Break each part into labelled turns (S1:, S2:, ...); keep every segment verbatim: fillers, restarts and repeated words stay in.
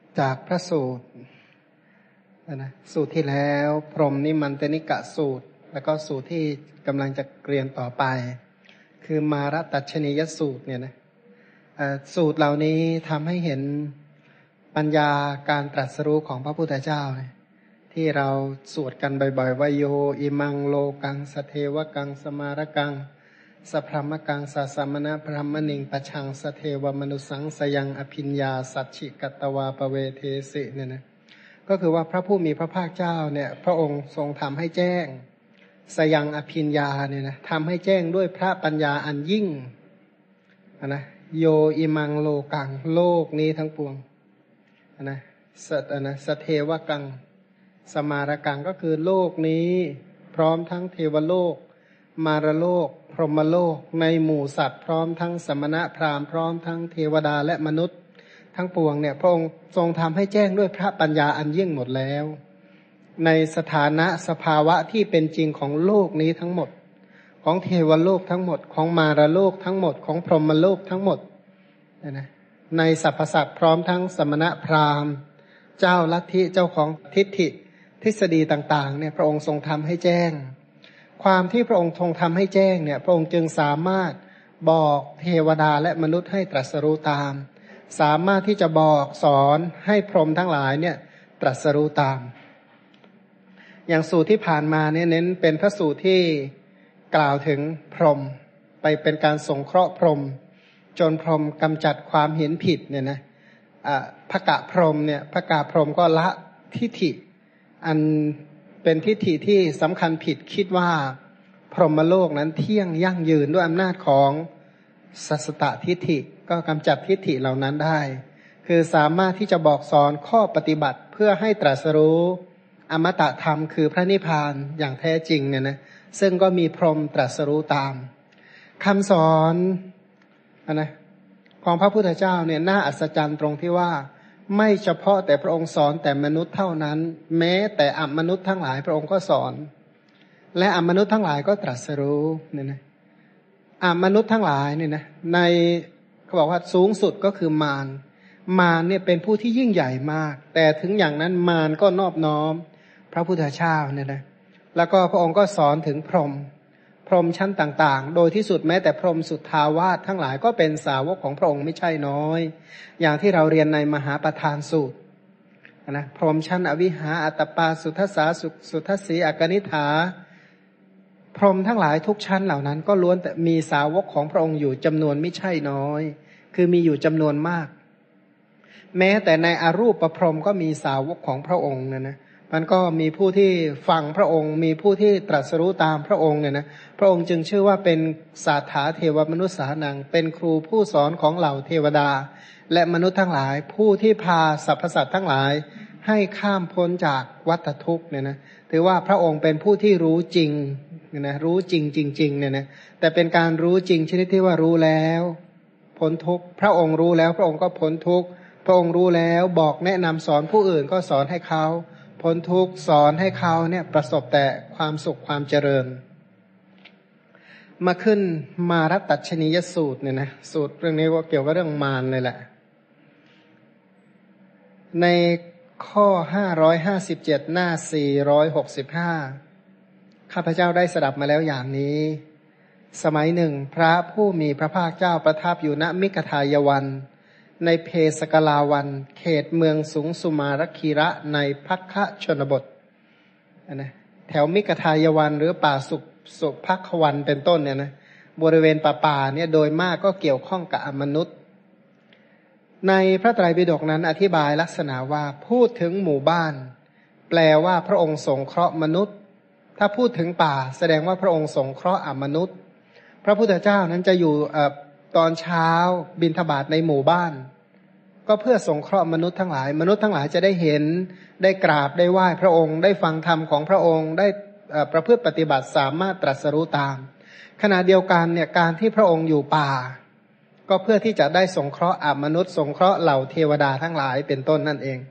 S1: จากพระสูตรนะสูตรที่แล้วพรหมนิมันตนิกะสูตรแล้วก็สูตรที่กำลังจะเรียนต่อไปคือมารตัชนียสูตรเนี่ยนะสูตรเหล่านี้ทำให้เห็นปัญญาการตรัสรู้ของพระพุทธเจ้าที่เราสวดกันบ่อยๆว่าโยอิมังโลกังสเทวกังสมารกังสพรหมกังสัสสมณพรหมนิงปชังสเทวมนุสังสยังอภิญญาสัจฉิกัตตวาปเวเทสิเนี่ยนะก็คือว่าพระผู้มีพระภาคเจ้าเนี่ยพระองค์ทรงทำให้แจ้งสยังอภิญญาเนี่ยนะทำให้แจ้งด้วยพระปัญญาอันยิ่งนะโยอิมังโลกังโลกนี้ทั้งปวงนะสัตนะสเทวกังสมารกังก็คือโลกนี้พร้อมทั้งเทวโลกมารโลกพรหมโลกในหมู่สัตว์พร้อมทั้งสมณะพราหมณ์พร้อมทั้งเทวดาและมนุษย์ทั้งปวงเนี่ยพระองค์ทรงทำให้แจ้งด้วยพระปัญญาอันยิ่งหมดแล้วในสถานะสภาวะที่เป็นจริงของโลกนี้ทั้งหมดของเทวโลกทั้งหมดของมารโลกทั้งหมดของพรหมโลกทั้งหมดนะในสรรพสัตว์พร้อมทั้งสมณะพราหมณ์เจ้าลัทธิเจ้าของทิฏฐิทฤษฎีต่างๆเนี่ยพระองค์ทรงทำให้แจ้งความที่พระองค์ทรงทำให้แจ้งเนี่ยพระองค์จึงสามารถบอกเทวดาและมนุษย์ให้ตรัสรู้ตามสามารถที่จะบอกสอนให้พรหมทั้งหลายเนี่ยตรัสรู้ตามอย่างสูตรที่ผ่านมาเนี่ยเน้นเป็นพระสูตรที่กล่าวถึงพรหมไปเป็นการสงเคราะห์พรหมจนพรหมกำจัดความเห็นผิดเนี่ยนะภกะพรหมเนี่ยภกะพรหมก็ละทิฏฐิอันเป็นทิฏฐิที่สำคัญผิดคิดว่าพรหมโลกนั้นเที่ยงยั่งยืนด้วยอำนาจของสัสสตทิฏฐิก็กำจัดทิฏฐิเหล่านั้นได้คือสามารถที่จะบอกสอนข้อปฏิบัติเพื่อให้ตรัสรู้อมตะธรรมคือพระนิพพานอย่างแท้จริงเนี่ยนะซึ่งก็มีพรหมตรัสรู้ตามคำสอนนะของพระพุทธเจ้าเนี่ยน่าอัศจรรย์ตรงที่ว่าไม่เฉพาะแต่พระองค์สอนแต่มนุษย์เท่านั้นแม้แต่อมนุษย์ทั้งหลายพระองค์ก็สอนและอมนุษย์ทั้งหลายก็ตรัสรู้เนี่ยนะอมนุษย์ทั้งหลายเนี่ยนะในเขาบอกว่าสูงสุดก็คือมารมารเนี่ยเป็นผู้ที่ยิ่งใหญ่มากแต่ถึงอย่างนั้นมารก็นอบน้อมพระพุทธเจ้าเนี่ยนะแล้วก็พระองค์ก็สอนถึงพรหมพรหมชั้นต่างๆโดยที่สุดแม้แต่พรหมสุทธาวาสทั้งหลายก็เป็นสาวกของพระองค์ไม่ใช่น้อยอย่างที่เราเรียนในมหาประธานสูตรนะพรหมชั้นอวิหาอัตตปาสุทัสสาสุทัสสีอกนิฐาพรหมทั้งหลายทุกชั้นเหล่านั้นก็ล้วนแต่มีสาวกของพระองค์อยู่จำนวนไม่ใช่น้อยคือมีอยู่จำนวนมากแม้แต่ในอรูปพรหมก็มีสาวกของพระองค์นะนะมันก็มีผู้ที่ฟังพระองค์มีผู้ที่ตรัสรู้ตามพระองค์เนี่ยนะพระองค์จึงชื่อว่าเป็นสาถาเทวมนุษย์สานังเป็นครูผู้สอนของเหล่าเทวดาและมนุษย์ทั้งหลายผู้ที่พาสรรพสัตว์ทั้งหลายให้ข้ามพ้นจากวัฏทุกข์เนี่ยนะถือว่าพระองค์เป็นผู้ที่รู้จริงเนี่ยนะรู้จริงจริงๆเนี่ยนะแต่เป็นการรู้จริงชนิดที่ว่ารู้แล้วพ้นทุกข์พระองค์รู้แล้วพระองค์ก็พ้นทุกข์พระองค์รู้แล้วบอกแนะนำสอนผู้อื่นก็สอนให้เขาพ้นทุกข์สอนให้เขาเนี่ยประสบแต่ความสุขความเจริญมาขึ้นมารตัชนียสูตรเนี่ยนะสูตรเรื่องนี้ก็เกี่ยวกับเรื่องมารเลยแหละในข้อห้าร้อยห้าสิบเจ็ดหน้าสี่ร้อยหกสิบห้าข้าพเจ้าได้สดับมาแล้วอย่างนี้สมัยหนึ่งพระผู้มีพระภาคเจ้าประทับอยู่ณมิกทายวันในเพสกลาวันเขตเมืองสุงสุมารคีระในภัคคะชนบทนะแถวมิกทายวันหรือป่าสุขสุภัควันเป็นต้นเนี่ยนะบริเวณป่าป่าเนี่ยโดยมากก็เกี่ยวข้องกับอมนุษย์ในพระไตรปิฎกนั้นอธิบายลักษณะว่าพูดถึงหมู่บ้านแปลว่าพระองค์สงเคราะห์มนุษย์ถ้าพูดถึงป่าแสดงว่าพระองค์สงเคราะห์อมนุษย์พระพุทธเจ้านั้นจะอยู่ตอนเช้าบิณฑบาตในหมู่บ้านก็เพื่อสงเคราะห์มนุษย์ทั้งหลายมนุษย์ทั้งหลายจะได้เห็นได้กราบได้ไหว้พระองค์ได้ฟังธรรมของพระองค์ได้ประพฤติปฏิบัติสามารถตรัสรู้ตามขณะเดียวกันเนี่ยการที่พระองค์อยู่ป่าก็เพื่อที่จะได้สงเคราะห์อมนุษย์สงเคราะห์เหล่าเทวดาทั้งหลายเป็นต้นนั่นเอง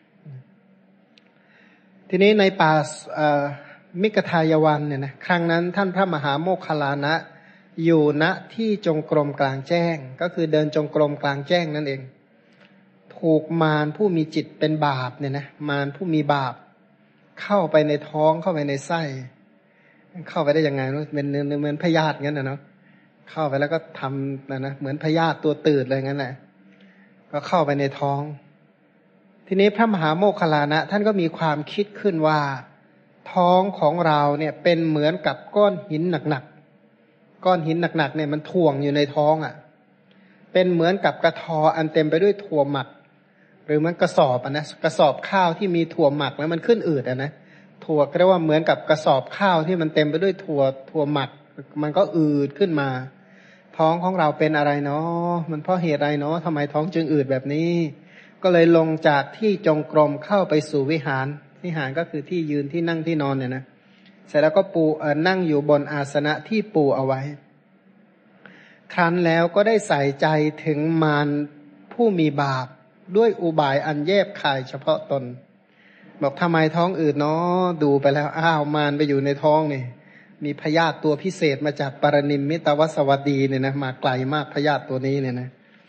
S1: ทีนี้ในป่ามิกทายวันเนี่ยนะครั้งนั้นท่านพระมหาโมคคัลลานะอยู่ณที่จงกรมกลางแจ้งก็คือเดินจงกรมกลางแจ้งนั่นเองทถูกมารผู้มีจิตเป็นบาปเนี่ยนะมารผู้มีบาปเข้าไปในท้องเข้าไปในไส้เข้าไปได้ยังไงเนาะเป็นเหมือนพยาธิงั้นนะเนาะเข้าไปแล้วก็ทำนะนะเหมือนพยาธิตัวตืดเลยงั้นแหละก็เข้าไปในท้องทีนี้พระมหาโมคคัลลานะท่านก็มีความคิดขึ้นว่าท้องของเราเนี่ยเป็นเหมือนกับก้อนหินหนักๆก้อนหินหนักๆเนี่ยมันถ่วงอยู่ในท้องอ่ะเป็นเหมือนกับกระทออันเต็มไปด้วยถั่วหมักหรือมันกระสอบอ่ะนะกระสอบข้าวที่มีถั่วหมักแล้วมันขึ้นอืดอ่ะนะถั่วก็เรียกว่าเหมือนกับกระสอบข้าวที่มันเต็มไปด้วยถั่วถั่วหมักมันก็อืดขึ้นมาท้องของเราเป็นอะไรเนาะมันเพราะเหตุอะไรเนาะทำไมท้องจึงอืดแบบนี้ก็เลยลงจากที่จงกรมเข้าไปสู่วิหารวิหารก็คือที่ยืนที่นั่งที่นอนเนี่ยนะเสร็จแล้วก็ปูเอ่อนั่งอยู่บนอาสนะที่ปูเอาไว้ครั้นแล้วก็ได้ใส่ใจถึงมารผู้มีบาปด้วยอุบายอันแยบคายเฉพาะตนบอกทำไมท้องอืดเนาะดูไปแล้วอ้าวมารไปอยู่ในท้องนี่มีพยาธิตัวพิเศษมาจากปรนิมมิตวสวัสดีเนี่ยนะมาไกลมากพยาธิตัวนี้เนี่ยนะ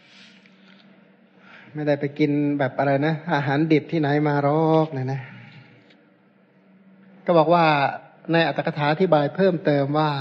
S1: ไม่ได้ไปกินแบบอะไรนะอาหารดิบที่ไหนมาหรอกเนี่ยนะก็บอกว่าในอัตถกถาอธิบายเพิ่มเติมว่า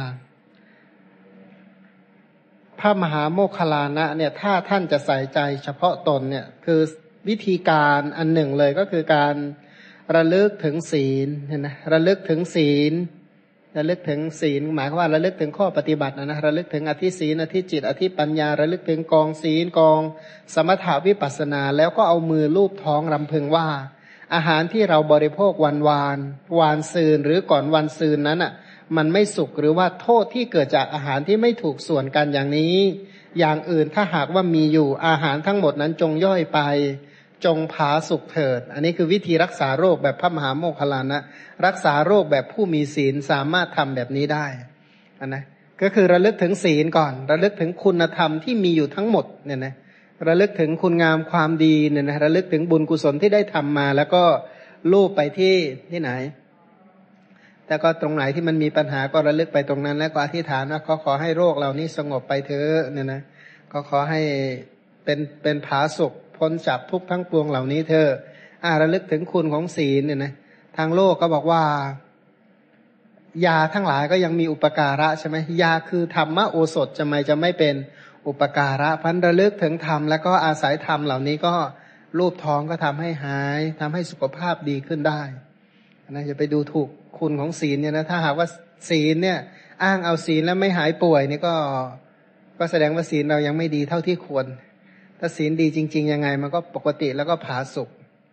S1: พระมหาโมคคัลลานะเนี่ยถ้าท่านจะใส่ใจเฉพาะตนเนี่ยคือวิธีการอันหนึ่งเลยก็คือการระลึกถึงศีลเห็นไหมระลึกถึงศีลระลึกถึงศีลหมายความว่าระลึกถึงข้อปฏิบัตินะนะระลึกถึงอธิศีลอธิจิตอธิปัญญาระลึกถึงกองศีลกองสมถาวิปัสสนาแล้วก็เอามือลูบท้องรำพึงว่าอาหารที่เราบริโภควันวานวานซืนหรือก่อนวันซืนนั้นอ่ะมันไม่สุกหรือว่าโทษที่เกิดจากอาหารที่ไม่ถูกส่วนกันอย่างนี้อย่างอื่นถ้าหากว่ามีอยู่อาหารทั้งหมดนั้นจงย่อยไปจงผาสุกเถิดอันนี้คือวิธีรักษาโรคแบบพระมหาโมคคัลลานะรักษาโรคแบบผู้มีศีลสามารถทำแบบนี้ได้อันนะก็คือระลึกถึงศีลก่อนระลึกถึงคุณธรรมที่มีอยู่ทั้งหมดเนี่ยนะระลึกถึงคุณงามความดีเนี่ยนะระลึกถึงบุญกุศลที่ได้ทำมาแล้วก็ลูบไปที่ที่ไหนแต่ก็ตรงไหนที่มันมีปัญหาก็ระลึกไปตรงนั้นแล้วก็อธิษฐานว่าขอขอให้โรคเหล่านี้สงบไปเถอะเนี่ยนะก็ขอให้เป็นเป็นผาสุกพ้นจากทุกข์ทั้งปวงเหล่านี้เถอะอ่าระลึกถึงคุณของศีลเนี่ยนะทางโลกก็บอกว่ายาทั้งหลายก็ยังมีอุปการะใช่ไหมยาคือธรรมโอสถจะไม่จะไม่เป็นอุปการะพันระลึกถึงธรรมแล้วก็อาศัยธรรมเหล่านี้ก็รูปท้องก็ทำให้หายทำให้สุขภาพดีขึ้นได้นะอย่าไปดูถูกคุณของศีลเนี่ยนะถ้าหากว่าศีลเนี่ยอ้างเอาศีลแล้วไม่หายป่วยนี่ก็ก็แสดงว่าศีลเรายังไม่ดีเท่าที่ควรถ้าศีลดีจริงๆยังไงมันก็ปกติแล้วก็ผาสุก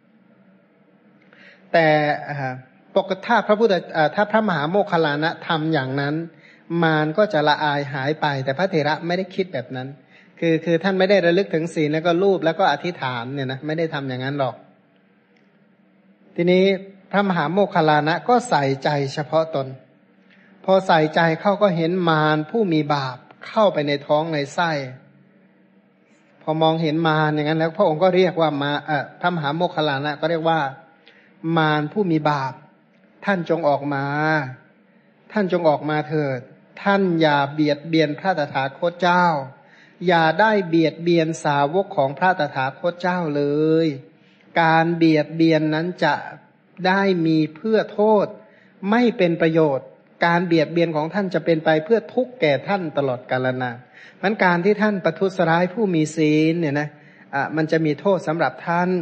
S1: แต่ปกติถ้าพระพุทธถ้าพระมหาโมคคัลลานะทำอย่างนั้นมารก็จะละอายหายไปแต่พระเถระไม่ได้คิดแบบนั้นคือคือท่านไม่ได้ระลึกถึงศีลแล้วก็รูปแล้วก็อธิษฐานเนี่ยนะไม่ได้ทำอย่างนั้นหรอกทีนี้พระมหาโมคคัลลานะก็ใส่ใจเฉพาะตนพอใส่ใจเข้าก็เห็นมารผู้มีบาปเข้าไปในท้องในไส้พอมองเห็นมารอย่างนั้นแล้วพระองค์ก็เรียกว่ามาเอ่อพระมหาโมคคัลลานะก็เรียกว่ามารผู้มีบาปท่านจงออกมาท่านจงออกมาเถิดท่านอย่าเบียดเบียนพระตถาคตเจ้าอย่าได้เบียดเบียนสาวกของพระตถาคตเจ้าเลยการเบียดเบียนนั้นจะได้มีเพื่อโทษไม่เป็นประโยชน์การเบียดเบียนของท่านจะเป็นไปเพื่อทุกข์แก่ท่านตลอดกาลนานมันการที่ท่านประทุษร้ายผู้มีศีลเนี่ยนะอ่ะมันจะมีโทษสำหรับท่าน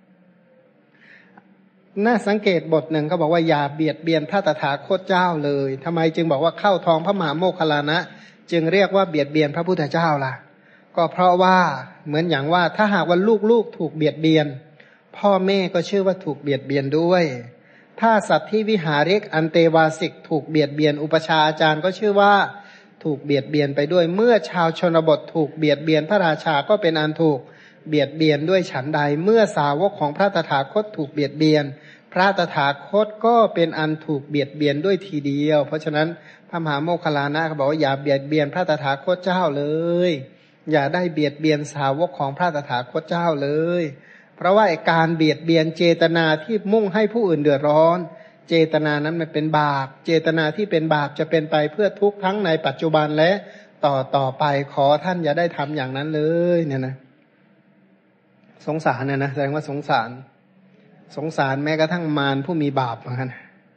S1: น่าสังเกตบทหนึ่งเขาบอกว่าอย่าเบียดเบียนพระตถาคตเจ้าเลยทำไมจึงบอกว่าเข้าท้องพระมหาโมคคัลลานะจึงเรียกว่าเบียดเบียนพระพุทธเจ้าล่ะก็เพราะว่าเหมือนอย่างว่าถ้าหากว่าลูกๆถูกเบียดเบียนพ่อแม่ก็ชื่อว่าถูกเบียดเบียนด้วยถ้าสัตว์ที่วิหาริกอันเตวาสิกถูกเบียดเบียนอุปชาอาจารย์ก็ชื่อว่าถูกเบียดเบียนไปด้วยเมื่อชาวชนบทถูกเบียดเบียนพระราชาก็เป็นอันถูกเบียดเบียนด้วยฉันใดเมื่อสาวกของพระตถาคตถูกเบียดเบียนพระตถาคตก็เป็นอันถูกเบียดเบียนด้วยทีเดียวเพราะฉะนั้นพระมหาโมคคัลลานะเขาบอกว่าอย่าเบียดเบียนพระตถาคตเจ้าเลยอย่าได้เบียดเบียนสาวกของพระตถาคตเจ้าเลยเพราะว่าการเบียดเบียนเจตนาที่มุ่งให้ผู้อื่นเดือดร้อนเจตนานั้นมันเป็นบาปเจตนาที่เป็นบาปจะเป็นไปเพื่อทุกข์ทั้งในปัจจุบันและต่อต่อไปขอท่านอย่าได้ทำอย่างนั้นเลยเนี่ยนะสงสารเนี่ยนะแสดงว่าสงสารสงสารแม้กระทั่งมารผู้มีบาปเหมือนกัน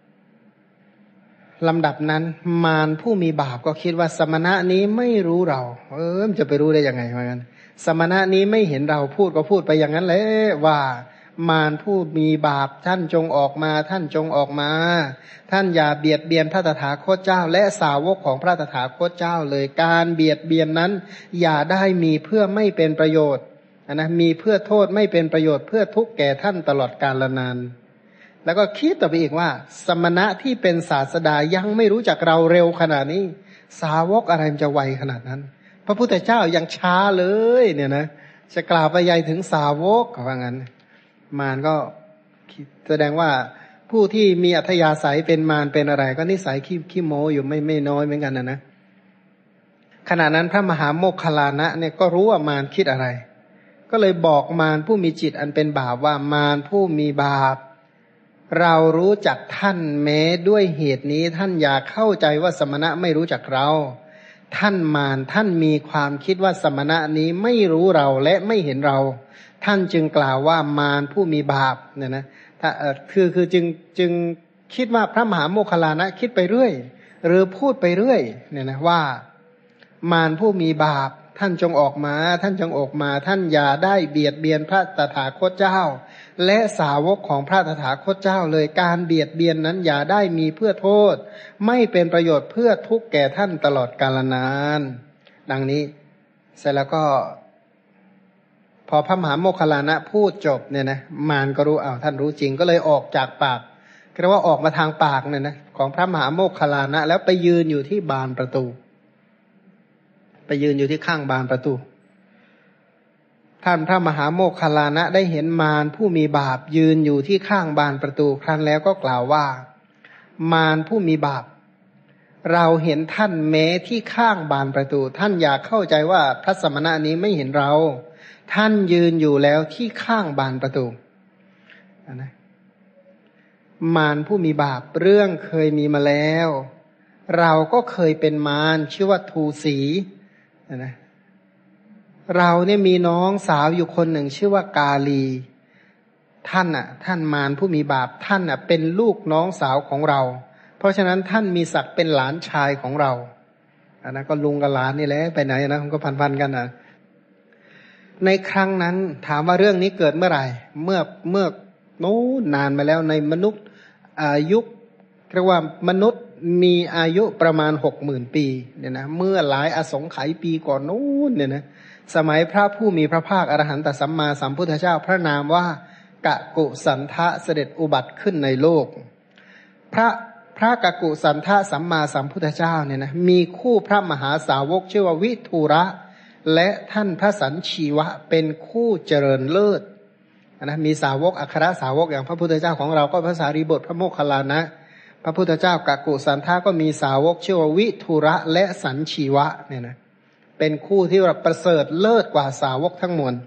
S1: ลำดับนั้นมารผู้มีบาปก็คิดว่าสมณะนี้ไม่รู้เราเออมันจะไปรู้ได้ยังไงเหมือนกันสมณะนี้ไม่เห็นเราพูดก็พูดไปอย่างนั้นเลยว่ามารผู้มีบาปท่านจงออกมาท่านจงออกมาท่านอย่าเบียดเบียนพระตถาคตเจ้าและสาวกของพระตถาคตเจ้าเลยการเบียดเบียนนั้นอย่าได้มีเพื่อไม่เป็นประโยชน์นะมีเพื่อโทษไม่เป็นประโยชน์เพื่อทุกข์แก่ท่านตลอดกาลนานแล้วก็คิดต่อไปอีกว่าสมณะที่เป็นศาสดายังไม่รู้จักเราเร็วขนาดนี้สาวกอะไรมันจะไวขนาดนั้นพระพุทธเจ้ายังช้าเลยเนี่ยนะจะกล่าวไปใหญ่ถึงสาวกว่างั้นมารก็แสดงว่าผู้ที่มีอัธยาศัยเป็นมารเป็นอะไรก็นิสัยขี้ขี้โม้อยู่ไม่ไม่น้อยเหมือนกันนะนะขณะนั้นพระมหาโมคคัลลานะเนี่ยก็รู้ว่ามารคิดอะไรก็เลยบอกมารผู้มีจิตอันเป็นบาปว่ามารผู้มีบาปเรารู้จักท่านแม้ด้วยเหตุนี้ท่านอย่าเข้าใจว่าสมณะไม่รู้จักเราท่านมารท่านมีความคิดว่าสมณะนี้ไม่รู้เราและไม่เห็นเราท่านจึงกล่าวว่ามารผู้มีบาปเนี่ยนะถ้าเออคือคือจึงจึงคิดว่าพระมหาโมคคัลลานะคิดไปเรื่อยหรือพูดไปเรื่อยเนี่ยนะว่ามารผู้มีบาปท่านจงออกมาท่านจงออกมาท่านอย่าได้เบียดเบียนพระตถาคตเจ้าและสาวกของพระตถาคตเจ้าเลยการเบียดเบียนนั้นอย่าได้มีเพื่อโทษไม่เป็นประโยชน์เพื่อทุกข์แก่ท่านตลอดกาลนานดังนี้เสร็จแล้วก็พอพระมหาโมคคัลลานะพูดจบเนี่ยนะมารก็รู้อ้าวท่านรู้จริงก็เลยออกจากปากเรียกว่าออกมาทางปากเนี่ยนะของพระมหาโมคคัลลานะแล้วไปยืนอยู่ที่บานประตูไปยืนอยู่ที่ข้างบานประตูท่านพระมหาโมคคัลลานะได้เห็นมารผู้มีบาปยืนอยู่ที่ข้างบานประตูครั้นแล้วก็กล่าวว่ามารผู้มีบาปเราเห็นท่านแม้ที่ข้างบานประตูท่านอย่าเข้าใจว่าพระสมณะนี้ไม่เห็นเราท่านยืนอยู่แล้วที่ข้างบานประตูนะมารผู้มีบาปเรื่องเคยมีมาแล้วเราก็เคยเป็นมารชื่อว่าทูสีนะเราเนี่ยมีน้องสาวอยู่คนหนึ่งชื่อว่ากาลีท่านอ่ะท่านมารผู้มีบาปท่านอ่ะเป็นลูกน้องสาวของเราเพราะฉะนั้นท่านมีศักดิ์เป็นหลานชายของเราอันนั้นก็ลุงกับหลานนี่แหละไปไหนนะมันก็พันๆกันนะในครั้งนั้นถามว่าเรื่องนี้เกิดเมื่อไหร่เมื่อเมื่อโน้นานมาแล้วในมนุษย์อายุเรียกว่ามนุษย์มีอายุประมาณหกหมื่นปีเนี่ยนะเมื่อหลายอสงไขยปีก่อนนู้นเนี่ยนะสมัยพระผู้มีพระภาคอรหันตสัมมาสัมพุทธเจ้าพระนามว่ากะกุสันทะเสด็จอุบัติขึ้นในโลกพระพระกะกุสันทะสัมมาสัมพุทธเจ้าเนี่ยนะมีคู่พระมหาสาวกชื่อว่าวิทูระและท่านพระสัญชีวะเป็นคู่เจริญเลิศนะมีสาวกอัครสาวกอย่างพระพุทธเจ้าของเราก็พระสารีบุตรพระโมคคัลลานะพระพุทธเจ้ากะกุสันทะก็มีสาวกชื่อว่าวิทูระและสัญชีวะเนี่ยนะเป็นคู่ที่ประเสริฐเลิศกว่าสาวกทั้งมวล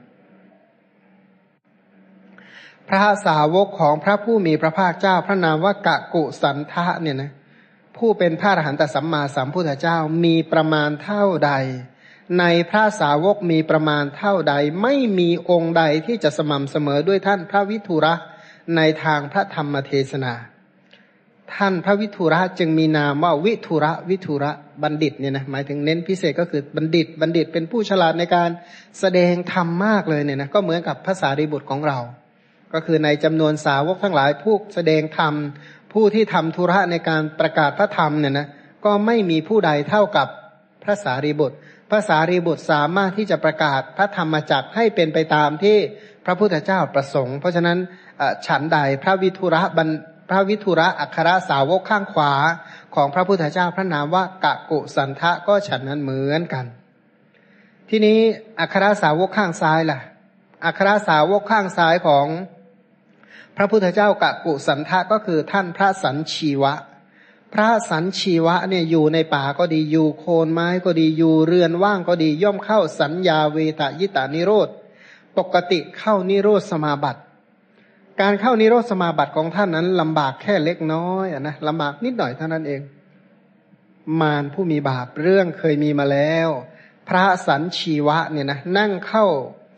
S1: พระสาวกของพระผู้มีพระภาคเจ้าพระนามว่ากะกุสันทะเนี่ยนะผู้เป็นพระอรหันตสัมมาสัมพุทธเจ้ามีประมาณเท่าใดในพระสาวกมีประมาณเท่าใดไม่มีองค์ใดที่จะสม่ำเสมอด้วยท่านพระวิทูระในทางพระธรรมเทศนาท่านพระวิทูระจึงมีนามว่าวิทูระวิทูระบัณฑิตเนี่ยนะหมายถึงเน้นพิเศษก็คือบัณฑิตบัณฑิตเป็นผู้ฉลาดในการแสดงธรรมมากเลยเนี่ยนะก็เหมือนกับพระสารีบุตรของเราก็คือในจำนวนสาวกทั้งหลายผู้แสดงธรรมผู้ที่ทำธุระในการประกาศพระธรรมเนี่ยนะก็ไม่มีผู้ใดเท่ากับพระสารีบุตรพระสารีบุตรสามารถที่จะประกาศพระธรรมจักรให้เป็นไปตามที่พระพุทธเจ้าประสงค์เพราะฉะนั้นฉันใดพระวิทูระบัณพระวิทูระอัครสาวกข้างขวาของพระพุทธเจ้าพระนามว่ากะกุสันทะก็ฉันนั้นเหมือนกันทีนี้อัครสาวกข้างซ้ายล่ะอัครสาวกข้างซ้ายของพระพุทธเจ้ากะกุสันทะก็คือท่านพระสัญชีวะพระสัญชีวะเนี่ยอยู่ในป่าก็ดีอยู่โคนไม้ก็ดีอยู่เรือนว่างก็ดีย่อมเข้าสัญญาเวทยิตานิโรธปกติเข้านิโรธสมาบัติการเข้านิโรธสมาบัติของท่านนั้นลำบากแค่เล็กน้อยอ่ะนะลำบากนิดหน่อยเท่านั้นเองมารผู้มีบาปเรื่องเคยมีมาแล้วพระสัญชีวะเนี่ยนะนั่งเข้า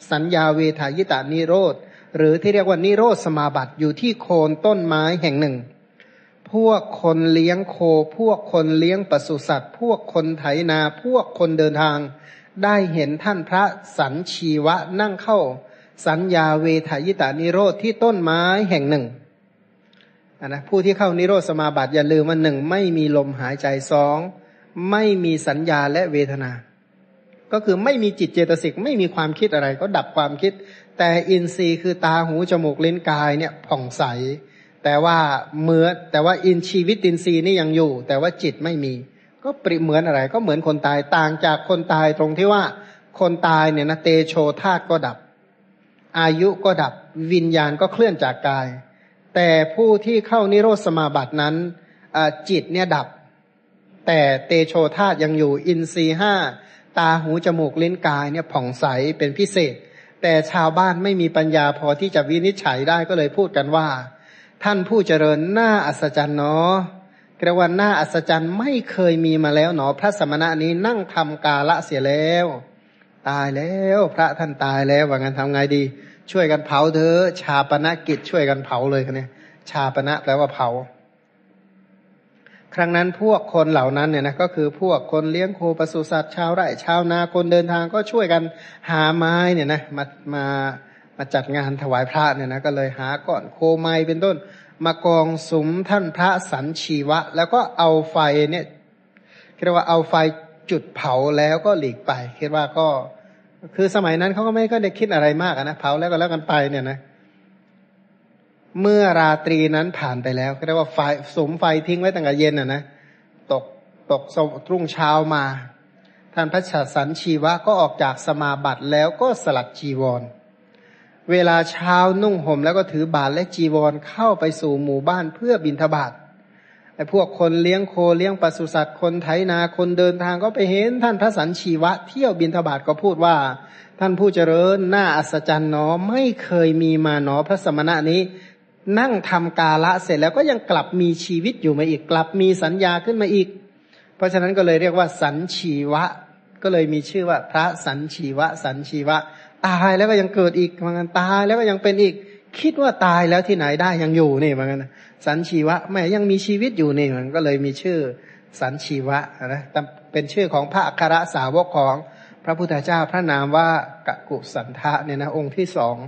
S1: สัญญาเวทายตานิโรธหรือที่เรียกว่านิโรธสมาบัติอยู่ที่โคนต้นไม้แห่งหนึ่งพวกคนเลี้ยงโคพวกคนเลี้ยงปศุสัตว์พวกคนไถนาพวกคนเดินทางได้เห็นท่านพระสัญชีวะนั่งเข้าสัญญาเวทายตานิโรธที่ต้นไม้แห่งหนึ่งนะผู้ที่เข้านิโรธสมาบัติอย่าลืมว่าหนึ่งไม่มีลมหายใจสองไม่มีสัญญาและเวทนาก็คือไม่มีจิตเจตสิกไม่มีความคิดอะไรก็ดับความคิดแต่อินทรีย์คือตาหูจมูกลิ้นกายเนี่ยผ่องใสแต่ว่าเมื่อแต่ว่าอินชีวิตอินทรีย์นี่ยังอยู่แต่ว่าจิตไม่มีก็เปรียบเหมือนอะไรก็เหมือนคนตายต่างจากคนตายตรงที่ว่าคนตายเนี่ยนะเตโชธาตุก็ดับอายุก็ดับวิญญาณก็เคลื่อนจากกายแต่ผู้ที่เข้านิโรธสมาบัตินั้นจิตเนี่ยดับแต่เตโชธาตุยังอยู่อินทรีย์ห้าตาหูจมูกลิ้นกายเนี่ยผ่องใสเป็นพิเศษแต่ชาวบ้านไม่มีปัญญาพอที่จะวินิจฉัยได้ก็เลยพูดกันว่าท่านผู้เจริญน่าอัศจรรย์เนาะกระวันน่าอัศจรรย์ไม่เคยมีมาแล้วหนอพระสมณะนี้นั่งทำกาละเสียแล้วตายแล้วพระท่านตายแล้วว่างั้นทำไงดีช่วยกันเผาเถอะชาปนกิจช่วยกันเผาเลยกันเนี่ยชาปนะแปลว่าเผาครั้งนั้นพวกคนเหล่านั้นเนี่ยนะก็คือพวกคนเลี้ยงโคปศุสัตว์ชาวไร่ชาวนาคนเดินทางก็ช่วยกันหาไม้เนี่ยนะมามามาจัดงานถวายพระเนี่ยนะก็เลยหาก้อนโคไม้เป็นต้นมากองสุมท่านพระสัญชีวะแล้วก็เอาไฟเนี่ยเรียกว่าเอาไฟจุดเผาแล้วก็หลีกไปคิดว่าก็คือสมัยนั้นเขาก็ไม่ก็ได้คิดอะไรมากนะเผาแล้วก็แล้วกันไปเนี่ยนะเมื่อราตรีนั้นผ่านไปแล้วเรียกว่าไฟสุมไฟทิ้งไว้ตั้งแต่เย็นอ่ะนะตกตกรุ่งเช้ามาท่านพระสัญชีวะก็ออกจากสมาบัติแล้วก็สลัดจีวรเวลาเช้านุ่งห่มแล้วก็ถือบาตรและจีวรเข้าไปสู่หมู่บ้านเพื่อบิณฑบาตไอ้พวกคนเลี้ยงโคเลี้ยงปศุสัตว์คนไถนาคนเดินทางก็ไปเห็นท่านพระสัญชีวะเที่ยวบิณฑบาตก็พูดว่าท่านผู้เจริญน่าอัศจรรย์หนอไม่เคยมีมาหนอพระสมณะนี้นั่งทำกาละเสร็จแล้วก็ยังกลับมีชีวิตอยู่มาอีกกลับมีสัญญาขึ้นมาอีกเพราะฉะนั้นก็เลยเรียกว่าสัญชีวะก็เลยมีชื่อว่าพระสัญชีวะสัญชีวะตายแล้วก็ยังเกิดอีกเหมือนกันตายแล้วก็ยังเป็นอีกคิดว่าตายแล้วที่ไหนได้ยังอยู่นี่เหมือนกันสัญชีวะแม้ยังมีชีวิตอยู่นี่มันก็เลยมีชื่อสัญชีวะนะเป็นชื่อของพระอัครสาวกของพระพุทธเจ้าพระนามว่ากกุสันทะเนี่ยนะองค์ที่สอง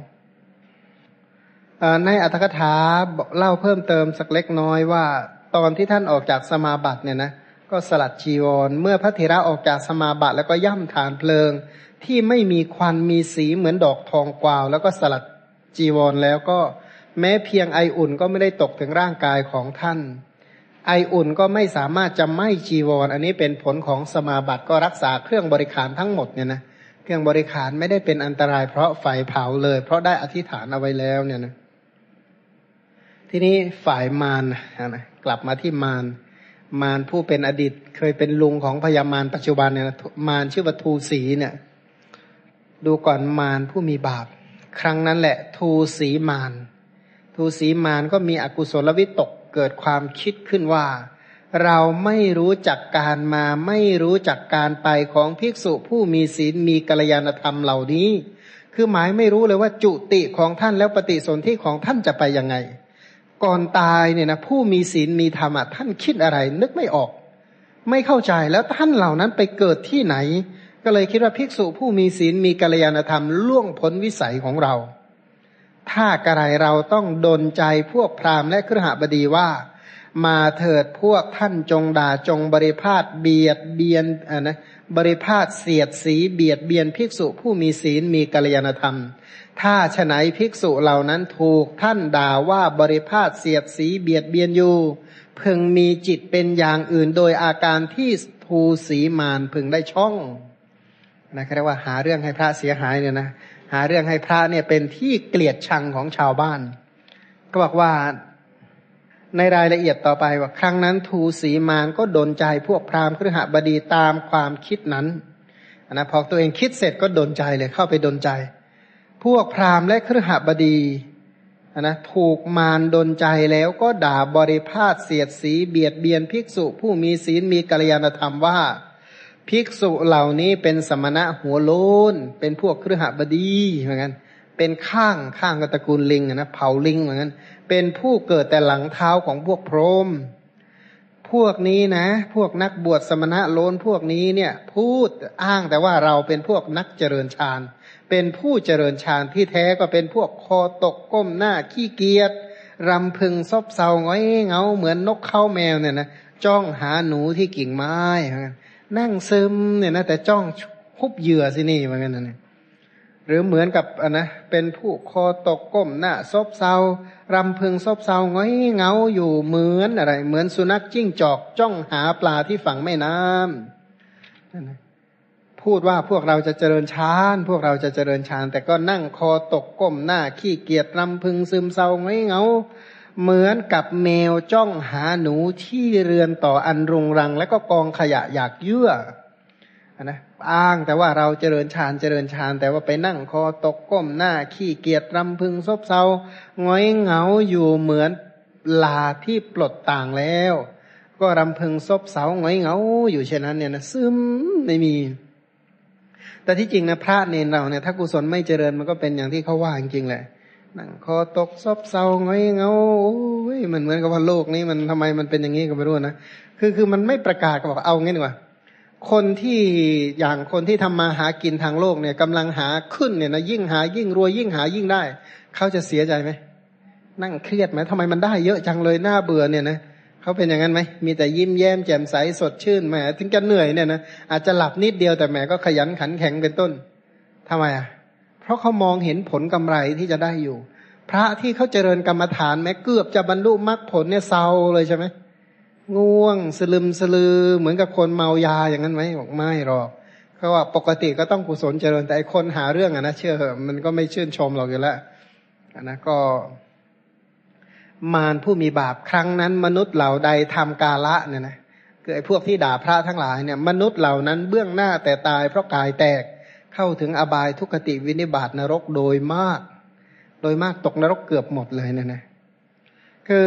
S1: ในอรรถกถาเล่าเพิ่มเติมสักเล็กน้อยว่าตอนที่ท่านออกจากสมาบัติเนี่ยนะก็สลัดจีวรเมื่อพระเถระออกจากสมาบัติแล้วก็ย่ำฐานเพลิงที่ไม่มีควันมีสีเหมือนดอกทองกวาวแล้วก็สลัดจีวรแล้วก็แม้เพียงไออุ่นก็ไม่ได้ตกถึงร่างกายของท่านไออุ่นก็ไม่สามารถจะไหม้จีวร อ, อันนี้เป็นผลของสมาบัติก็รักษาเครื่องบริขารทั้งหมดเนี่ยนะเครื่องบริขารไม่ได้เป็นอันตรายเพราะไฟเผาเลยเพราะได้อธิษฐานเอาไว้แล้วเนี่ยนะทีนี้ฝ่ายมารนะกลับมาที่มารมารผู้เป็นอดีตเคยเป็นลุงของพญามารปัจจุบันเนี่ยนะมารชื่อว่าทูสีเนี่ยดูก่อนมารผู้มีบาปครั้งนั้นแหละทูสีมารทูสีมารก็มีอกุศลวิตกเกิดความคิดขึ้นว่าเราไม่รู้จักการมาไม่รู้จักการไปของภิกษุผู้มีศีลมีกัลยาณธรรมเหล่านี้คือหมายไม่รู้เลยว่าจุติของท่านแล้วปฏิสนธิของท่านจะไปยังไงก่อนตายเนี่ยนะผู้มีศีลมีธรรมท่านคิดอะไรนึกไม่ออกไม่เข้าใจแล้วท่านเหล่านั้นไปเกิดที่ไหนก็เลยคิดว่าภิกษุผู้มีศีลมีกัลยาณธรรมล่วงพ้นวิสัยของเราถ้ากระไรเราต้องดลใจพวกพราหมณ์และคฤหบดีว่ามาเถิดพวกท่านจงด่าจงบริพาทเบียดเบียนอ่ะนะบริพาทเสียดสีเบียดเบียนภิกษุผู้มีศีลมีกัลยาณธรรมถ้าฉะไหนภิกษุเหล่านั้นถูกท่านด่าว่าบริพาทเสียดสีเบียดเบียนอยู่พึงมีจิตเป็นอย่างอื่นโดยอาการที่ทูสีมารพึงได้ช่องนะเรียกว่าหาเรื่องให้พระเสียหายเนี่ยนะหาเรื่องให้พระเนี่ยเป็นที่เกลียดชังของชาวบ้านก็บอกว่าในรายละเอียดต่อไปว่าครั้งนั้นทูสีมารก็ดลใจพวกพราหมณ์คฤหบดีตามความคิดนั้นนะพอตัวเองคิดเสร็จก็ดลใจเลยเข้าไปดลใจพวกพราหมณ์และคฤหบดีนะถูกมารดลใจแล้วก็ด่าบริพาทเสียดสีเบียดเบียนภิกษุผู้มีศีลมีกัลยาณธรรมว่าภิกษุเหล่านี้เป็นสมณะหัวโลนเป็นพวกคฤหบดีเหมือนกันเป็นข้างข้างกับตระกูลลิงนะเผาลิงเหมือนกันเป็นผู้เกิดแต่หลังเท้าของพวกพรหมพวกนี้นะพวกนักบวชสมณะโลนพวกนี้เนี่ยพูดอ้างแต่ว่าเราเป็นพวกนักเจริญฌานเป็นผู้เจริญฌานที่แท้ก็เป็นพวกคอตกก้มหน้าขี้เกียจรำพึงซบเซาง้อยเงาเหมือนนกเข้าแมวเนี่ยนะจ้องหาหนูที่กิ่งไม้นั่งซึมเนี่ยนะแต่จ้องคุบเหยื่อสินี่เหมือนกันนะหรือเหมือนกับอ่ะนะเป็นผู้คอตกก้มหน้าซบเซารำพึงซบเซาง้อยเงาอยู่เหมือนอะไรเหมือนสุนัขจิ้งจอกจ้องหาปลาที่ฝั่งแม่น้ำนั่นนะพูดว่าพวกเราจะเจริญฌานพวกเราจะเจริญฌานแต่ก็นั่งคอตกก้มหน้าขี้เกียจรำพึงซึมเศร้าง้อยเงาเหมือนกับแมวจ้องหาหนูที่เรือนต่ออันรุงรังแล้วก็กองขยะอยากเยื่อนะอ้างแต่ว่าเราเจริญฌานเจริญฌานแต่ว่าไปนั่งคอตกก้มหน้าขี้เกียจรำพึงซบเซาง้อยเงาอยู่เหมือนลาที่ปลดต่างแล้วก็รำพึงซบเซาง้อยเงาอยู่เช่นนั้นเนี่ยนะซึมไม่มีแต่ที่จริงนะพระเนรเราเนี่ยถ้ากุศลไม่เจริญมันก็เป็นอย่างที่เขาว่าจริงๆแหละนั่งคอตกซบเซาง้อยเงาโอ้ยมันเหมือนกับว่าโลกนี้มันทำไมมันเป็นอย่างนี้ก็ไม่รู้นะคือคือมันไม่ประกาศก็บอกเอางี้ดีกว่าคนที่อย่างคนที่ทำมาหากินทางโลกเนี่ยกำลังหาขึ้นเนี่ยนะยิ่งหายิ่งรวยยิ่งหายิ่งได้เขาจะเสียใจไหมนั่งเครียดไหมทำไมมันได้เยอะจังเลยน่าเบื่อเนี่ยนะเขาเป็นอย่างนั้นไหมมีแต่ยิ้มแย้มแจ่มใสสดชื่นแหมถึงจะเหนื่อยเนี่ยนะอาจจะหลับนิดเดียวแต่แหมก็ขยันขันแข็งเป็นต้นทำไมอ่ะเพราะเขามองเห็นผลกำไรที่จะได้อยู่พระที่เขาเจริญกรรมฐานแม้เกือบจะบรรลุมรรคผลเนี่ยเศร้าเลยใช่ไหมง่วงสลึมสลือเหมือนกับคนเมายาอย่างนั้นไหมบอกไม่หรอกเขาว่าปกติก็ต้องกุศลเจริญแต่ไอ้คนหาเรื่องอ่ะนะเชื่อเหอะมันก็ไม่ชื่นชมเราอยู่แล้วนะก็มารผู้มีบาปครั้งนั้นมนุษย์เหล่าใดทำกาละเนี่ยนะคือไอ้พวกที่ด่าพระทั้งหลายเนี่ยมนุษย์เหล่านั้นเบื้องหน้าแต่ตายเพราะกายแตกเข้าถึงอบายทุกขติวินิบาตนรกโดยมากโดยมากตกนรกเกือบหมดเลยเนี่ยนะคือ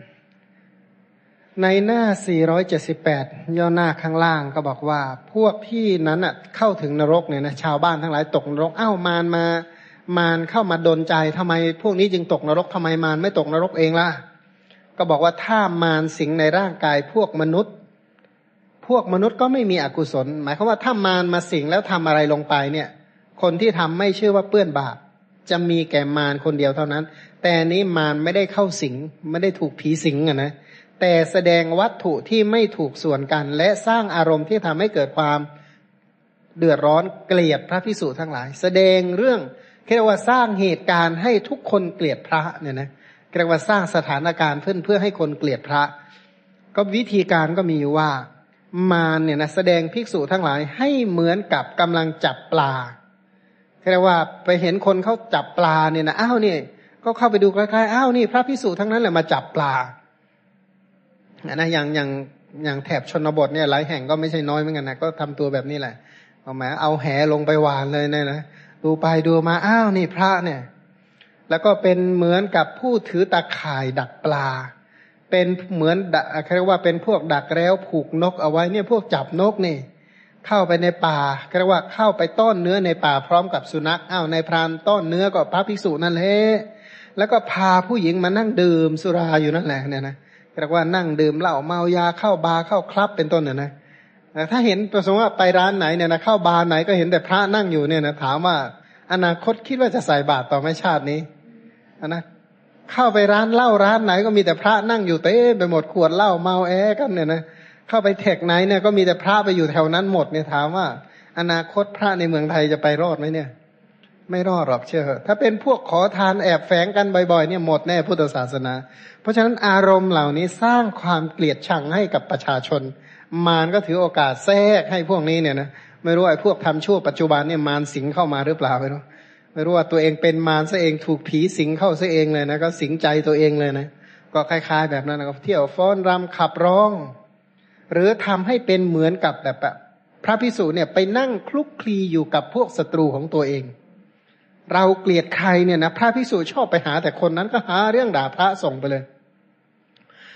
S1: ในหน้าสี่ร้อยเจ็ดสิบแปดย่อหน้าข้างล่างก็บอกว่าพวกที่นั้นอ่ะเข้าถึงนรกเนี่ยนะชาวบ้านทั้งหลายตกนรกอ้าวมารมามารเข้ามาดลใจทำไมพวกนี้จึงตกนรกทำไมมารไม่ตกนรกเองล่ะก็บอกว่าถ้ามารสิงในร่างกายพวกมนุษย์พวกมนุษย์ก็ไม่มีอกุศลหมายความว่าถ้ามารมาสิงแล้วทำอะไรลงไปเนี่ยคนที่ทำไม่ชื่อว่าเปื้อนบาปจะมีแก่มารคนเดียวเท่านั้นแต่นี้มารไม่ได้เข้าสิงไม่ได้ถูกผีสิงอ่ะนะแต่แสดงวัตถุที่ไม่ถูกส่วนกันและสร้างอารมณ์ที่ทำให้เกิดความเดือดร้อนเกลียดพระภิกษุทั้งหลายแสดงเรื่องเรียกว่าสร้างเหตุการณ์ให้ทุกคนเกลียดพระเนี่ยนะเรียกว่าสร้างสถานการณ์เพื่อเพื่อให้คนเกลียดพระก็วิธีการก็มีอยู่ว่ามารเนี่ยนะแสดงภิกษุทั้งหลายให้เหมือนกับกำลังจับปลาเรียกว่าไปเห็นคนเขาจับปลาเนี่ยนะอ้าวนี่ก็เข้าไปดูใกล้ๆอ้าวนี่พระภิกษุทั้งนั้นแหละมาจับปลานะอย่างอย่างอย่างแถบชนบทเนี่ยหลายแห่งก็ไม่ใช่น้อยเหมือนกันนะก็ทำตัวแบบนี้แหละเอาแหมเอาแหลงไปหวานเลยเนี่ยนะดูไปดูมาอ้าวนี่พระเนี่ยแล้วก็เป็นเหมือนกับผู้ถือตาข่ายดักปลาเป็นเหมือนดักเรียกว่าเป็นพวกดักแล้วผูกนกเอาไว้เนี่ยพวกจับนกนี่เข้าไปในป่าเรียกว่าเข้าไปต้อนเนื้อในป่าพร้อมกับสุนัขอ้าวในพรานต้อนเนื้อก็พระภิกษุนั่นแหละแล้วก็พาผู้หญิงมานั่งดื่มสุราอยู่นั่นแหละเนี่ยนะเรียกว่านั่งดื่มเหล้าเมายาเข้าบาร์เข้าคลับเป็นต้นเนี่ยนะถ้าเห็นประสงค์ว่าไปร้านไหนเนี่ยนะเข้าบาร์ไหนก็เห็นแต่พระนั่งอยู่เนี่ยนะถามว่าอนาคตคิดว่าจะใส่บาตรต่อไหมชาตินี้นะเข้าไปร้านเหล้าร้านไหนก็มีแต่พระนั่งอยู่เต็มไปหมดขวดเหล้าเมาแอกันเนี่ยนะเข้าไปเทคไหนเนี่ยก็มีแต่พระไปอยู่แถวนั้นหมดเนี่ยถามว่าอนาคตพระในเมืองไทยจะไปรอดไหมเนี่ยไม่รอดหรอกเชื่อถ้าเป็นพวกขอทานแอบแฝงกันบ่อยๆเนี่ยหมดแน่พุทธศาสนาเพราะฉะนั้นอารมณ์เหล่านี้สร้างความเกลียดชังให้กับประชาชนมารก็ถือโอกาสแทรกให้พวกนี้เนี่ยนะไม่รู้ไอ้พวกทำชั่วปัจจุบันเนี่ยมารสิงเข้ามาหรือเปล่าไม่รู้ไม่รู้ว่าตัวเองเป็นมารซะเองถูกผีสิงเข้าซะเองเลยนะก็สิงใจตัวเองเลยนะก็คล้ายๆแบบนั้นนะก็เที่ยวฟ้อนรำขับร้องหรือทำให้เป็นเหมือนกับแบบแบบพระภิกษุเนี่ยไปนั่งคลุกคลีอยู่กับพวกศัตรูของตัวเองเราเกลียดใครเนี่ยนะพระภิกษุชอบไปหาแต่คนนั้นก็หาเรื่องด่าพระส่งไปเลย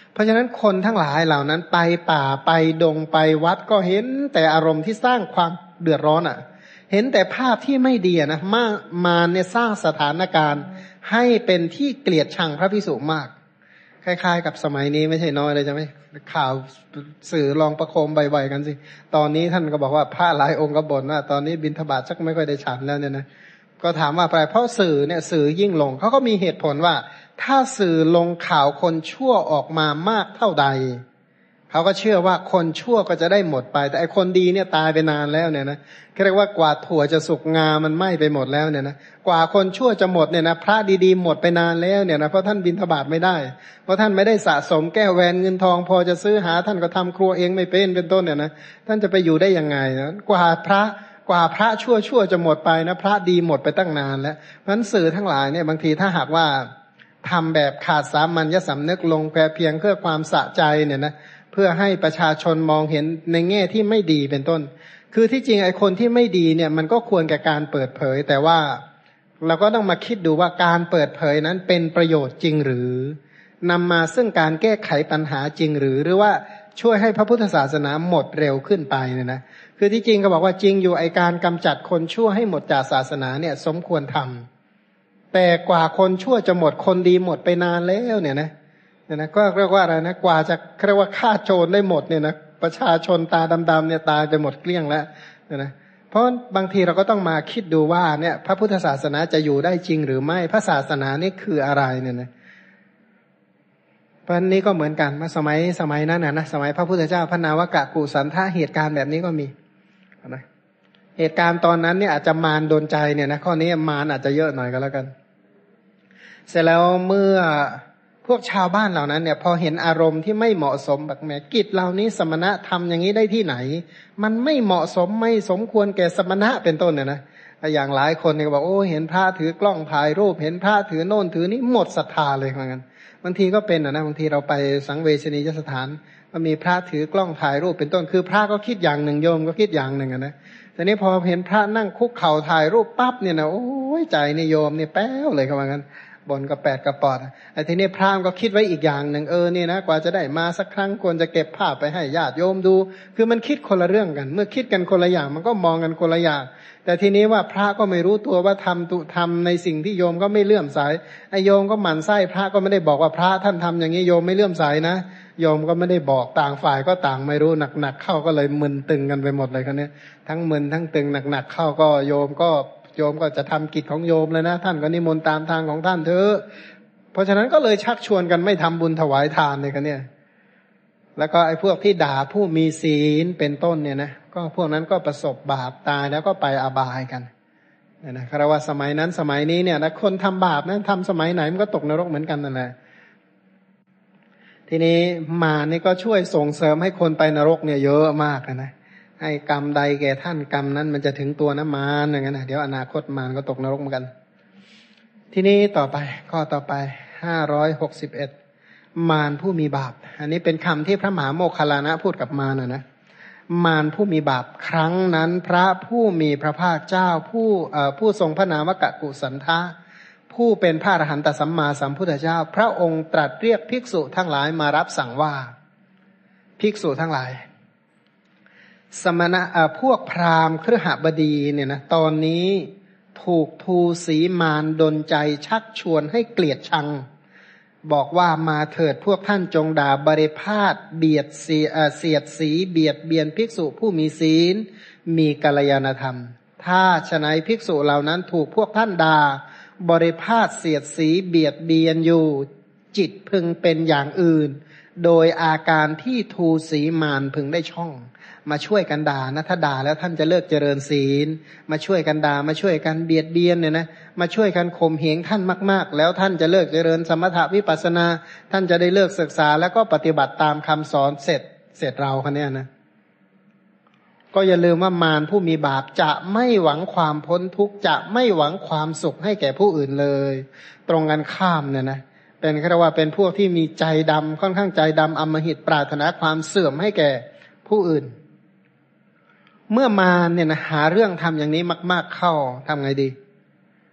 S1: เพราะฉะนั้นคนทั้งหลายเหล่านั้นไปป่าไปดงไปวัดก็เห็นแต่อารมณ์ที่สร้างความเดือดร้อนอ่ะเห็นแต่ภาพที่ไม่ดีนะมากมาเนี่ยสร้างสถานการณ์ให้เป็นที่เกลียดชังพระภิกษุมากคล้ายๆกับสมัยนี้ไม่ใช่น้อยเลยใช่ไหมข่าวสื่อลองประโคมบ่อยๆกันสิตอนนี้ท่านก็บอกว่าพระหลายองค์ก็บ่นว่าตอนนี้บิณฑบาตชักไม่ค่อยได้ฉันแล้วเนี่ยนะก็ถามว่าไปเพราะสื่อเนี่ยสื่อยิ่งลงเขาก็มีเหตุผลว่าถ้าสื่อลงข่าวคนชั่วออกมามากเท่าใดเขาก็เชื่อว่าคนชั่วก็จะได้หมดไปแต่ไอคนดีเนี่ยตายไปนานแล้วเนี่ยนะเรียกว่ากว่าถั่วจะสุกงามันไหม้ไปหมดแล้วเนี่ยนะกว่าคนชั่วจะหมดเนี่ยนะพระดีๆหมดไปนานแล้วเนี่ยนะเพราะท่านบิณฑบาตไม่ได้เพราะท่านไม่ได้สะสมแก้วแหวนเงินทองพอจะซื้อหาท่านก็ทำครัวเองไม่เป็นเป็นต้นเนี่ยนะท่านจะไปอยู่ได้ยังไงนะกว่าพระกว่าพระชั่วชั่วจะหมดไปนะพระดีหมดไปตั้งนานแล้วเพราะฉะนั้นสื่อทั้งหลายเนี่ยบางทีถ้าหากว่าทำแบบขาดสามัญญสำนึกลงแค่เพียงเพื่อความสะใจเนี่ยนะเพื่อให้ประชาชนมองเห็นในแง่ที่ไม่ดีเป็นต้นคือที่จริงไอ้คนที่ไม่ดีเนี่ยมันก็ควรแก่การเปิดเผยแต่ว่าเราก็ต้องมาคิดดูว่าการเปิดเผยนั้นเป็นประโยชน์จริงหรือนำมาซึ่งการแก้ไขปัญหาจริงหรือหรือว่าช่วยให้พระพุทธศาสนาหมดเร็วขึ้นไปเนี่ยนะคือที่จริงก็บอกว่าจริงอยู่ไอ้การกำจัดคนชั่วให้หมดจากศาสนาเนี่ยสมควรทำแต่กว่าคนชั่วจะหมดคนดีหมดไปนานแล้วเนี่ยนะเนี่ยนะก็เรียกว่าอะไรนะกว่าจะเรียกว่าฆ่าโจรได้หมดเนี่ยนะประชาชนตาดำๆเนี่ยตายไปหมดเกลี้ยงแล้วเนี่ยนะเพราะบางทีเราก็ต้องมาคิดดูว่าเนี่ยพระพุทธศาสนาจะอยู่ได้จริงหรือไม่พระศาสนานี่คืออะไรเนี่ยนะเพราะนี้ก็เหมือนกันมาสมัยสมัยนั้นนะนะสมัยพระพุทธเจ้าพระนาวกะกุสันทะเหตุการณ์แบบนี้ก็มีนะเหตุการณ์ตอนนั้นเนี่ยอาจจะมารโดนใจเนี่ยนะข้อนี้มารอาจจะเยอะหน่อยก็แล้วกันเสร็จแล้วเมื่อพวกชาวบ้านเหล่านั้นเนี่ยพอเห็นอารมณ์ที่ไม่เหมาะสมแบบแหมกิจเหล่านี้สมณะทำอย่างนี้ได้ที่ไหนมันไม่เหมาะสมไม่สมควรแก่สมณะเป็นต้นเนี่ยนะอย่างหลายคนเนี่ยบอกโอ้เห็นพระถือกล้องถ่ายรูปเห็นพระถือโน่นถือนี่หมดศรัทธาเลยเหมือนกันบางทีก็เป็นนะบางทีเราไปสังเวชนียสถานก็มีพระถือกล้องถ่ายรูปเป็นต้นคือพระก็คิดอย่างหนึ่งโยมก็คิดอย่างหนึ่งนะแต่นี้พอเห็นพระนั่งคุกเข่าถ่ายรูปปั๊บเนี่ยนะโอ้ยใจนิยมเนี่ยแป้วเลยเขาว่างั้นบนกระแปดกระปอดไอ้ทีนี้พราหมณ์ก็คิดไว้อีกอย่างหนึ่งเออนี่นะกว่าจะได้มาสักครั้งควรจะเก็บภาพไปให้ญาติโยมดูคือมันคิดคนละเรื่องกันเมื่อคิดกันคนละอย่างมันก็มองกันคนละอย่างแต่ทีนี้ว่าพระก็ไม่รู้ตัวว่าทำตุทำในสิ่งที่โยมก็ไม่เลื่อมใสไอ้โยมก็หมั่นไส้พระก็ไม่ได้บอกว่าพระท่านทำอย่างนี้โยมไม่เลื่อมใสนะโยมก็ไม่ได้บอกต่างฝ่ายก็ต่างไม่รู้หนักๆเข้าก็เลยมึนตึงกันไปหมดเลยคนนี้ทั้งมึนทั้งตึงหนักๆเข้าก็โยมก็โยมก็จะทำกิจของโยมเลยนะท่านก็นิมนต์ตามทางของท่านเถอะเพราะฉะนั้นก็เลยชักชวนกันไม่ทำบุญถวายทานเลยกันเนี่ยแล้วก็ไอ้พวกที่ด่าผู้มีศีลเป็นต้นเนี่ยนะก็พวกนั้นก็ประสบบาปตายแล้วก็ไปอบายกันเนี่ยนะคารวะสมัยนั้นสมัยนี้เนี่ยนะคนทำบาปนั้นทำสมัยไหนมันก็ตกนรกเหมือนกันนั่นแหละทีนี้มานี่ก็ช่วยส่งเสริมให้คนไปนรกเนี่ยเยอะมากนะให้กรรมใดแก่ท่านกรรมนั้นมันจะถึงตัวน้ำมารอย่างนั้นนะเดี๋ยวอนาคตมารก็ตกนรกเหมือนกันทีนี้ต่อไปข้อต่อไปห้าร้อยหกสิบเอ็ดมารผู้มีบาปอันนี้เป็นคำที่พระมหาโมคคัลลานะพูดกับมารนะนะมารผู้มีบาปครั้งนั้นพระผู้มีพระภาคเจ้าผู้เอ่อผู้ทรงพระนามกะกุสันทะผู้เป็นพระอรหันตสัมมาสัมพุทธเจ้าพระองค์ตรัสเรียกภิกษุทั้งหลายมารับสั่งว่าภิกษุทั้งหลายสมณะเอ่อพวกพราหมณ์คฤหบดีเนี่ยนะตอนนี้ถูกทูสีมารดลใจชักชวนให้เกลียดชังบอกว่ามาเถิดพวกท่านจงด่าบริพาทเบียดเสียเสียดสีเบียดเบียนภิกษุผู้มีศีลมีกัลยาณธรรมถ้าฉนัยภิกษุเหล่านั้นถูกพวกท่านด่าบริพาทเสียดสีเบียดเบียนอยู่จิตพึงเป็นอย่างอื่นโดยอาการที่ทูสีมารพึงได้ช่องมาช่วยกันด่านะถ้าด่าแล้วท่านจะเลิกเจริญศีลมาช่วยกันด่ามาช่วยกันเบียดเบียนเนี่ยนะมาช่วยกันข่มเหงท่านมากๆแล้วท่านจะเลิกเจริญสมถะวิปัสสนาท่านจะได้เลิกศึกษาแล้วก็ปฏิบัติตามคำสอนเสร็จเสร็จเราคนนี้นะก็อย่าลืมว่ามารผู้มีบาปจะไม่หวังความพ้นทุกข์จะไม่หวังความสุขให้แก่ผู้อื่นเลยตรงกันข้ามเนี่ยนะเป็นแค่ว่าเป็นพวกที่มีใจดำค่อนข้างใจดำอำมหิตปรารถนาความเสื่อมให้แก่ผู้อื่นเมื่อมารเนี่ยนะหาเรื่องทำอย่างนี้มากๆเข้าทำไงดี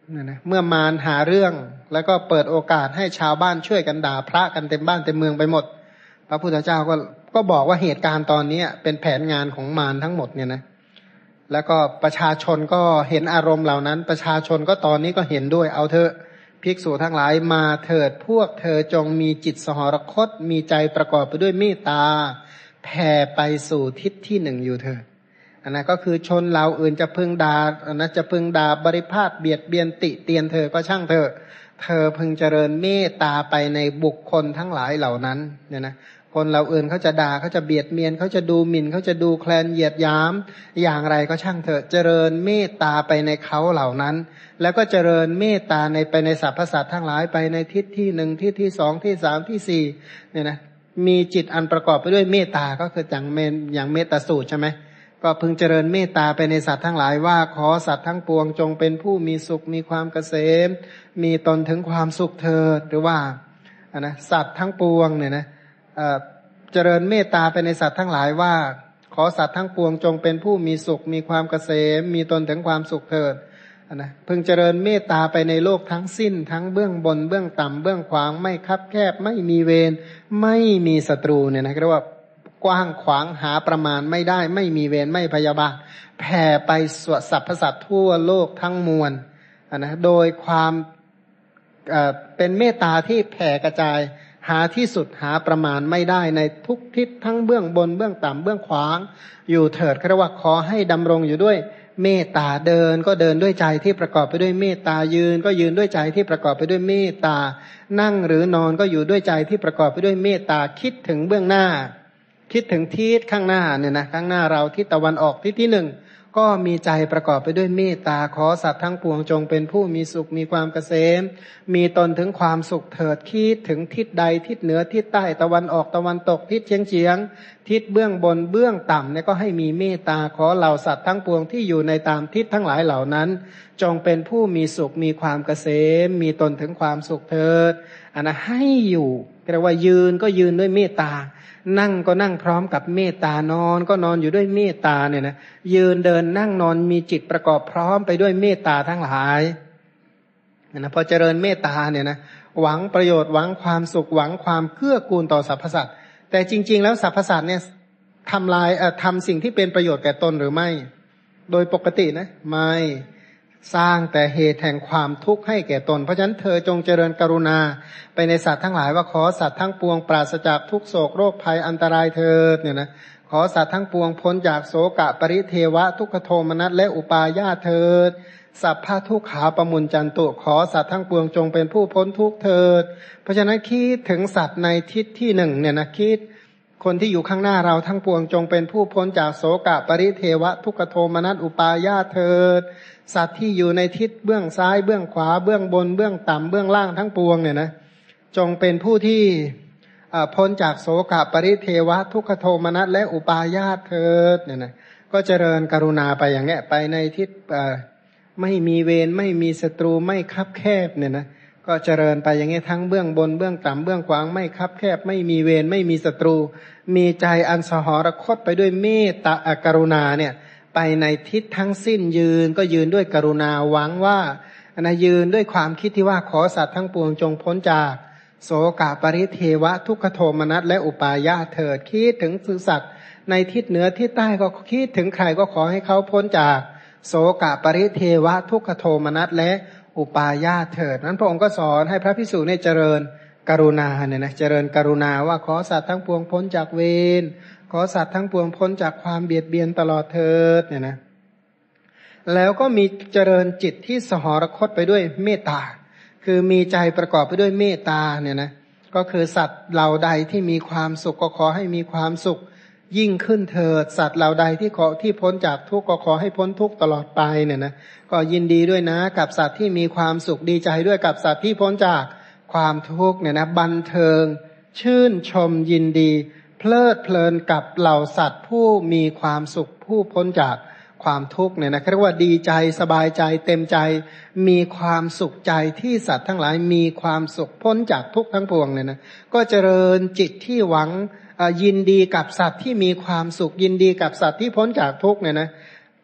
S1: นะนะเมื่อมารหาเรื่องแล้วก็เปิดโอกาสให้ชาวบ้านช่วยกันด่าพระกันเต็มบ้านเต็มเมืองไปหมดพระพุทธเจ้าก็ก็บอกว่าเหตุการณ์ตอนนี้เป็นแผนงานของมารทั้งหมดเนี่ยนะแล้วก็ประชาชนก็เห็นอารมณ์เหล่านั้นประชาชนก็ตอนนี้ก็เห็นด้วยเอาเถอะภิกษุทั้งหลายมาเถิดพวกเธอจงมีจิตสหรคตมีใจประกอบไปด้วยเมตตาแผ่ไปสู่ทิศที่หนึ่งอยู่เถิดอันนั้นก็คือชนเราอื่นจะพึงด่าอันนั้นจะพึงด่าบริพาทเบียดเบียนติเตียนเธอก็ช่างเถอะเธอพึงเจริญเมตตาไปในบุคคลทั้งหลายเหล่านั้นเนี่ยนะคนเราอื่นเขาจะด่าเขาจะเบียดเบียนเขาจะดูหมิ่นเขาจะดูแคลนเหยียดหยามอย่างไรก็ช่างเถอะเจริญเมตตาไปในเขาเหล่านั้นแล้วก็เจริญเมตตาในไปในสรรพสัตว์ทั้งหลายไปในทิศที่หนึ่งทิศที่สองที่สามที่สี่เนี่ยนะมีจิตอันประกอบไปด้วยเมตตาก็คืออย่างเมนอย่างเมตตาสูตรใช่ไหมก็พึงเจริญเมตตาไปในสัตว์ทั้งหลายว่าขอสัตว์ทั้งปวงจงเป็นผู้มีสุขมีความเกษมมีตนถึงความสุขเถิดหรือว่าอ่ะนะสัตว์ทั้งปวงเนี่ยนะเอ่อเจริญเมตตาไปในสัตว์ทั้งหลายว่าขอสัตว์ทั้งปวงจงเป็นผู้มีสุขมีความเกษมมีตนถึงความสุขเถิดนะพึงเจริญเมตตาไปในโลกทั้งสิ้นทั้งเบื้องบนเบื้องต่ำเบื้องขวางไม่คับแคบไม่มีเวรไม่มีศัตรูเนี่ยนะเรียกว่ากว้างขวางหาประมาณไม่ได้ไม่มีเวรไม่พยาบาทแผ่ไปสรรพสัตว์ทั่วโลกทั้งมวลนะโดยความเอ่อเป็นเมตตาที่แผ่กระจายหาที่สุดหาประมาณไม่ได้ในทุกทิศทั้งเบื้องบนเบื้องต่ำเบื้องขวางอยู่เถิดเรียกว่าขอให้ดำรงอยู่ด้วยเมตตาเดินก็เดินด้วยใจที่ประกอบไปด้วยเมตตายืนก็ยืนด้วยใจที่ประกอบไปด้วยเมตตานั่งหรือนอนก็อยู่ด้วยใจที่ประกอบไปด้วยเมตตาคิดถึงเบื้องหน้าคิดถึงทิศข้างหน้าเนี่ยนะข้างหน้าเราทิศตะวันออกทิศที่หนึ่งก็มีใจประกอบไปด้วยเมตตาขอสัตว์ทั้งปวงจงเป็นผู้มีสุขมีความเกษมมีตนถึงความสุขเถิดคิดถึงทิศใดทิศเหนือทิศใต้ตะวันออกตะวันตกทิศเฉียงเฉียงทิศเบื้องบนเบื้องต่ำเนี่ยก็ให้มีเมตตาขอเหล่าสัตว์ทั้งปวงที่อยู่ในตามทิศทั้งหลายเหล่านั้นจงเป็นผู้มีสุขมีความเกษมมีตนถึงความสุขเถิดอันนั้นให้อยู่เรียกว่ายืนก็ยืนด้วยเมตตานั่งก็นั่งพร้อมกับเมตตานอนก็นอนอยู่ด้วยเมตตาเนี่ยนะยืนเดินนั่งนอนมีจิตประกอบพร้อมไปด้วยเมตตาทั้งหลายนะพอเจริญเมตตาเนี่ยนะหวังประโยชน์หวังความสุขหวังความเกื้อกูลต่อสรรพสัตว์แต่จริงๆแล้วสรรพสัตว์เนี่ยทำลายเอ่อทำสิ่งที่เป็นประโยชน์แก่ตนหรือไม่โดยปกตินะไม่สร้างแต่เหตุแห่งความทุกข์ให้แก่ตนเพราะฉะนั้นเธอจงเจริญกรุณาไปในสัตว์ทั้งหลายว่าขอสัตว์ทั้งปวงปราศจากทุกโศกโรคภัยอันตรายเถิดเนี่ยนะขอสัตว์ทั้งปวงพ้นจากโศกะปริเทวะทุกขโทมนัสและอุปาญาตเถิดสัพพะทุกขาปมุญจันตุขอสัตว์ทั้งปวงจงเป็นผู้พ้นทุกข์เถิดเพราะฉะนั้นคิดถึงสัตว์ในทิศที่หนึ่งเนี่ยนะคิดคนที่อยู่ข้างหน้าเราทั้งปวงจงเป็นผู้พ้นจากโศกะปริเทวะทุกขโทมนัสอุปาญาตเถิดสัตว์ที่อยู่ในทิศเบื้องซ้ายเบื้องขวาเบื้องบนเบื้องต่ำเบื้องล่างทั้งปวงเนี่ยนะจงเป็นผู้ที่พ้นจากโศกะปริเทวะทุกขโทมนัสและอุปาญาตเถิดเนี่ยนะก็เจริญกรุณาไปอย่างเงี้ยไปในทิศไม่มีเวรไม่มีศัตรูไม่คับแคบเนี่ยนะก็เจริญไปอย่างเงี้ยทั้งเบื้องบนเบื้องต่ำเบื้องขวางไม่คับแคบไม่มีเวรไม่มีศัตรูมีใจอันสหรคตไปด้วยเมตตากรุณาเนี่ยไปในทิศทั้งสิ้นยืนก็ยืนด้วยกรุณาหวังว่านะยืนด้วยความคิดที่ว่าขอสัตว์ทั้งปวงจงพ้นจากโศกะปริเทวะทุกขโทมนัสและอุปาญาตเถิดคิดถึงสัตว์ในทิศเหนือทิศใต้ก็คิดถึงใครก็ขอให้เขาพ้นจากโศกะปริเทวะทุกขโทมนัสและอุปาญาตเถิดนั้นพระองค์ก็สอนให้พระภิกษุเนี่ยเจริญกรุณาเนี่ยนะเจริญกรุณาว่าขอสัตว์ทั้งปวงพ้นจากเวรขอสัตว์ทั้งปวงพ้นจากความเบียดเบียนตลอดเถิดเนี่ยนะแล้วก็มีเจริญจิตที่สหรคตไปด้วยเมตตาคือมีใจประกอบไปด้วยเมตตาเนี่ยนะก็คือสัตว์เหล่าใดที่มีความสุขก็ขอให้มีความสุขยิ่งขึ้นเถิดสัตว์เหล่าใดที่ขอที่พ้นจากทุกข์ก็ขอให้พ้นทุกข์ตลอดไปเนี่ยนะก็ยินดีด้วยนะกับสัตว์ที่มีความสุขดีใจด้วยกับสัตว์ที่พ้นจากความทุกข์เนี่ยนะบันเทิงชื่นชมยินดีเพลิดเพลินกับเหล่าสัตว์ผู้มีความสุขผู้พ้นจากความทุกข์เนี่ยนะเรียกว่าดีใจสบายใจเต็มใจมีความสุขใจที่สัตว์ทั้งหลายมีความสุขพ้นจากทุกข์ทั้งปวงเนี่ยนะก็เจริญจิตที่หวังยินดีกับสัตว์ที่มีความสุขยินดีกับสัตว์ที่พ้นจากทุกข์เนี่ยนะ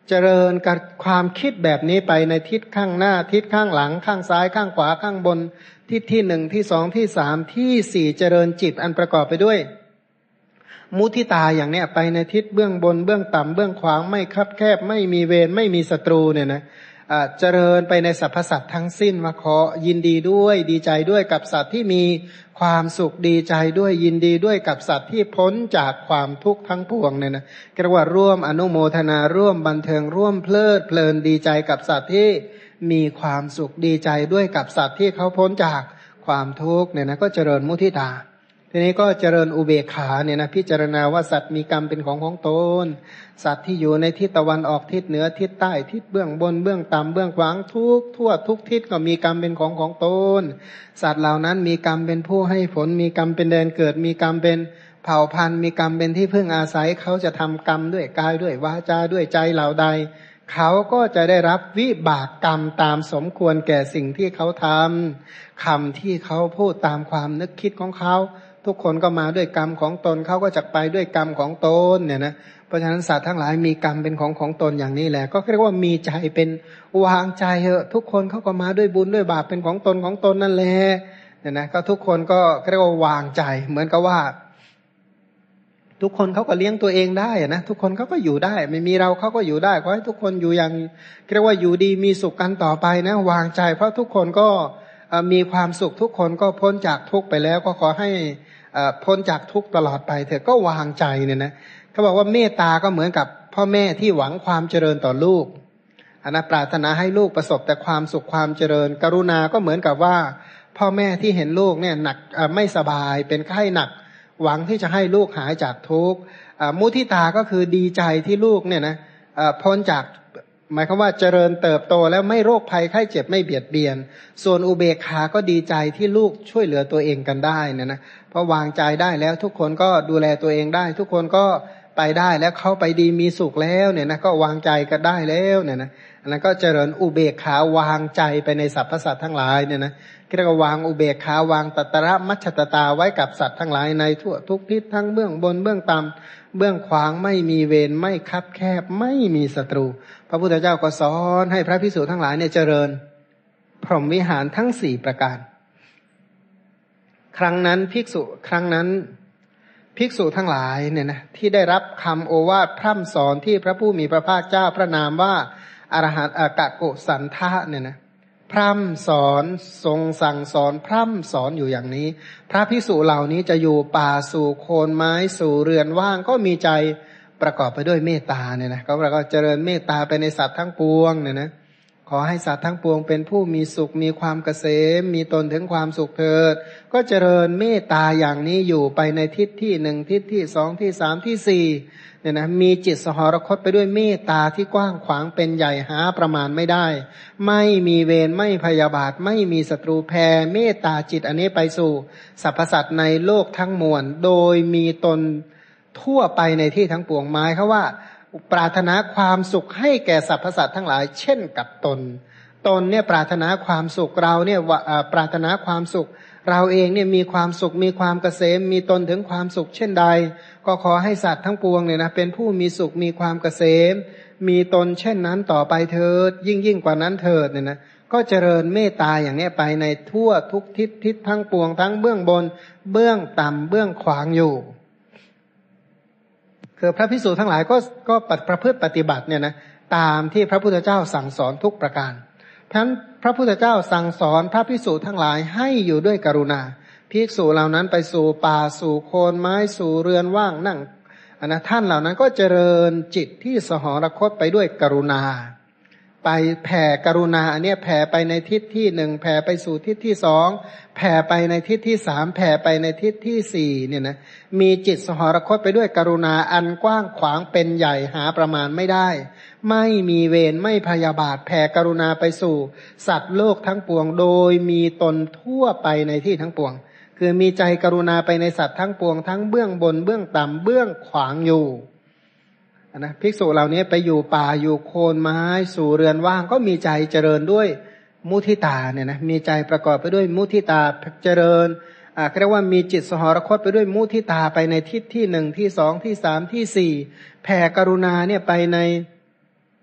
S1: เจริญกับความคิดแบบนี้ไปในทิศข้างหน้าทิศข้างหลังข้างซ้ายข้างขวาข้างบนทิศที่หนึ่งที่สองที่สามที่สี่เจริญจิตอันประกอบไปด้วยมุทิตาอย่างเนี้ยไปในทิศเบื้องบนเบื้องต่ำเบื้องขวางไม่คับแคบไม่มีเวรไม่มีศัตรูเนี่ยนะเจริญไปในสรรพสัตว์ทั้งสิ้นมาขอยินดีด้วยดีใจด้วยกับสัตว์ที่มีความสุขดีใจด้วยยินดีด้วยกับสัตว์ที่พ้นจากความทุกข์ทั้งปวงเนี่ยนะเรียกว่าร่วมอนุโมทนาร่วมบันเทิงร่วมเพลิดเพลินดีใจกับสัตว์ที่มีความสุขดีใจด้วยกับสัตว์ที่เขาพ้นจากความทุกข์เนี่ยนะก็เจริญมุทิตาทีนี้ก็เจริญอุเบกขาเนี่ยนะพิจารณาว่าสัตว์มีกรรมเป็นของของตนสัตว์ที่อยู่ในทิศตะวันออกทิศเหนือทิศใต้ทิศเบื้องบนเบื้องต่ำเบื้องขวางทุกทั่วทุกทิศก็มีกรรมเป็นของของตนสัตว์เหล่านั้นมีกรรมเป็นผู้ให้ผลมีกรรมเป็นแดนเกิดมีกรรมเป็นเผ่าพันธุ์มีกรรมเป็นที่พึ่งอาศัยเขาจะทำกรรมด้วยกายด้วยวาจาด้วยใจเหล่าใดเขาก็จะได้รับวิบากกรรมตามสมควรแก่สิ่งที่เขาทำคำที่เขาพูดตามความนึกคิดของเขาทุกคนก็มาด้วยกรรมของตนเขาก็จะไปด้วยกรรมของตนเนี่ยนะเพราะฉะนั้นสัตว์ทั้งหลายมีกรรมเป็นของของตนอย่างนี้แหละก็เรียกว่ามีใจเป็นวางใจเหอะทุกคนเขาก็มาด้วยบุญด้วยบาปเป็นของตนของตนนั่นแหละเนี่ยนะก็ทุกคนก็เรียกว่าวางใจเหมือนกับว่าทุกคนเขาก็เลี้ยงตัวเองได้นะทุกคนเขาก็อยู่ได้ไม่มีเราเขาก็อยู่ได้ขอให้ทุกคนอยู่อย่างเรียกว่าอยู่ดีมีสุขกันต่อไปนะวางใจเพราะทุกคนก็มีความสุขทุกคนก็พ้นจากทุกข์ไปแล้วก็ขอให้พ้นจากทุกข์ตลอดไปเถอะก็วางใจเนี่ยนะเขาบอกว่าเมตตาก็เหมือนกับพ่อแม่ที่หวังความเจริญต่อลูกอันนั้นปรารถนาให้ลูกประสบแต่ความสุขความเจริญกรุณาก็เหมือนกับว่าพ่อแม่ที่เห็นลูกเนี่ยหนักไม่สบายเป็นไข้หนักหวังที่จะให้ลูกหายจากทุกข์มุทิตาก็คือดีใจที่ลูกเนี่ยนะพ้นจากหมายความว่าเจริญเติบโตแล้วไม่โรคภัยไข้เจ็บไม่เบียดเบียนส่วนอุเบกขาก็ดีใจที่ลูกช่วยเหลือตัวเองกันได้เนี่ยนะเพราะวางใจได้แล้วทุกคนก็ดูแลตัวเองได้ทุกคนก็ไปได้แล้วเขาไปดีมีสุขแล้วเนี่ยนะก็วางใจก็ได้แล้วเนี่ยนะอันนั้นก็เจริญอุเบกขาวางใจไปในสรรพสัตว์ทั้งหลายเนี่ยนะเรียกว่าวางอุเบกขาวางตัตระมัชฌตตาไว้กับสัตว์ทั้งหลายในทั่วทุกทิศทั้งเบื้องบนเบื้องต่ำเบื้องขวางไม่มีเวรไม่คับแคบไม่มีศัตรูพระพุทธเจ้าก็สอนให้พระภิกษุทั้งหลายเนี่ยเจริญพรหมวิหารทั้งสี่ประการครั้งนั้นภิกษุครั้งนั้นภิกษุทั้งหลายเนี่ยนะที่ได้รับคำโอวาทพร่ำสอนที่พระผู้มีพระภาคเจ้าพระนามว่าอรหันต์อกะโกสันทะเนี่ยนะพร่ำสอนทรงสั่งสอนพร่ำสอนอยู่อย่างนี้พระภิกษุเหล่านี้จะอยู่ป่าสู่โคนไม้สู่เรือนว่างก็มีใจประกอบไปด้วยเมตตาเนี่ยนะเขาก็เจริญเมตตาไปในสัตว์ทั้งปวงเนี่ยนะขอให้สัตว์ทั้งปวงเป็นผู้มีสุขมีความเกษมมีตนถึงความสุขเถิดก็เจริญเมตตาอย่างนี้อยู่ไปในทิศที่หนึ่งทิศที่สองที่สามที่สี่เนี่ยนะมีจิตสหรคตไปด้วยเมตตาที่กว้างขวางเป็นใหญ่หาประมาณไม่ได้ไม่มีเวรไม่พยาบาทไม่มีศัตรูแผ่เมตตาจิตอันนี้ไปสู่สรรพสัตว์ในโลกทั้งมวลโดยมีตนทั่วไปในที่ทั้งปวงหมายเขาว่าปรารถนาความสุขให้แก่สรรพสัตว์ทั้งหลายเช่นกับตนตนเนี่ยปรารถนาความสุขเราเนี่ยปรารถนาความสุขเราเองเนี่ยมีความสุขมีความเกษมมีตนถึงความสุขเช่นใดก็ขอให้สัตว์ทั้งปวงเนี่ยนะเป็นผู้มีสุขมีความเกษมมีตนเช่นนั้นต่อไปเถิดยิ่งยิ่งกว่านั้นเถิดเนี่ยนะก็เจริญเมตตาอย่างนี้ไปในทั่วทุกทิศทิศทั้งปวงทั้งเบื้องบนเบื้องต่ำเบื้องขวางอยู่คือพระภิกษุทั้งหลายก็ก็ประพฤติปฏิบัติเนี่ยนะตามที่พระพุทธเจ้าสั่งสอนทุกประการเพราะฉะนั้นพระพุทธเจ้าสั่งสอนพระภิกษุทั้งหลายให้อยู่ด้วยกรุณาภิกษุเหล่านั้นไปสู่ป่าสู่โคนไม้สู่เรือนว่างนั่งอันนะท่านเหล่านั้นก็เจริญจิตที่สหรคตไปด้วยกรุณาไปแผ่กรุณาอันนี้แผ่ไปในทิศที่หนึ่งแผ่ไปสู่ทิศที่สองแผ่ไปในทิศที่สามแผ่ไปในทิศที่สี่เนี่ยนะมีจิตสหรคตไปด้วยกรุณาอันกว้างขวางเป็นใหญ่หาประมาณไม่ได้ไม่มีเวรไม่พยาบาทแผ่กรุณาไปสู่สัตว์โลกทั้งปวงโดยมีตนทั่วไปในที่ทั้งปวงคือมีใจกรุณาไปในสัตว์ทั้งปวงทั้งเบื้องบนเบื้องต่ำเบื้องขวางอยู่นะภิกษุเหล่านี้ไปอยู่ป่าอยู่โคนไม้สู่เรือนว่างก็มีใจเจริญด้วยมุทิตาเนี่ยนะมีใจประกอบไปด้วยมุทิตาเจริญอ่าเรียกว่ามีจิตสหรคตไปด้วยมุทิตาไปในทิศที่หนึ่งที่สองที่สามที่สี่แผ่กรุณาเนี่ยไปใน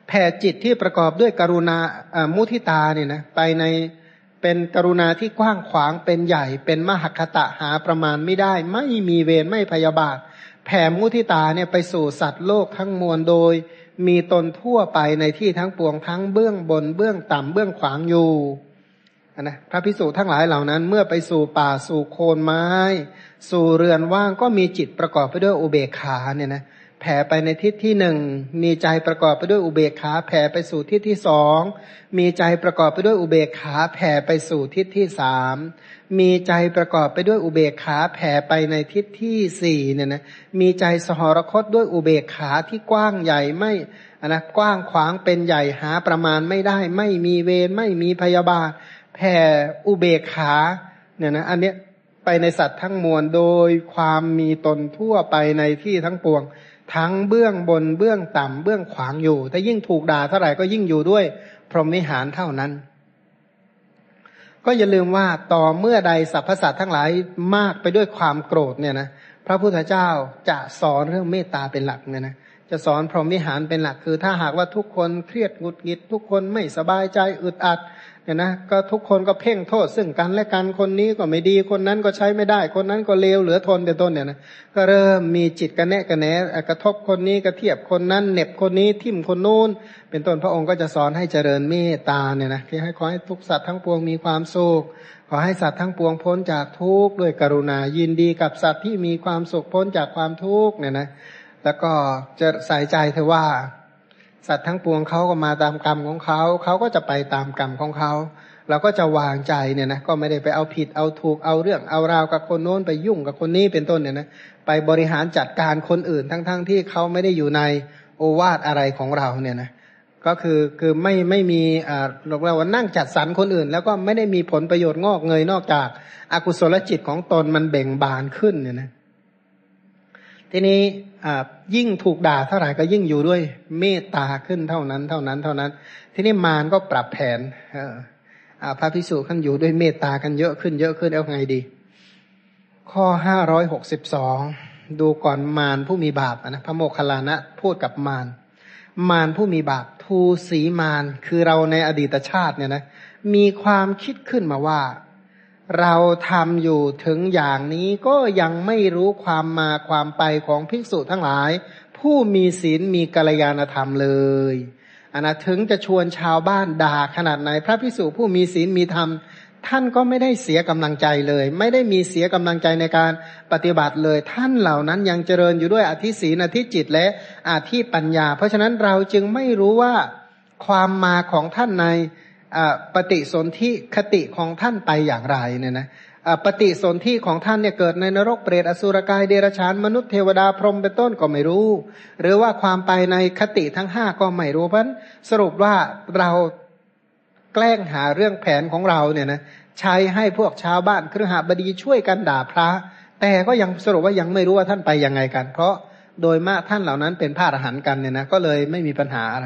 S1: แผ่จิตที่ประกอบด้วยกรุณามุทิตาเนี่ยนะไปในเป็นกรุณาที่กว้างขวางเป็นใหญ่เป็นมหคตะหาประมาณไม่ได้ไม่มีเวรไม่พยาบาทแผ่มุทิตาเนี่ยไปสู่สัตว์โลกทั้งมวลโดยมีตนทั่วไปในที่ทั้งปวงทั้งเบื้องบนเบื้องต่ำเบื้องขวางอยู่นะพระภิกษุทั้งหลายเหล่านั้นเมื่อไปสู่ป่าสู่โคนไม้สู่เรือนว่างก็มีจิตประกอบไปด้วยอุเบกขาเนี่ยนะแผ่ไปในทิศที่หนึ่งมีใจประกอบไปด้วยอุเบกขาแผ่ไปสู่ทิศที่สองมีใจประกอบไปด้วยอุเบกขาแผ่ไปสู่ทิศที่สามมีใจประกอบไปด้วยอุเบกขาแผ่ไปในทิศที่สี่เนี่ยนะมีใจสหรคตด้วยอุเบกขาที่กว้างใหญ่ไม่นะกว้างขวางเป็นใหญ่หาประมาณไม่ได้ไม่มีเวรไม่มีพยาบาทแผ่อุเบกขาเนี่ยนะอันเนี้ยไปในสัตว์ทั้งมวลโดยความมีตนทั่วไปในที่ทั้งปวงทั้งเบื้องบนเบื้องต่ำเบื้องขวางอยู่ถ้ายิ่งถูกด่าเท่าไหร่ก็ยิ่งอยู่ด้วยพรหมวิหารเท่านั้นก็อย่าลืมว่าต่อเมื่อใดสรรพสัตว์ทั้งหลายมากไปด้วยความโกรธเนี่ยนะพระพุทธเจ้าจะสอนเรื่องเมตตาเป็นหลักเนี่ยนะจะสอนพรหมวิหารเป็นหลักคือถ้าหากว่าทุกคนเครียดหงุดหงิดทุกคนไม่สบายใจอึดอัดเนี่ยนะก็ทุกคนก็เพ่งโทษซึ่งกันและกันคนนี้ก็ไม่ดีคนนั้นก็ใช้ไม่ได้คนนั้นก็เลวเหลือทนเป็นต้นเนี่ยนะก็เริ่มมีจิตกระแนะกระแหนกระทบคนนี้กระเทียบคนนั้นเหน็บคนนี้ทิ่มคนนู้นเป็นต้นพระองค์ก็จะสอนให้เจริญเมตตาเนี่ยนะที่ให้ขอให้ทุกสัตว์ทั้งปวงมีความสุขขอให้สัตว์ทั้งปวงพ้นจากทุกข์ด้วยกรุณายินดีกับสัตว์ที่มีความสุขพ้นจากความทุกข์เนี่ยนะแล้วก็จะใส่ใจเธอว่าสัตว์ทั้งปวงเขาก็มาตามกรรมของเขาเขาก็จะไปตามกรรมของเขาเราก็จะวางใจเนี่ยนะก็ไม่ได้ไปเอาผิดเอาถูกเอาเรื่องเอาราวกับคนโน้นไปยุ่งกับคนนี้เป็นต้นเนี่ยนะไปบริหารจัดการคนอื่นทั้งๆ ท, ที่เขาไม่ได้อยู่ในโอวาทอะไรของเราเนี่ยนะก็คือคือไม่ไม่มีอ่าเราว่านั่งจัดสรรคนอื่นแล้วก็ไม่ได้มีผลประโยชน์งอกเงยนอกจากอกุศลจิตของตนมันเบ่งบานขึ้นเนี่ยนะทีนี้ยิ่งถูกด่าเท่าไหร่ก็ยิ่งอยู่ด้วยเมตตาขึ้นเท่านั้นเท่านั้นเท่านั้นทีนี้มารก็ปรับแผนพระภิกษุท่านอยู่ด้วยเมตตากันเยอะขึ้นเยอะขึ้นเอาไงดีข้อห้าร้อยหกสิบสองดูก่อนมารผู้มีบาปนะพระโมคคัลลานะพูดกับมารมารผู้มีบาปทูสีมารคือเราในอดีตชาติเนี่ยนะมีความคิดขึ้นมาว่าเราทำอยู่ถึงอย่างนี้ก็ยังไม่รู้ความมาความไปของภิกษุทั้งหลายผู้มีศีลมีกัลยาณธรรมเลยอันนะถึงจะชวนชาวบ้านด่าขนาดไหนพระภิกษุผู้มีศีลมีธรรมท่านก็ไม่ได้เสียกำลังใจเลยไม่ได้มีเสียกำลังใจในการปฏิบัติเลยท่านเหล่านั้นยังเจริญอยู่ด้วยอธิศีลอธิจิตและอธิปัญญาเพราะฉะนั้นเราจึงไม่รู้ว่าความมาของท่านในปฏิสนธิคติของท่านไปอย่างไรเนี่ยนะปฏิสนธิของท่านเนี่ยเกิดในนรกเปรตอสุรกายเดรัจฉานมนุษย์เทวดาพรหมเป็นต้นก็ไม่รู้หรือว่าความไปในคติทั้งห้าก็ไม่รู้เพราะสรุปว่าเราแกล้งหาเรื่องแผนของเราเนี่ยนะใช้ให้พวกชาวบ้านคฤหบดีช่วยกันด่าพระแต่ก็ยังสรุปว่ายังไม่รู้ว่าท่านไปยังไงกันเพราะโดยมากท่านเหล่านั้นเป็นพระอรหันต์กันเนี่ยนะก็เลยไม่มีปัญหาอะไร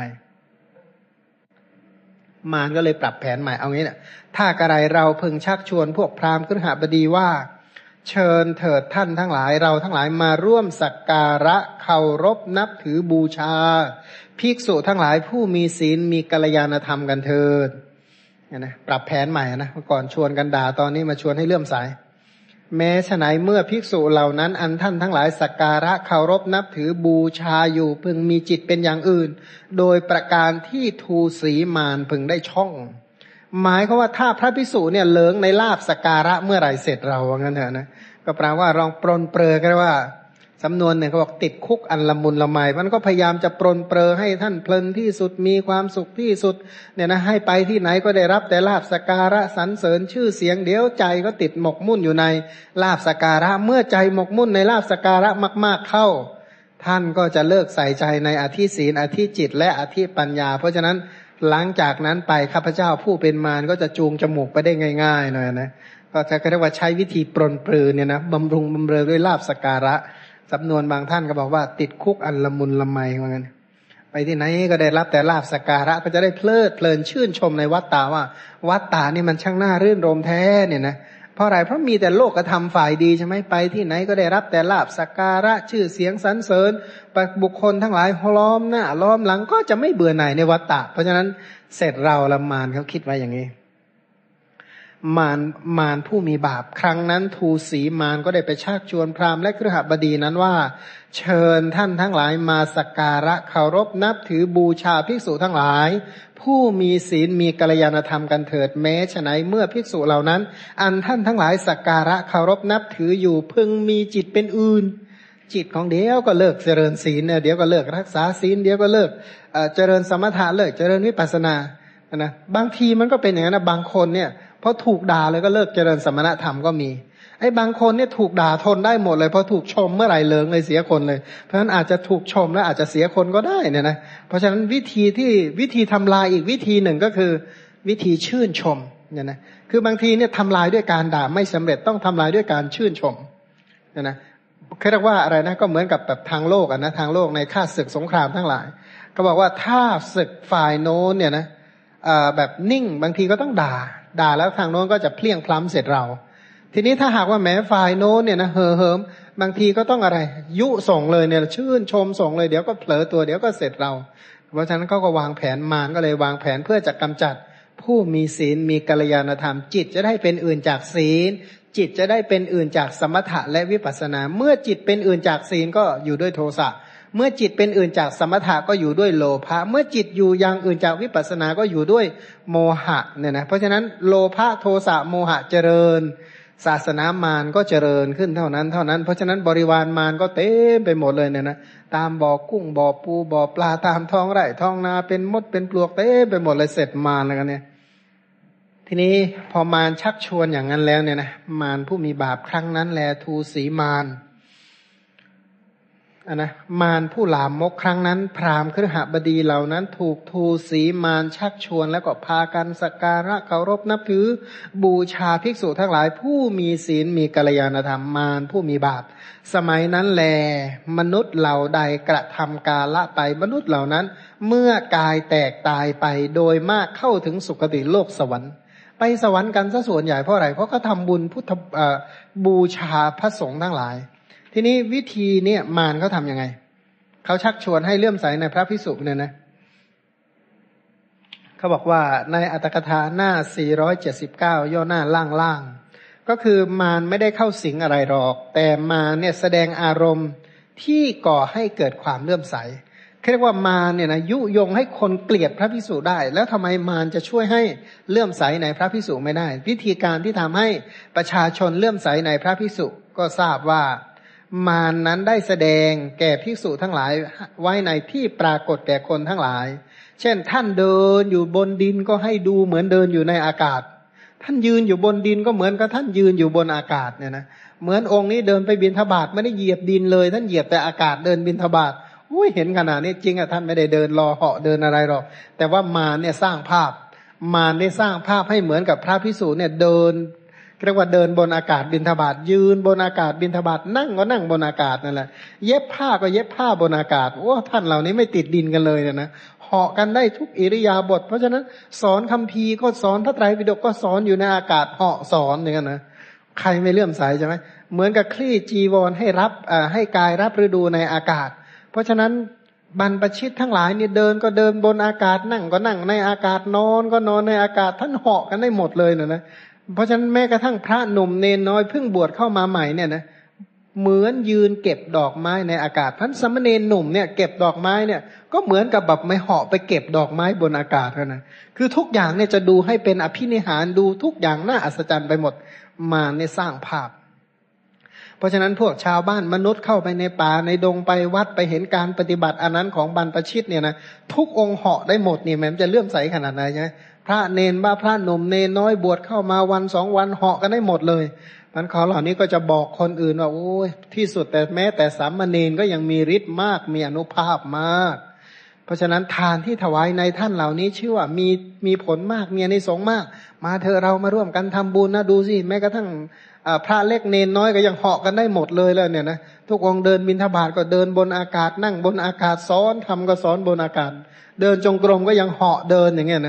S1: มารก็เลยปรับแผนใหม่เอางี้เนี่ยถ้ากระไรเราพึงชักชวนพวกพราหมณ์คฤหบดีว่าเชิญเถิดท่านทั้งหลายเราทั้งหลายมาร่วมสักการะเคารพนับถือบูชาภิกษุทั้งหลายผู้มีศีลมีกัลยาณธรรมกันเถิดนะปรับแผนใหม่นะก่อนชวนกันด่าตอนนี้มาชวนให้เลื่อมใสแม้ฉะไหนเมื่อภิกษุเหล่านั้นอันท่านทั้งหลายสักการะเคารพนับถือบูชาอยู่พึงมีจิตเป็นอย่างอื่นโดยประการที่ทูสีมารพึงได้ช่องหมายเขาว่าถ้าพระภิกษุเนี่ยเลิงในลาภสักการะเมื่อไหร่เสร็จเราว่างั้นเถอะนะก็แปลว่าลองปรนเปรอกันว่าสำนวนเนี่ยเขาบอกติดคุกอันละมุนละไมมันก็พยายามจะปรนเปรอให้ท่านเพลินที่สุดมีความสุขที่สุดเนี่ยนะให้ไปที่ไหนก็ได้รับแต่ลาภสักการะสรรเสริญชื่อเสียงเดี๋ยวใจก็ติดหมกมุ่นอยู่ในลาภสักการะเมื่อใจหมกมุ่นในลาภสักการะมากๆเข้าท่านก็จะเลิกใส่ใจในอธิศีลอธิจิตและอธิปัญญาเพราะฉะนั้นหลังจากนั้นไปข้าพเจ้าผู้เป็นมารก็จะจูงจมูกไปได้ง่ายๆหน่อยนะก็จะเรียกว่าใช้วิธีปรนเปรอเนี่ยนะบำรุงบำเรอด้วยลาภสักการะสำนวนบางท่านก็บอกว่าติดคุกอันละมุนละไมว่างั้นไปที่ไหนก็ได้รับแต่ลาภสักการะก็จะได้เพลิดเพลินชื่นชมในวัฏฏะว่าวัฏฏะนี่มันช่างน่ารื่นรมแท้เนี่ยนะเพราะอะไรเพราะมีแต่โลกธรรมฝ่ายดีใช่ไหมไปที่ไหนก็ได้รับแต่ลาภสักการะชื่อเสียงสรรเสริญบุคคลทั้งหลายล้อมหน้าล้อมหลังก็จะไม่เบื่อหน่ายในวัฏฏะเพราะฉะนั้นเสร็จเราละมารเขาคิดไว้อย่างนี้มารมารผู้มีบาปครั้งนั้นทูสีมารก็ได้ไปชักชวนพราหมณ์และคฤหบดีนั้นว่าเชิญท่านทั้งหลายมาสักการะเคารพนับถือบูชาภิกษุทั้งหลายผู้มีศีลมีกัลยาณธรรมกันเถิดแม้ฉะไหนเมื่อภิกษุเหล่านั้นอันท่านทั้งหลายสักการะเคารพนับถืออยู่พึงมีจิตเป็นอื่นจิตของเดี๋ยวก็เลิกเจริญศีลเนี่ยเดี๋ยวก็เลิกรักษาศีลเดี๋ยวก็เลิกเจริญสมถะเลิกเจริญวิปัสสนานะบางทีมันก็เป็นอย่างนั้นนะบางคนเนี่ยพอถูกด่าเลยก็เลิกเจริญสมณธรรมก็มีไอ้บางคนเนี่ยถูกด่าทนได้หมดเลยพอถูกชมเมื่อไหร่เลิงเลยเสียคนเลยเพราะฉะนั้นอาจจะถูกชมแล้วอาจจะเสียคนก็ได้เนี่ยนะเพราะฉะนั้นวิธีที่วิธีทำลายอีกวิธีหนึ่งก็คือวิธีชื่นชมเนี่ยนะคือบางทีเนี่ยทำลายด้วยการด่าไม่สำเร็จต้องทำลายด้วยการชื่นชมเนี่ยนะเขาเรียกว่าอะไรนะก็เหมือนกับแบบทางโลกอ่ะนะทางโลกในข้าศึกสงครามทั้งหลายก็บอกว่าถ้าศึกฝ่ายโน้นเนี่ยนะแบบนิ่งบางทีก็ต้องด่าด่าแล้วทางโน้นก็จะเพลี่ยงพล้ำเสร็จเราทีนี้ถ้าหากว่าแม้ฝ่ายโน้นเนี่ยนะเห่อเหิมบางทีก็ต้องอะไรยุส่งเลยเนี่ยชื่นชมส่งเลยเดี๋ยวก็เผลอตัวเดี๋ยวก็เสร็จเราเพราะฉะนั้นเขาก็วางแผนมารก็เลยวางแผนเพื่อจะกำจัดผู้มีศีลมีกัลยาณธรรมจิตจะได้เป็นอื่นจากศีลจิตจะได้เป็นอื่นจากสมถะและวิปัสสนาเมื่อจิตเป็นอื่นจากศีลก็อยู่ด้วยโทสะเมื่อจิตเป็นอื่นจากสมถะก็อยู่ด้วยโลภะเมื่อจิตอยู่อย่างอื่นจากวิปัสสนาก็อยู่ด้วยโมหะเนี่ยนะเพราะฉะนั้นโลภะโทสะโมหะเจริญศาสนามารก็เจริญขึ้นเท่านั้นเท่านั้นเพราะฉะนั้นบริวารมารก็เต็มไปหมดเลยเนี่ยนะตามบ่อกุ้งบ่อปูบ่อปลาตามท้องไร่ท้องนาเป็นมดเป็นปลวกเต็มไปหมดเลยเสร็จมารแล้วกันเนี่ยทีนี้พอมารชักชวนอย่างนั้นแล้วเนี่ยนะมารผู้มีบาปครั้งนั้นแลทูสีมารอันนะมารผู้ลามกครั้งนั้นพราหมณ์คฤหบดีเหล่านั้นถูกทูสีมารชักชวนแล้วก็พากันสักการะเคารพนับถือบูชาภิกษุทั้งหลายผู้มีศีลมีกัลยาณธรรมมารผู้มีบาปสมัยนั้นแลมนุษย์เหล่าใดกระทำกาละไปมนุษย์เหล่านั้นเมื่อกายแตกตายไปโดยมากเข้าถึงสุคติโลกสวรรค์ไปสวรรค์กันซะส่วนใหญ่เพราะอะไรเพราะเขาทำบุญพุทธบูชาพระสงฆ์ทั้งหลายทีนี้วิธีเนี่ยมารเขาทำยังไงเขาชักชวนให้เลื่อมใสในพระภิกษุเนี่ยนะเขาบอกว่าในอัตถกถาหน้าสี่ร้อยเจ็ดสิบเก้าย่อหน้าล่างๆก็คือมารไม่ได้เข้าสิงอะไรหรอกแต่มารเนี่ยแสดงอารมณ์ที่ก่อให้เกิดความเลื่อมใสเรียกว่ามารเนี่ยนะยุยงให้คนเกลียดพระภิกษุได้แล้วทำไมมารจะช่วยให้เลื่อมใสในพระภิกษุไม่ได้วิธีการที่ทำให้ประชาชนเลื่อมใสในพระภิกษุก็ทราบว่ามารนั้นได้แสดงแก่ภิกษุทั้งหลายไว้ในที่ปรากฏแก่คนทั้งหลายเช่นท่านเดินอยู่บนดินก็ให้ดูเหมือนเดินอยู่ในอากาศท่านยืนอยู่บนดินก็เหมือนกับท่านยืนอยู่บนอากาศเนี่ยนะเหมือนองค์นี้เดินไปบิณฑบาตไม่ได้เหยียบดินเลยท่านเหยียบแต่อากาศเดินบิณฑบาตอุ้ยเห็นขนาดนี้จริงอะท่านไม่ได้เดินรอเหาะเดินอะไรหรอกแต่ว่ามารเนี่ยสร้างภาพมารได้สร้างภาพให้เหมือนกับพระภิกษุเนี่ยเดินเรียกว่าเดินบนอากาศบิณฑบาตยืนบนอากาศบิณฑบาตนั่งก็นั่งบนอากาศนั่นแหละเย็บผ้าก็เย็บผ้าบนอากาศโอ้ท่านเหล่านี้ไม่ติดดินกันเลยนะเหาะกันได้ทุกอิริยาบถเพราะฉะนั้นสอนคัมภีร์ก็สอนพระไตรปิฎกก็สอนอยู่ในอากาศเหาะสอนอย่างนั้นนะใครไม่เลื่อมใสใช่ไหมเหมือนกับคลี่จีวรให้รับอ่าให้กายรับฤดูในอากาศเพราะฉะนั้นบรรพชิตทั้งหลายเนี่ยเดินก็เดินบนอากาศนั่งก็นั่งในอากาศนอนก็นอนในอากาศท่านเหาะกันได้หมดเลยนะนะเพราะฉะนั้นแม้กระทั่งพระหนุ่มเนนน้อยเพิ่งบวชเข้ามาใหม่เนี่ยนะเหมือนยืนเก็บดอกไม้ในอากาศท่านสมณเณรหนุ่มเนี่ยเก็บดอกไม้เนี่ยก็เหมือนกับแบบไม่เหาะไปเก็บดอกไม้บนอากาศนะคือทุกอย่างเนี่ยจะดูให้เป็นอภินิหารดูทุกอย่างน่าอัศจรรย์ไปหมดมาเนี่ยสร้างภาพเพราะฉะนั้นพวกชาวบ้านมนุษย์เข้าไปในป่าในดงไปวัดไปเห็นการปฏิบัติอันนั้นของบรรพชิตเนี่ยนะทุกองค์เหาะได้หมดเนี่ยมันจะเลื่อมใสขนาดไหนใช่ไหมพระเนนบ้าพระหนุ่มเนนน้อยบวชเข้ามาวันสองวันเหาะกันได้หมดเลยมันเขาเหล่านี้ก็จะบอกคนอื่นว่าโอ้ยที่สุดแต่แม้แต่สามเณรก็ยังมีฤทธิ์มากมีอานุภาพมากเพราะฉะนั้นทานที่ถวายในท่านเหล่านี้ชื่อว่ามีมีผลมากมีอานิสงส์มากมาเธอเรามาร่วมกันทำบุญนะดูสิแม้กระทั่งพระเล็กเนนน้อยก็ยังเหาะกันได้หมดเลยแล้วเนี่ยนะทุกองเดินบิณฑบาตก็เดินบนอากาศนั่งบนอากาศสอนทำก็สอนบนอากาศเดินจงกรมก็ยังเหาะเดินอย่างเงี้ยนะโ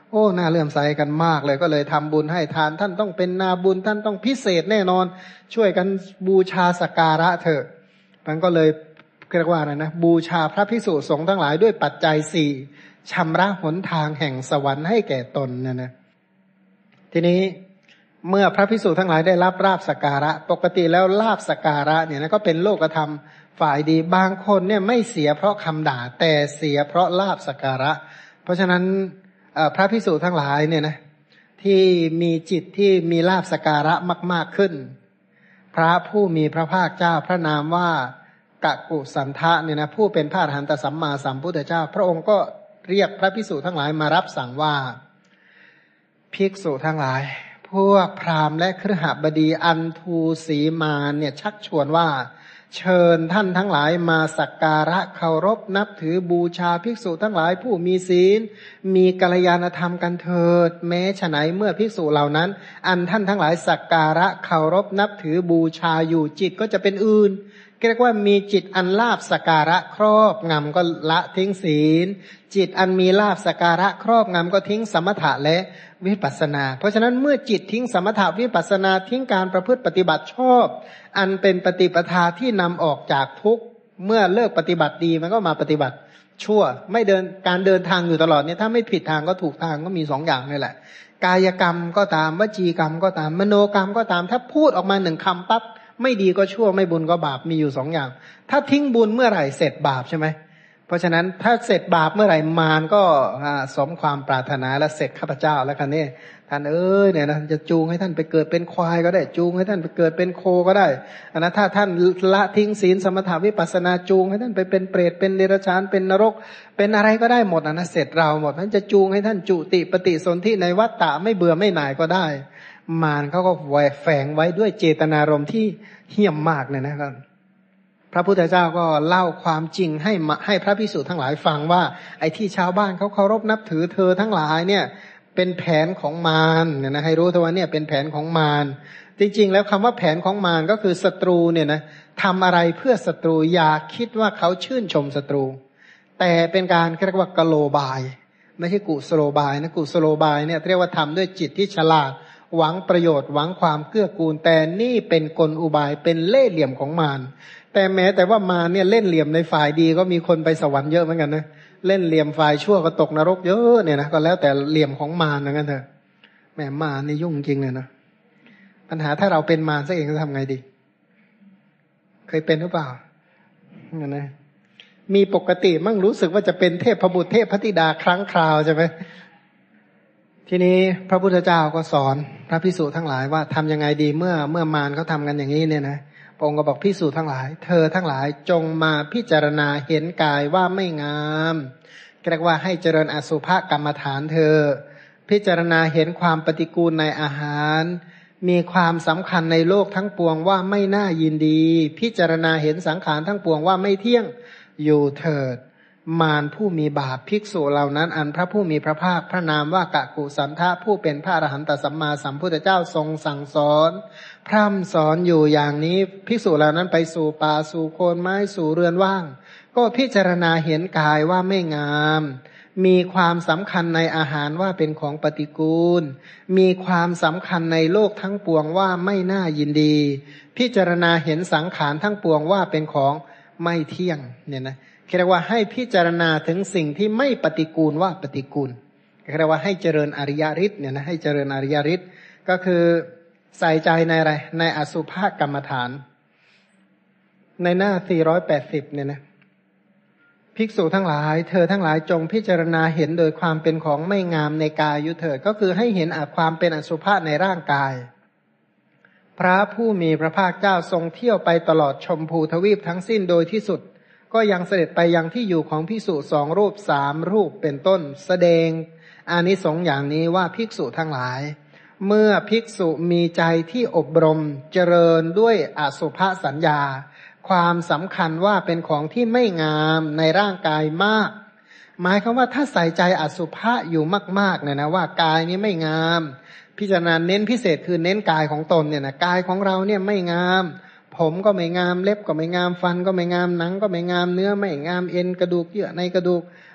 S1: โอ้น่าเลื่อมใสกันมากเลยก็เลยทำบุญให้ทานท่านต้องเป็นนาบุญท่านต้องพิเศษแน่นอนช่วยกันบูชาสักการะเถอะมันก็เลยเรียกว่าอะไรนะบูชาพระภิกษุสงฆ์ทั้งหลายด้วยปัจจัยสี่ชำระหนทางแห่งสวรรค์ให้แก่ตนเนี่ยนะทีนี้เมื่อพระภิกษุทั้งหลายได้รับลาภสักการะปกติแล้วลาภสักการะเนี่ยนะก็เป็นโลกธรรมฝ่ายดีบางคนเนี่ยไม่เสียเพราะคำด่าแต่เสียเพราะลาภสักการะเพราะฉะนั้นพระภิกษุทั้งหลายเนี่ยนะที่มีจิตที่มีลาภสักการะมากๆขึ้นพระผู้มีพระภาคเจ้าพระนามว่ากกุสันทะเนี่ยนะผู้เป็นพระอรหันตสัมมาสัมพุทธเจ้าพระองค์ก็เรียกพระภิกษุทั้งหลายมารับสั่งว่าภิกษุทั้งหลายพวกพราหมณ์และคฤหบดีอันทูสีมานเนี่ยชักชวนว่าเชิญท่านทั้งหลายมาสักการะเคารพนับถือบูชาภิกษุทั้งหลายผู้มีศีลมีกัลยาณธรรมกันเถิดแม้ฉะไหนเมื่อภิกษุเหล่านั้นอันท่านทั้งหลายสักการะเคารพนับถือบูชาอยู่จิตก็จะเป็นอื่นเรียกว่ามีจิตอันลาภสักการะครอบงำก็ละทิ้งศีลจิตอันมีลาภสักการะครอบงำก็ทิ้งสมถะและวิปัสสนาเพราะฉะนั้นเมื่อจิตทิ้งสมถะวิปัสสนาทิ้งการประพฤติปฏิบัติชอบอันเป็นปฏิปทาที่นำออกจากทุกข์เมื่อเลิกปฏิบัติดีมันก็มาปฏิบัติชั่วไม่เดินการเดินทางอยู่ตลอดเนี่ยถ้าไม่ผิดทางก็ถูกทางก็มีสองอย่างนี่แหละกายกรรมก็ตามวจีกรรมก็ตามมโนกรรมก็ตามถ้าพูดออกมาหนึ่งคำปั๊บไม่ดีก็ชั่วไม่บุญก็บาปมีอยู่สองอย่างถ้าทิ้งบุญเมื่อไหร่เสร็จบาปใช่ไหมเพราะฉะนั้นถ้าเสร็จบาปเมื่อไหร่มารก็สมความปรารถนาและเสร็จข้าพเจ้าแล้วกันนี่ท่านเอ้ยเนี่ยนะจะจูงให้ท่านไปเกิดเป็นควายก็ได้จูงให้ท่านไปเกิดเป็นโคก็ได้อันนั้นถ้าท่านละทิ้งศีลสมถาวิปัสสนาจูงให้ท่านไปเป็นเปรตเป็นเดรัจฉานเป็นนรกเป็นอะไรก็ได้หมดอันนั้นเสร็จเราหมดท่านจะจูงให้ท่านจุติปฏิสนธิในวัฏฏะไม่เบื่อไม่หน่ายก็ได้มารเขาก็แฝงไว้ด้วยเจตนารมณ์ที่เหี้ยมมากเลยนะครับพระพุทธเจ้าก็เล่าความจริงให้ให้พระภิกษุทั้งหลายฟังว่าไอ้ที่ชาวบ้านเขาเคารพนับถือเธอทั้งหลายเนี่ยเป็นแผนของมารเนี่ยนะให้รู้เถอะว่าเนี่ยเป็นแผนของมารจริงๆแล้วคำว่าแผนของมารก็คือศัตรูเนี่ยนะทำอะไรเพื่อศัตรูอย่าคิดว่าเขาชื่นชมศัตรูแต่เป็นการเรียกว่ากโลบายไม่ใช่กุสโลบายนะกุสโลบายเนี่ยเรียกว่าทำด้วยจิตที่ฉลาดหวังประโยชน์หวังความเกื้อกูลแต่นี่เป็นกลอุบายเป็นเล่ห์เหลี่ยมของมารแต่แม้แต่ว่ามารเนี่ยเล่นเหลี่ยมในฝ่ายดีก็มีคนไปสวรรค์เยอะเหมือนกันนะเล่นเหลี่ยมฝ่ายชั่วก็ตกนรกเยอะเนี่ยนะก็แล้วแต่เหลี่ยมของมารเหมือนกันเถอะแหมมารนี่ยุ่งจริงเลยนะปัญหาถ้าเราเป็นมารซะเองจะทำไงดีเคยเป็นหรือเปล่าเนี่ยนะมีปกติมั่งรู้สึกว่าจะเป็นเทพบุตรเทพพธิดาครั้งคราวใช่ไหมทีนี้พระพุทธเจ้าก็สอนพระภิกษุทั้งหลายว่าทำยังไงดีเมื่อเมื่อมารเขาทำกันอย่างนี้เนี่ยนะพระองค์ก็บอกภิกษุทั้งหลายเธอทั้งหลายจงมาพิจารณาเห็นกายว่าไม่งามเรียกว่าให้เจริญอสุภกรรมฐานเธอพิจารณาเห็นความปฏิกูลในอาหารมีความสำคัญในโลกทั้งปวงว่าไม่น่ายินดีพิจารณาเห็นสังขารทั้งปวงว่าไม่เที่ยงอยู่เถิดมารผู้มีบาปภิกษุเหล่านั้นอันพระผู้มีพระภาคพระนามว่ากกุสันทะผู้เป็นพระอรหันตสัมมาสัมพุทธเจ้าทรงสั่งสอนพร่ำสอนอยู่อย่างนี้ภิกษุเหล่านั้นไปสู่ป่าสู่โคนไม้สู่เรือนว่างก็พิจารณาเห็นกายว่าไม่งามมีความสำคัญในอาหารว่าเป็นของปฏิกูลมีความสำคัญในโลกทั้งปวงว่าไม่น่ายินดีพิจารณาเห็นสังขารทั้งปวงว่าเป็นของไม่เที่ยงเนี่ยนะเรียกว่าให้พิจารณาถึงสิ่งที่ไม่ปฏิกูลว่าปฏิกูลเรียกว่าให้เจริญอริยฤทธิ์เนี่ยนะให้เจริญอริยฤทธิ์ก็คือใส่ใจในอะไรในอสุภกรรมฐานในหน้าสี่ร้อยแปดสิบเนี่ยนะภิกษุทั้งหลายเธอทั้งหลายจงพิจารณาเห็นโดยความเป็นของไม่งามในกายอยู่เถิดก็คือให้เห็นความเป็นอสุภะในร่างกายพระผู้มีพระภาคเจ้าทรงเที่ยวไปตลอดชมพูทวีปทั้งสิ้นโดยที่สุดก็ยังเสด็จไปยังที่อยู่ของภิกษุสองรูปสามรูปเป็นต้นแสดงอานิสงส์อย่างนี้ว่าภิกษุทั้งหลายเมื่อภิกษุมีใจที่อบรมเจริญด้วยอสุภสัญญาความสำคัญว่าเป็นของที่ไม่งามในร่างกายมากหมายความว่าถ้าใส่ใจอสุภะอยู่มากๆเนี่ยนะว่ากายนี้ไม่งามพิจารณาเน้นพิเศษคือเน้นกายของตนเนี่ยนะกายของเราเนี่ยไม่งามผมก็ไม่งามเล็บก็ไม่งามฟันก็ไม่งามหนังก็ไม่งามเนื้อไม่งามเอ็นกระดูกเยื่อในกระดูก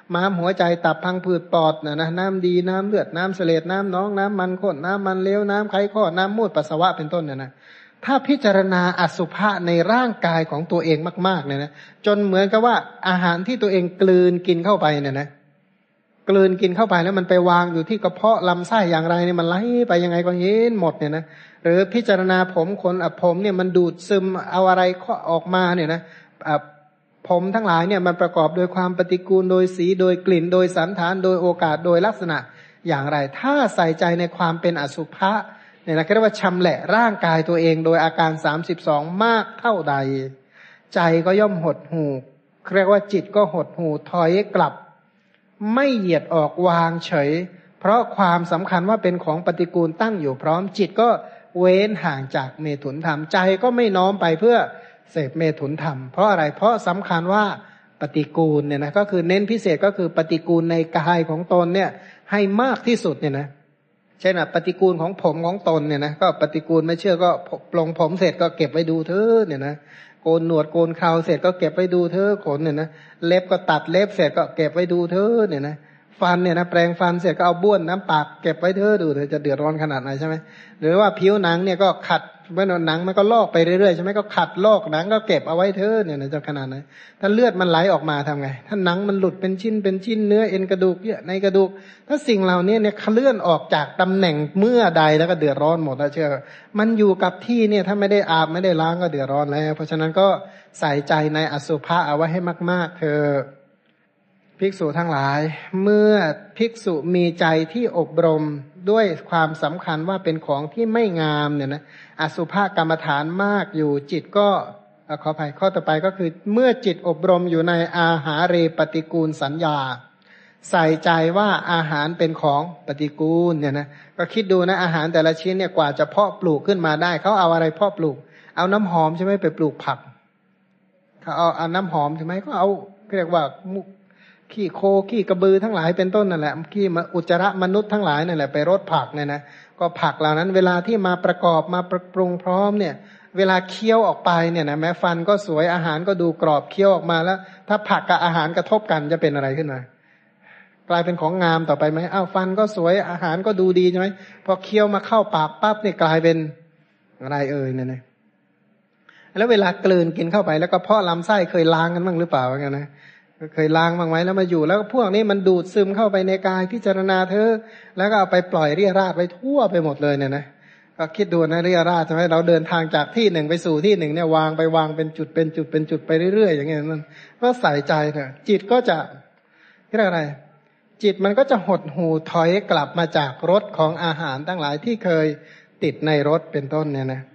S1: ม้ามหัวใจตับพังผืดปอดนะนะน้ำดีน้ำเลือดน้ำเสลดน้ำน้องน้ำมันข้นน้ำมันเลวน้ำไขข้อน้ำมูดปัสสาวะเป็นต้นเนี่ยนะถ้าพิจารณาอสุภะในร่างกายของตัวเองมากๆเนี่ยนะจนเหมือนกับว่าอาหารที่ตัวเองกลืนกินเข้าไปเนี่ยนะกลืนกินเข้าไปแล้วมันไปวางอยู่ที่กระเพาะลำไส้อย่างไรเนี่ยมันไหลไปยังไงก็เห็นหมดเนี่ยนะหรือพิจารณาผมขนผมเนี่ยมันดูดซึมเอาอะไรออกมาเนี่ยนะผมทั้งหลายเนี่ยมันประกอบโดยความปฏิกูลโดยสีโดยกลิ่นโดยสันฐานโดยโอกาสโดยลักษณะอย่างไรถ้าใส่ใจในความเป็นอสุภะเนี่ยนะเรียกว่าชำแหละร่างกายตัวเองโดยอาการสามสิบสองมากเท่าใดใจก็ย่อมหดหู่เรียกว่าจิตก็หดหู่ถอยกลับไม่เหยียดออกวางเฉยเพราะความสำคัญว่าเป็นของปฏิกูลตั้งอยู่พร้อมจิตก็เว้นห่างจากเมถุนธรรมใจก็ไม่น้อมไปเพื่อเสพเมถุนธรรมเพราะอะไรเพราะสำคัญว่าปฏิกูลเนี่ยนะก็คือเน้นพิเศษก็คือปฏิกูลในกายของตนเนี่ยให้มากที่สุดเนี่ยนะเช่นปฏิกูลของผมของตนเนี่ยนะก็ปฏิกูลไม่เชื่อก็ปลงผมเสร็จก็เก็บไว้ดูเถอะเนี่ยนะโกนหนวดโกนเคราเสร็จก็เก็บไว้ดูเถอะขนเนี่ยนะเล็บก็ตัดเล็บเสร็จก็เก็บไว้ดูเถอะเนี่ยนะฟันเนี่ยนะแปรงฟันเสร็จก็เอาบ้วนน้ำปากเก็บไว้เถอะดูเถอะจะเดือดร้อนขนาดไหนใช่ไหมหรือว่าผิวหนังเนี่ยก็ขัดเมื่อหนังมันก็ลอกไปเรื่อยๆใช่ไหมก็ขัดลอกหนังก็เก็บเอาไว้เถอะเนี่ยนะจะขนาดไหนถ้าเลือดมันไหลออกมาทำไงถ้าหนังมันหลุดเป็นชิ้นเป็นชิ้นเนื้อเอ็นกระดูกเยอะในกระดูกถ้าสิ่งเหล่านี้เนี่ยเคลื่อนออกจากตำแหน่งเมื่อใดแล้วก็เดือดร้อนหมดแล้วเชื่อมันอยู่กับที่เนี่ยถ้าไม่ได้อาบไม่ได้ล้างก็เดือดร้อนแล้วเพราะฉะนั้นก็ใส่ใจในอสุภะเอาไว้ให้มากๆเธอภิกษุทั้งหลายเมื่อภิกษุมีใจที่อบรมด้วยความสำคัญว่าเป็นของที่ไม่งามเนี่ยนะอสุภกรรมฐานมากอยู่จิตก็ขออภัยข้อต่อไปก็คือเมื่อจิตอบรมอยู่ในอาหาเรปฏิกูลสัญญาใส่ใจว่าอาหารเป็นของปฏิกูลเนี่ยนะก็คิดดูนะอาหารแต่ละชิ้นเนี่ยกว่าจะเพาะปลูกขึ้นมาได้เขาเอาอะไรเพาะปลูกเอาน้ำหอมใช่ไหมไปปลูกผักเขาเอาเอาน้ำหอมใช่ไหมก็เอาเรียกว่าขี้โคขี้กระบือทั้งหลายเป็นต้นนั่นแหละขี้อุจจาระมนุษย์ทั้งหลายนั่นแหละไปรดผักเนี่ยนะก็ผักเหล่านั้นเวลาที่มาประกอบมาปรุงพร้อมเนี่ยเวลาเคี้ยวออกไปเนี่ยนะแม้ฟันก็สวยอาหารก็ดูกรอบเคี้ยวออกมาแล้วถ้าผักกับอาหารกระทบกันจะเป็นอะไรขึ้นมากลายเป็นของงามต่อไปไหมอ้าวฟันก็สวยอาหารก็ดูดีใช่ไหมพอเคี้ยวมาเข้าปากปั๊บเนี่ยกลายเป็นอะไรเอ่ยเนี่ยนะแล้วเวลากลืนกินเข้าไปแล้วก็เพาะลำไส้เคยล้างกันบ้างหรือเปล่ากันนะเคยล้างบ้างไหมแล้วมาอยู่แล้วพวกนี้มันดูดซึมเข้าไปในกายพิจารณาเธอแล้วก็เอาไปปล่อยเรี่ยราดไปทั่วไปหมดเลยเนี่ยนะก็คิดดูนะเรี่ยราดใช่ไหมเราเดินทางจากที่หนึ่งไปสู่ที่หนึ่งเนี่ยวางไปวางเป็นจุดเป็นจุดเป็นจุดไปเรื่อยๆอย่างเงี้ยนั่นก็ใส่ใจเถอะจิตก็จะเรียกอะไรจิตมันก็จะหดหูถอยกลับมาจากรสของอาหารทั้งหลายที่เคยติดในรสเป็นต้นเนี่ยนะ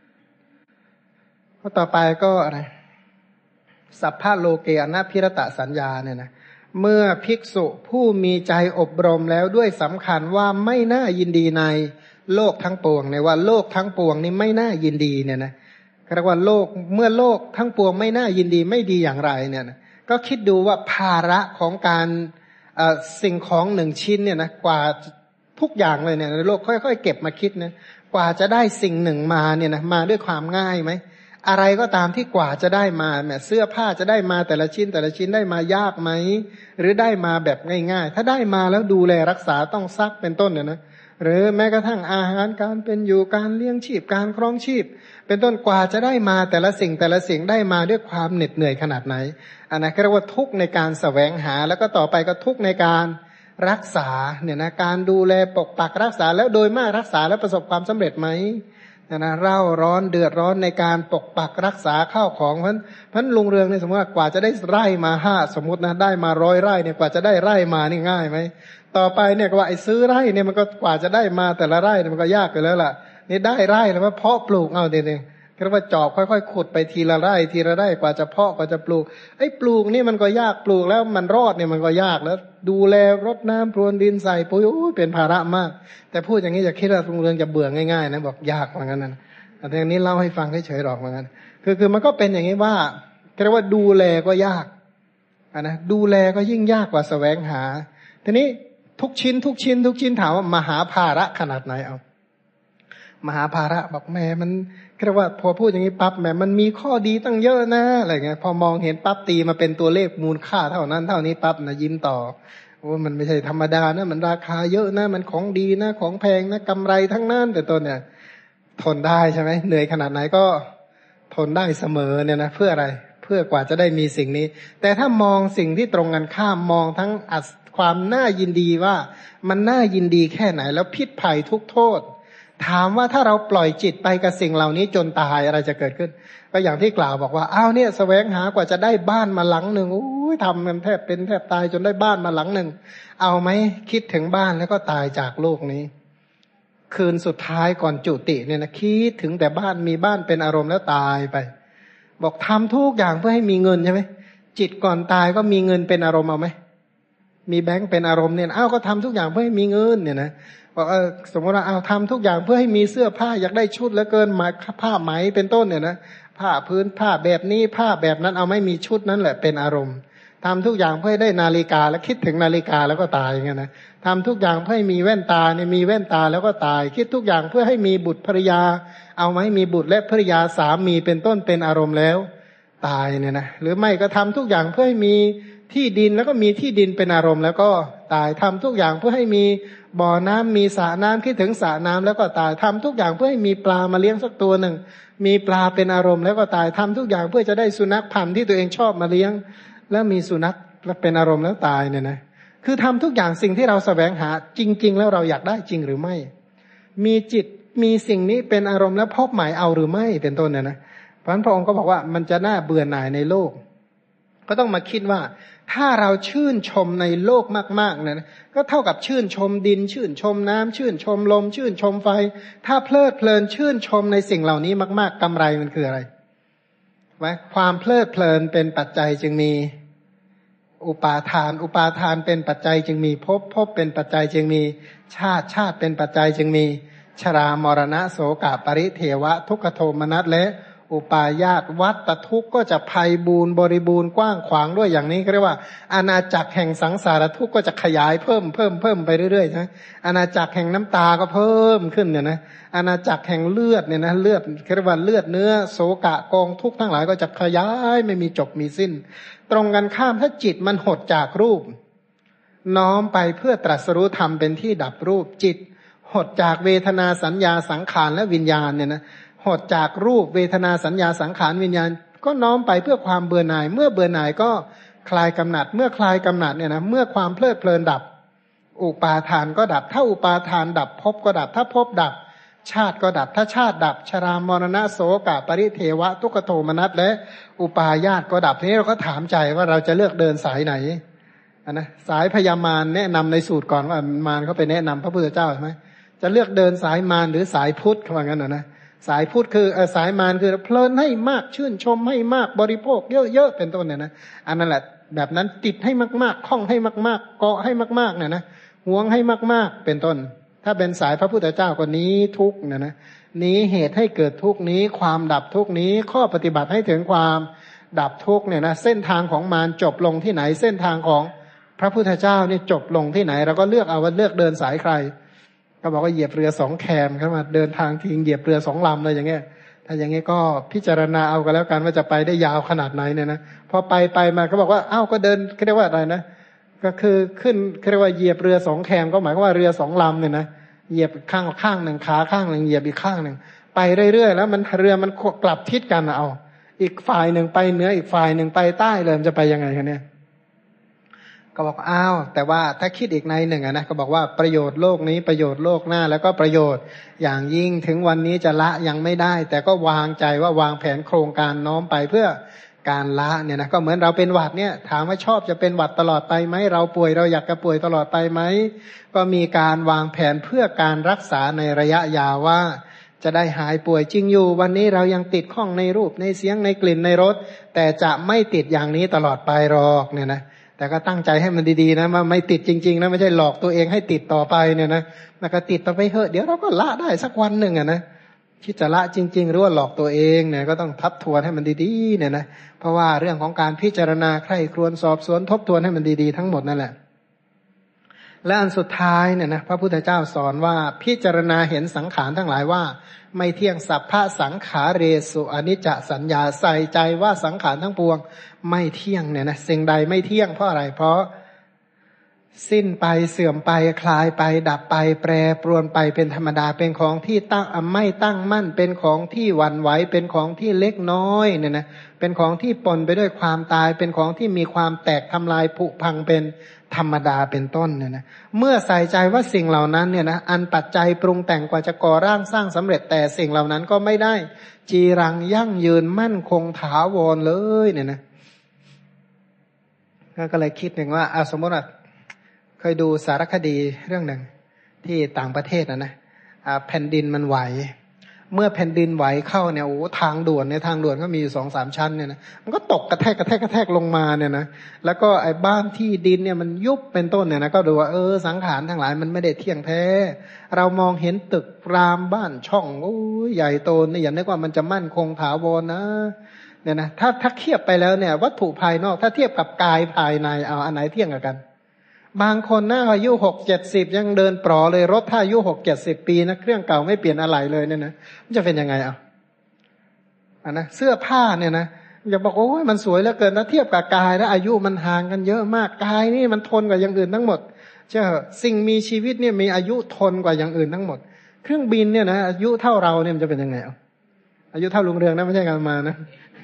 S1: ข้อต่อไปก็อะไรสัพพะโลเกอนัพพิรตสัญญาเนี่ยนะเมื่อภิกษุผู้มีใจอบรมแล้วด้วยสำคัญว่าไม่น่ายินดีในโลกทั้งปวงในว่าโลกทั้งปวงนี้ไม่น่ายินดีเนี่ยนะเรียกว่าโลกเมื่อโลกทั้งปวงไม่น่ายินดีไม่ดีอย่างไรเนี่ยนะก็คิดดูว่าภาระของการสิ่งของหนึ่งชิ้นเนี่ยนะกว่าทุกอย่างเลยเนี่ยในโลกค่อยๆเก็บมาคิดนะกว่าจะได้สิ่งหนึ่งมาเนี่ยนะมาด้วยความง่ายไหมอะไรก็ตามที่กว่าจะได้มาแม้เสื้อผ้าจะได้มาแต่ละชิ้นแต่ละชิ้นได้มายากไหมหรือได้มาแบบง่ายๆถ้าได้มาแล้วดูแลรักษาต้องซักเป็นต้นเนี่ยนะหรือแม้กระทั่งอาหารการเป็นอยู่การเลี้ยงชีพการครองชีพเป็นต้นกว่าจะได้มาแต่ละสิ่งแต่ละสิ่งได้มาด้วยความเหน็ดเหนื่อยขนาดไหนอันนั้นเรียกว่าทุกข์ในการแสวงหาแล้วก็ต่อไปก็ทุกข์ในการรักษาเนี่ยนะการดูแลปกปักรักษาแล้วโดยมากรักษาแล้วประสบความสำเร็จไหมนะเร่าร้อนเดือดร้อนในการปกปักรักษาข้าวของเพราะเพราะลุงเรืองเนี่ยสมมติว่ากว่าจะได้ไร่มาห้าสมมตินะได้มาร้อยไร่เนี่ยกว่าจะได้ไร่มานี่ง่ายไหมต่อไปเนี่ยก็ว่าไอ้ซื้อไร่เนี่ยมันก็กว่าจะได้มาแต่ละไร่เนี่ยมันก็ยากไปแล้วล่ะนี่ได้ไร่แล้วว่าเพาะปลูกเอาเดี๋ยวเรียกว่าจอบค่อยๆขุดไปทีละไร่ทีละไร่กว่าจะเพาะกว่าจะปลูกไอ้ปลูกนี่มันก็ยากปลูกแล้วมันรอดเนี่ยมันก็ยากแล้วดูแลรดน้ำพรวนดินใส่ปุ๋ยโอ้ยเป็นภาระมากแต่พูดอย่างนี้อย่าคิดว่าลุงเรืองจะเบื่อง่ายๆนะบอกยากเหมือนกันนะแต่อย่างนี้เล่าให้ฟังเฉยๆหรอกเหมือนกันคือคือมันก็เป็นอย่างนี้ว่าเรียกว่าดูแลก็ยากอ่ะนะดูแลก็ยิ่งยากกว่าแสวงหาทีนี้ทุกชิ้นทุกชิ้นทุกชิ้นถามว่ามหาภาระขนาดไหนเอามหาภาระบอกแม่มันเรียกว่าพอพูดอย่างนี้ปั๊บแม่มันมีข้อดีตั้งเยอะนะอะไรเงี้ยพอมองเห็นปั๊บตีมาเป็นตัวเลขมูลค่าเท่านั้นเท่านี้ปั๊บนะยิ้มต่อโอ้มันไม่ใช่ธรรมดานะมันราคาเยอะนะมันของดีนะของแพงนะกำไรทั้งนั้นแต่ต้นเนี่ยทนได้ใช่ไหมเหนื่อยขนาดไหนก็ทนได้เสมอเนี่ยนะเพื่ออะไรเพื่อกว่าจะได้มีสิ่งนี้แต่ถ้ามองสิ่งที่ตรงกันข้ามมองทั้งอัศความน่ายินดีว่ามันน่ายินดีแค่ไหนแล้วพิษภัยทุกโทษถามว่าถ้าเราปล่อยจิตไปกับสิ่งเหล่านี้จนตายอะไรจะเกิดขึ้นก็อย่างที่กล่าวบอกว่าอ้าวเนี่ยแสวงหากว่าจะได้บ้านมาหลังหนึ่งโอ้ยทำมันแทบเป็นแทบตายจนได้บ้านมาหลังหนึ่งเอาไหมคิดถึงบ้านแล้วก็ตายจากโลกนี้คืนสุดท้ายก่อนจุติเนี่ยนะคิดถึงแต่บ้านมีบ้านเป็นอารมณ์แล้วตายไปบอกทำทุกอย่างเพื่อให้มีเงินใช่ไหมจิตก่อนตายก็มีเงินเป็นอารมณ์เอาไหมมีแบงค์เป็นอารมณ์เนี่ยอ้าวก็ทำทุกอย่างเพื่อให้มีเงินเนี่ยนะบอกเออสมมติว่าเอาทำทุกอย่างเพื่อให้มีเสื้อผ้าอยากได้ชุดแล้วเกินหมายผ้าไหมเป็นต้นเนี่ยนะผ้าพื้นผ้าแบบนี้ผ้าแบบนั้นเอาไม่มีชุดนั้นแหละเป็นอารมณ์ทำทุกอย่างเพื่อให้ได้นาฬิกาแล้วคิดถึงนาฬิกาแล้วก็ตายอย่างเงี้ยนะทำทุกอย่างเพื่อให้มีแว่นตาเนี่ยมีแว่นตาแล้วก็ตายคิดทุกอย่างเพื่อให้มีบุตรภริยาเอาไหมมีบุตรและภริยาสามีเป็นต้นเป็นอารมณ์แล้วตายเนี่ยนะหรือไม่ก็ทำทุกอย่างเพื่อให้มีที่ดินแล้วก็มีที่ดินเป็นอารมณ์แล้วก็ตายทำทุกอย่างเพื่อให้มีบ่อน้ำมีสระน้ำคิดถึงสระน้ำแล้วก็ตายทำทุกอย่างเพื่อให้มีปลามาเลี้ยงสักตัวหนึ่งมีปลาเป็นอารมณ์แล้วก็ตายทำทุกอย่างเพื่อจะได้สุนัขพันธุ์ที่ตัวเองชอบมาเลี้ยงแล้วมีสุนัขเป็นอารมณ์แล้วตายเนี่ยนะคือทำทุกอย่างสิ่งที่เราแสวงหาจริงๆแล้วเราอยากได้จริงหรือไม่มีจิตมีสิ่งนี้เป็นอารมณ์แล้วพบหมายเอาหรือไม่เป็นต้นเนี่ยนะเพราะฉะนั้นพระองค์ก็บอกว่ามันจะน่าเบื่อหน่ายในโลกก็ต้องมาคิดว่าถ้าเราชื่นชมในโลกมากๆเนี่ยนะก็เท่ากับชื่นชมดินชื่นชมน้ำชื่นชมลมชื่นชมไฟถ้าเพลิดเพลินชื่นชมในสิ่งเหล่านี้มากๆกำไรมันคืออะไรวะความเพลิดเพลินเป็นปัจจัยจึงมีอุปาทานอุปาทานเป็นปัจจัยจึงมีภพภพเป็นปัจจัยจึงมีชาติชาติเป็นปัจจัยจึงมีชรามรณะโสกปริเทวะทุกขโทมนัสและอุปาญาตวัฏทุกข์ก็จะไพบูรณ์บริบูรณ์กว้างขวางด้วยอย่างนี้เรียกว่าอาณาจักรแห่งสังสารทุกข์ก็จะขยายเพิ่มเพิ่มเพิ่มไปเรื่อยๆใช่ไหมอาณาจักรแห่งน้ำตาก็เพิ่มขึ้นเนี่ยนะอาณาจักรแห่งเลือดเนี่ยนะเลือดเรียกว่าเลือดเนื้อโสกะกองทุกข์ทั้งหลายก็จะขยายไม่มีจบมีสิ้นตรงกันข้ามถ้าจิตมันหดจากรูปน้อมไปเพื่อตรัสรู้ธรรมเป็นที่ดับรูปจิตหดจากเวทนาสัญญาสังขารและวิญญาณเนี่ยนะหดจากรูปเวทนาสัญญาสังขารวิญญาณก็น้อมไปเพื่อความเบื่อหน่ายเมื่อเบื่อหน่ายก็คลายกำหนัดเมื่อคลายกำหนัดเนี่ยนะเมื่อความเพลิดเพลินดับอุปาทานก็ดับถ้าอุปาทานดับภพก็ดับถ้าภพดับชาติก็ดับถ้าชาติดับชรามรณะโสกปริเทวะทุกขโทมนัสและอุปาญาตก็ดับทีนี้เราก็ถามใจว่าเราจะเลือกเดินสายไหนนะสายพญามารแนะนำในสูตรก่อนว่ามารเขาไปแนะนำพระพุทธเจ้าใช่ไหมจะเลือกเดินสายมารหรือสายพุทธเขาว่างั้นนะนะสายพุทธคือสายมารคือเพลินให้มากชื่นชมให้มากบริโภคเยอะๆเป็นต้นเนี่ยนะอันนั้นแหละแบบนั้นติดให้มากๆคล้องให้มากๆเกาะให้มากๆเนี่ยนะหวงให้มากๆเป็นต้นถ้าเป็นสายพระพุทธเจ้าก็นี้ทุกเนี่ยนะนี้เหตุให้เกิดทุกนี้ความดับทุกนี้ข้อปฏิบัติให้ถึงความดับทุกเนี่ยนะเส้นทางของมารจบลงที่ไหนเส้นทางของพระพุทธเจ้านี่จบลงที่ไหนเราก็เลือกเอาว่าเลือกเดินสายใครก็บอกว่าเหยียบเรือสองแคมเข้ามาเดินทางทิ้งเหยียบเรือสองลำเลยอย่างเงี้ยถ้าอย่างเงี้ยก็พิจารณาเอากันแล้วกันว่าจะไปได้ยาวขนาดไหนเนี่ยนะพอไปไปมาก็บอกว่าอ้าวก็เดินเรียกว่าอะไรนะก็คือขึ้นเรียกว่าเหยียบเรือสองแคมก็หมายความว่าเรือสองลำเนี่ยนะเหยียบข้างข้างหนึ่งขาข้างหนึ่งเหยียบอีกข้างหนึ่งไปเรื่อยๆแล้วมันเรือมันกลับทิศกันเอาอีกฝ่ายหนึ่งไปเหนืออีกฝ่ายหนึ่งไปใต้เลยมันจะไปยังไงกันเนี่ยก็บอกอ้าวแต่ว่าถ้าคิดอีกในหนึ่งนะก็บอกว่าประโยชน์โลกนี้ประโยชน์โลกหน้าแล้วก็ประโยชน์อย่างยิ่งถึงวันนี้จะละยังไม่ได้แต่ก็วางใจว่าวางแผนโครงการน้อมไปเพื่อการละเนี่ยนะก็เหมือนเราเป็นหวัดเนี่ยถามว่าชอบจะเป็นหวัดตลอดไปไหมเราป่วยเราอยากจะป่วยตลอดไปไหมก็มีการวางแผนเพื่อการรักษาในระยะยาวว่าจะได้หายป่วยจริงอยู่วันนี้เรายังติดข้องในรูปในเสียงในกลิ่นในรสแต่จะไม่ติดอย่างนี้ตลอดไปหรอกเนี่ยนะแต่ก็ตั้งใจให้มันดีๆนะว่าไม่ติดจริงๆนะไม่ใช่หลอกตัวเองให้ติดต่อไปเนี่ยนะแล้วก็ติดต่อไปเถอะเดี๋ยวเราก็ละได้สักวันหนึ่งอ่ะนะคิดจะละจริงๆหรือว่าหลอกตัวเองเนี่ยก็ต้องทับทวนให้มันดีๆเนี่ยนะเพราะว่าเรื่องของการพิจารณาใคร่ครวญสอบสวนทบทวนให้มันดีๆทั้งหมดนั่นแหละและอันสุดท้ายเนี่ยนะพระพุทธเจ้าสอนว่าพิจารณาเห็นสังขารทั้งหลายว่าไม่เที่ยงสัพพะสังขาเรสุอนิจจสัญญาใส่ใจว่าสังขารทั้งปวงไม่เที่ยงเนี่ยนะสิ่งใดไม่เที่ยงเพราะอะไรเพราะสิ้นไปเสื่อมไปคลายไปดับไปแปรปรวนไปเป็นธรรมดาเป็นของที่ตั้งไม่ตั้งมั่นเป็นของที่หวั่นไหวเป็นของที่เล็กน้อยเนี่ยนะเป็นของที่ปนไปด้วยความตายเป็นของที่มีความแตกทำลายผุพังเป็นธรรมดาเป็นต้นเนี่ยนะเมื่อใส่ใจว่าสิ่งเหล่านั้นเนี่ยนะอันปัจจัยปรุงแต่งกว่าจะก่อร่างสร้างสำเร็จแต่สิ่งเหล่านั้นก็ไม่ได้จีรังยั่งยืนมั่นคงถาวรเลยเนี่ยนะก็เลยคิดหนึ่งว่าเอาสมมติว่าเคยดูสารคดีเรื่องหนึ่งที่ต่างประเทศนะนะแผ่นดินมันไหวเมื่อแผ่นดินไหวเข้าเนี่ยโอ้ทางด่วนในทางด่วนก็มีอยู่สองสามชั้นเนี่ยนะมันก็ตกกระแทกกระแทกกระแทกลงมาเนี่ยนะแล้วก็ไอ้บ้านที่ดินเนี่ยมันยุบเป็นต้นเนี่ยนะก็ดูว่าเออสังขารทั้งหลายมันไม่ได้เที่ยงแท้เรามองเห็นตึกรามบ้านช่องโอ้ใหญ่โตนี่อย่านึกว่ามันจะมั่นคงถาวรนะเนี่ยนะถ้าถ้าเทียบไปแล้วเนี่ยวัตถุภายนอกถ้าเทียบกับกายภายในเอาอันไหนเที่ยงกันบางคนหน้าอายุหกเจ็ดสิบยังเดินปลอเลยรถถ้าอายุหกเจ็ดสิบปีนะเครื่องเก่าไม่เปลี่ยนอะไรเลยเนี่ยนะมันจะเป็นยังไงอ่ะอ่ะนะเสื้อผ้าเนี่ยนะอย่าบอกโอ้ยมันสวยเหลือเกินถ้าเทียบกับกายแล้วอายุมันห่างกันเยอะมากกายนี่มันทนกว่าอย่างอื่นทั้งหมดเจ้าสิ่งมีชีวิตเนี่ยมีอายุทนกว่าอย่างอื่นทั้งหมดเครื่องบินเนี่ยนะอายุเท่าเราเนี่ยมันจะเป็นยังไงอ่ะอายุเท่าลุงเรืองนะไม่ใช่การมานะ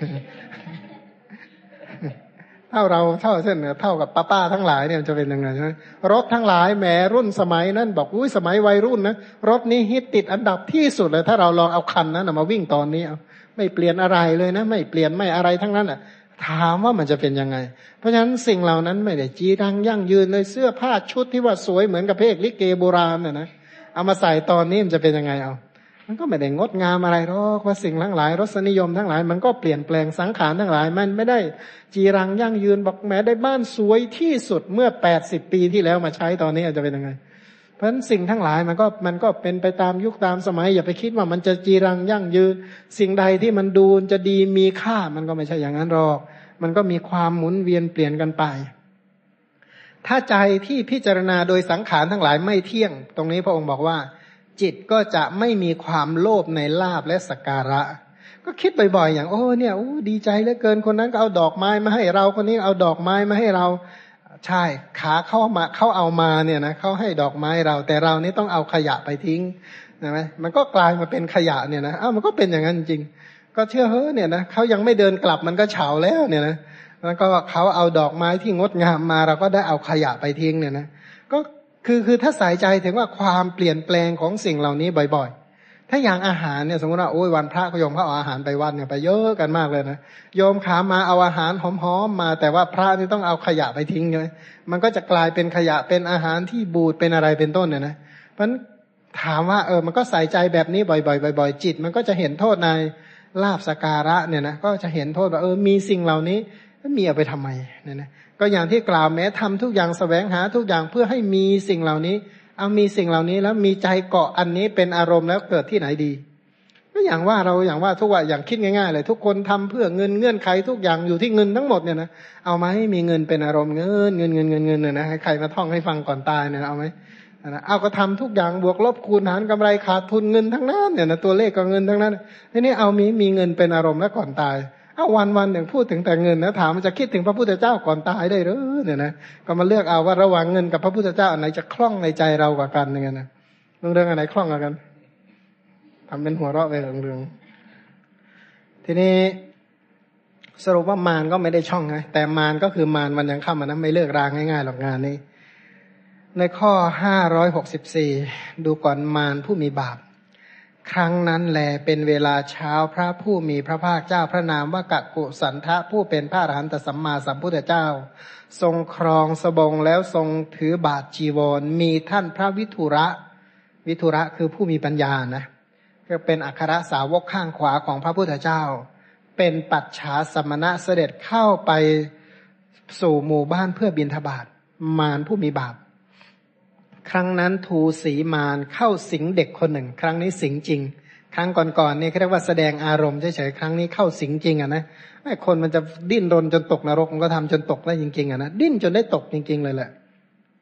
S1: เท่าเราเท่าเช่นเท่ากับป้าป้าทั้งหลายเนี่ยจะเป็นยังไงใช่ไหมรถทั้งหลายแหมรุ่นสมัยนั้นบอกอุ้ยสมัยวัยรุ่นนะรถนี้ฮิตติดอันดับที่สุดเลยถ้าเราลองเอาคันนั้นมาวิ่งตอนนี้เอาไม่เปลี่ยนอะไรเลยนะไม่เปลี่ยนไม่อะไรทั้งนั้นอ่ะถามว่ามันจะเป็นยังไงเพราะฉะนั้นสิ่งเหล่านั้นไม่ได้จีรังยั่งยืนเลยเสื้อผ้าชุดที่ว่าสวยเหมือนกับเพลงลิเกโบราณน่ะนะเอามาใส่ตอนนี้มันจะเป็นยังไงเอามันก็ไม่ได้งดงามอะไรหรอกว่าสิ่งทั้งหลายรสนิยมทั้งหลายมันก็เปลี่ยนแปลงสังขารทั้งหลายมันไม่ได้จีรังยั่งยืนบอกแม้ได้บ้านสวยที่สุดเมื่อแปดสิบปีที่แล้วมาใช้ตอนนี้อาจจะเป็นยังไงเพราะฉะนั้นสิ่งทั้งหลายมันก็มันก็เป็นไปตามยุคตามสมัยอย่าไปคิดว่ามันจะจีรังยั่งยืนสิ่งใดที่มันดูจะดีมีค่ามันก็ไม่ใช่อย่างนั้นหรอกมันก็มีความหมุนเวียนเปลี่ยนกันไปถ้าใจที่พิจารณาโดยสังขารทั้งหลายไม่เที่ยงตรงนี้พระองค์บอกว่าจิตก็จะไม่มีความโลภในลาภและสักการะก็คิดบ่อยๆอย่างโอ้เนี่ยโอ้ดีใจเหลือเกินคนนั้นก็เอาดอกไม้มาให้เราคนนี้เอาดอกไม้มาให้เราใช่ขาเข้ามาเขาเอามาเนี่ยนะเขาให้ดอกไม้เราแต่เรานี่ต้องเอาขยะไปทิ้งใช่ไหมมันก็กลายมาเป็นขยะเนี่ยนะอ้าวมันก็เป็นอย่างนั้นจริงก็เชื่อเฮ้อเนี่ยนะเขายังไม่เดินกลับมันก็เฉาแล้วเนี่ยนะแล้วก็เขาเอาดอกไม้ที่งดงามมาเราก็ได้เอาขยะไปทิ้งเนี่ยนะก็คือคือถ้าใส่ใจถึงว่าความเปลี่ยนแปลงของสิ่งเหล่านี้บ่อยๆถ้าอย่างอาหารเนี่ยสมมติว่าโอ้ยวันพระก็โยมเขาเอาอาหารไปวัดเนี่ยไปเยอะกันมากเลยนะโยมขามาเอาอาหารหอมๆมาแต่ว่าพระนี่ต้องเอาขยะไปทิ้งใช่ไหมมันก็จะกลายเป็นขยะเป็นอาหารที่บูดเป็นอะไรเป็นต้นเนี่ยนะเพราะฉะนั้นถามว่าเออมันก็ใส่ใจแบบนี้บ่อยๆบ่อยๆจิตมันก็จะเห็นโทษในลาภสักการะเนี่ยนะก็จะเห็นโทษว่าเออมีสิ่งเหล่านี้มีเอาไปทำไมเนี่ยนะก็อย่างที่กล่าวแม้ทำทุกอย่างแสวงหาทุกอย่างเพื่อให้มีสิ่งเหล่านี้เอามีสิ่งเหล่านี้แล้วมีใจเกาะอันนี้เป็นอารมณ์แล้วเกิดที่ไหนดีก็อย่างว่าเราอย่างว่าทุกว่าอย่างคิดง่ายๆเลยทุกคนทำเพื่อเงินเงื่อนไขทุกอย่างอยู่ที่เงินทั้งหมดเนี่ยนะเอามาให้มีเงินเป็นอารมณ์เงินเงินเงินเงินเงินเนี่ยนะให้ใครมาท่องให้ฟังก่อนตายเนี่ยเอาไหมนะเอาก็ทำทุกอย่างบวกลบคูณหารกำไรขาดทุนเงินทั้งนั้นเนี่ยนะตัวเลขก็เงินทั้งนั้นทีนี้เอามีมีเงินเป็นอารมณ์แล้วก่อนตายเอาวันวันหนึ่งพูดถึงแต่เงินนะถามมันจะคิดถึงพระพุทธเจ้าก่อนตายได้หรือเนี่ยนะก็มาเลือกเอาว่าระหว่างเงินกับพระพุทธเจ้าอันไหนจะคล่องในใจเรากว่ากันอย่างเงี้ยนะเรื่องเรื่องอันไหนคล่องกว่ากันทำเป็นหัวเราะไปเรื่องเรื่องทีนี้สรุปว่ามารก็ไม่ได้ช่องไงแต่มารก็คือมารมันยังเข้ามานะไม่เลิกรางง่ายๆหรอกงานนี้ในข้อห้าร้อยหกสิบสี่ดูก่อนมารผู้มีบาปครั้งนั้นแลเป็นเวลาเช้าพระผู้มีพระภาคเจ้าพระนามว่ากักกุสันทะผู้เป็นพระอรหันตสัมมาสัมพุทธเจ้าทรงครองสบงแล้วทรงถือบาทจีวรมีท่านพระวิทุระวิทุระคือผู้มีปัญญานะก็เป็นอัครสาวกข้างขวาของพระพุทธเจ้าเป็นปัจฉาสมณะเสด็จเข้าไปสู่หมู่บ้านเพื่อบิณฑบาตมารผู้มีบาปครั้งนั้นทูสีมารเข้าสิงเด็กคนหนึ่งครั้งนี้สิงจริงครั้งก่อนๆนี่เขาเรียกว่าแสดงอารมณ์เฉยๆครั้งนี้เข้าสิงจริงอ่ะนะไอ้คนมันจะดิ้นรนจนตกนรกมันก็ทำจนตกได้จริงๆอ่ะนะดิ้นจนได้ตกจริงๆเลยแหละ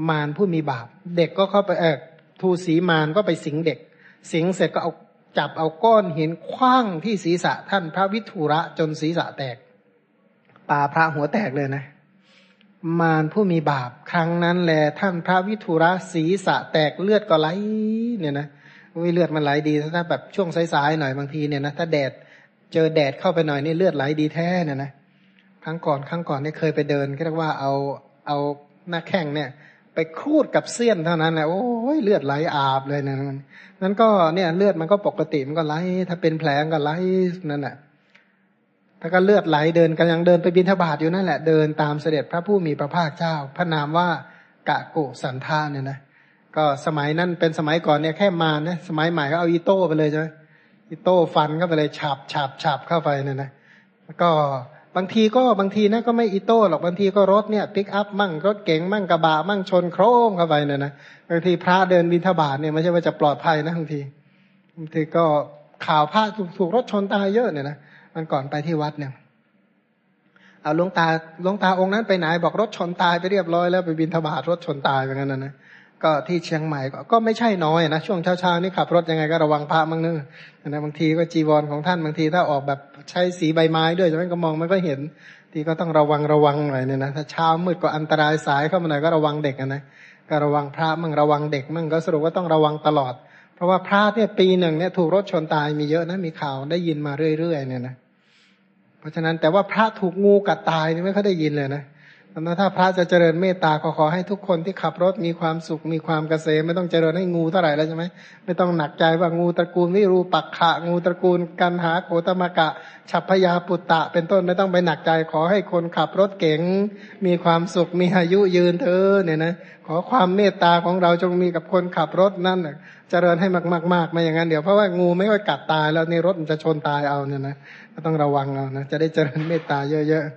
S1: มารผู้มีบาปเด็กก็เข้าไปเออทูสีมารก็ไปสิงเด็กสิงเสร็จก็เอาจับเอาก้อนหินขว้างที่ศีรษะท่านพระวิทูระจนศีรษะแตกปาพระหัวแตกเลยนะมารผู้มีบาปครั้งนั้นแลท่านพระวิทูระศีรษะแตกเลือดก็ไหลเนี่ยนะวิเลือดมันไหลดีถ้าแบบช่วงสายๆหน่อยบางทีเนี่ยนะถ้าแดดเจอแดดเข้าไปหน่อยนี่เลือดไหลดีแท้เนี่ยนะครั้งก่อนครั้งก่อนเนี่ยเคยไปเดินก็เรียกว่าเอาเอาหน้าแข้งเนี่ยไปครูดกับเสี้ยนเท่านั้นแหละโอ้ยเลือดไหลอาบเลยนะนั้นก็เนี่ยเลือดมันก็ปกติมันก็ไหลถ้าเป็นแผลก็ไหลนั่นแหละถ้าก็เลือดไหลเดินกันยังเดินไปบิณฑบาตอยู่นั่นแหละเดินตามเสด็จพระผู้มีพระภาคเจ้าพระนามว่ากะกุสันธาเนี่ยนะก็สมัยนั้นเป็นสมัยก่อนเนี่ยแค่มานะสมัยใหม่ก็เอาอีโต้ไปเลยใช่ไหมอีโต้ฟันเข้าไปเลยฉาบฉาบฉาบเข้าไปเนี่ยนะแล้วก็บางทีก็บางทีนะก็ไม่อีโต้หรอกบางทีก็รถเนี่ยปิกอัพมั่งรถเก๋งมั่งกระบะมั่งชนโครมเข้าไปเนี่ยนะบางทีพระเดินบิณฑบาตเนี่ยไม่ใช่ว่าจะปลอดภัยนะบางทีบางทีก็ข่าวพระถูกถูกรถชนตายเยอะเนี่ยนะมันก่อนไปที่วัดเนี่ยเอาหลวงตาหลวงตาองค์นั้นไปไหนบอกรถชนตายไปเรียบร้อยแล้วไปบิณฑบาตรถชนตายเหมือนกันนะนะก็ที่เชียงใหม่ก็ไม่ใช่น้อยนะช่วงเช้าๆนี่ขับรถยังไงก็ระวังพระมั่งเนอะนะบางทีก็จีวรของท่านบางทีถ้าออกแบบใช้สีใบไม้ด้วยใช่ไหมก็มองมันก็เห็นทีก็ต้องระวังระวังหน่อยเนี่ยนะถ้าเช้ามืดก็อันตรายสายเข้ามาหน่อยก็ระวังเด็กนะก็ระวังพระมั่งระวังเด็กมั่งก็สรุปว่าต้องระวังตลอดเพราะว่าพระเนี่ยปีหนึ่งเนี่ยถูกรถชนตายมีเยอะนะมีข่าวได้ยินมาเรื่อยๆเนี่ยนะเพราะฉะนั้นแต่ว่าพระถูกงูกัดตายนี่ไม่ค่อยได้ยินเลยนะถ้าพระจะเจริญเมตตาขอขอให้ทุกคนที่ขับรถมีความสุขมีความเกษมไม่ต้องเจริญให้งูเท่าไหร่แล้วใช่ไหมไม่ต้องหนักใจว่างูตระกูลวิรูปักขะงูตระกูลกันหาโกตมกะฉัพพยาปุตตะเป็นต้นไม่ต้องไปหนักใจขอให้คนขับรถเก๋งมีความสุขมีอายุยืนเธอเนี่ยนะขอความเมตตาของเราจงมีกับคนขับรถนั่นเจริญให้มากๆๆไม่อย่างนั้นเดี๋ยวเพราะว่างูไม่ค่อยกัดตายแล้วในรถมันจะชนตายเอาเนี่ยนะก็ต้องระวังเอานะจะได้เจริญเมตตาเยอะๆ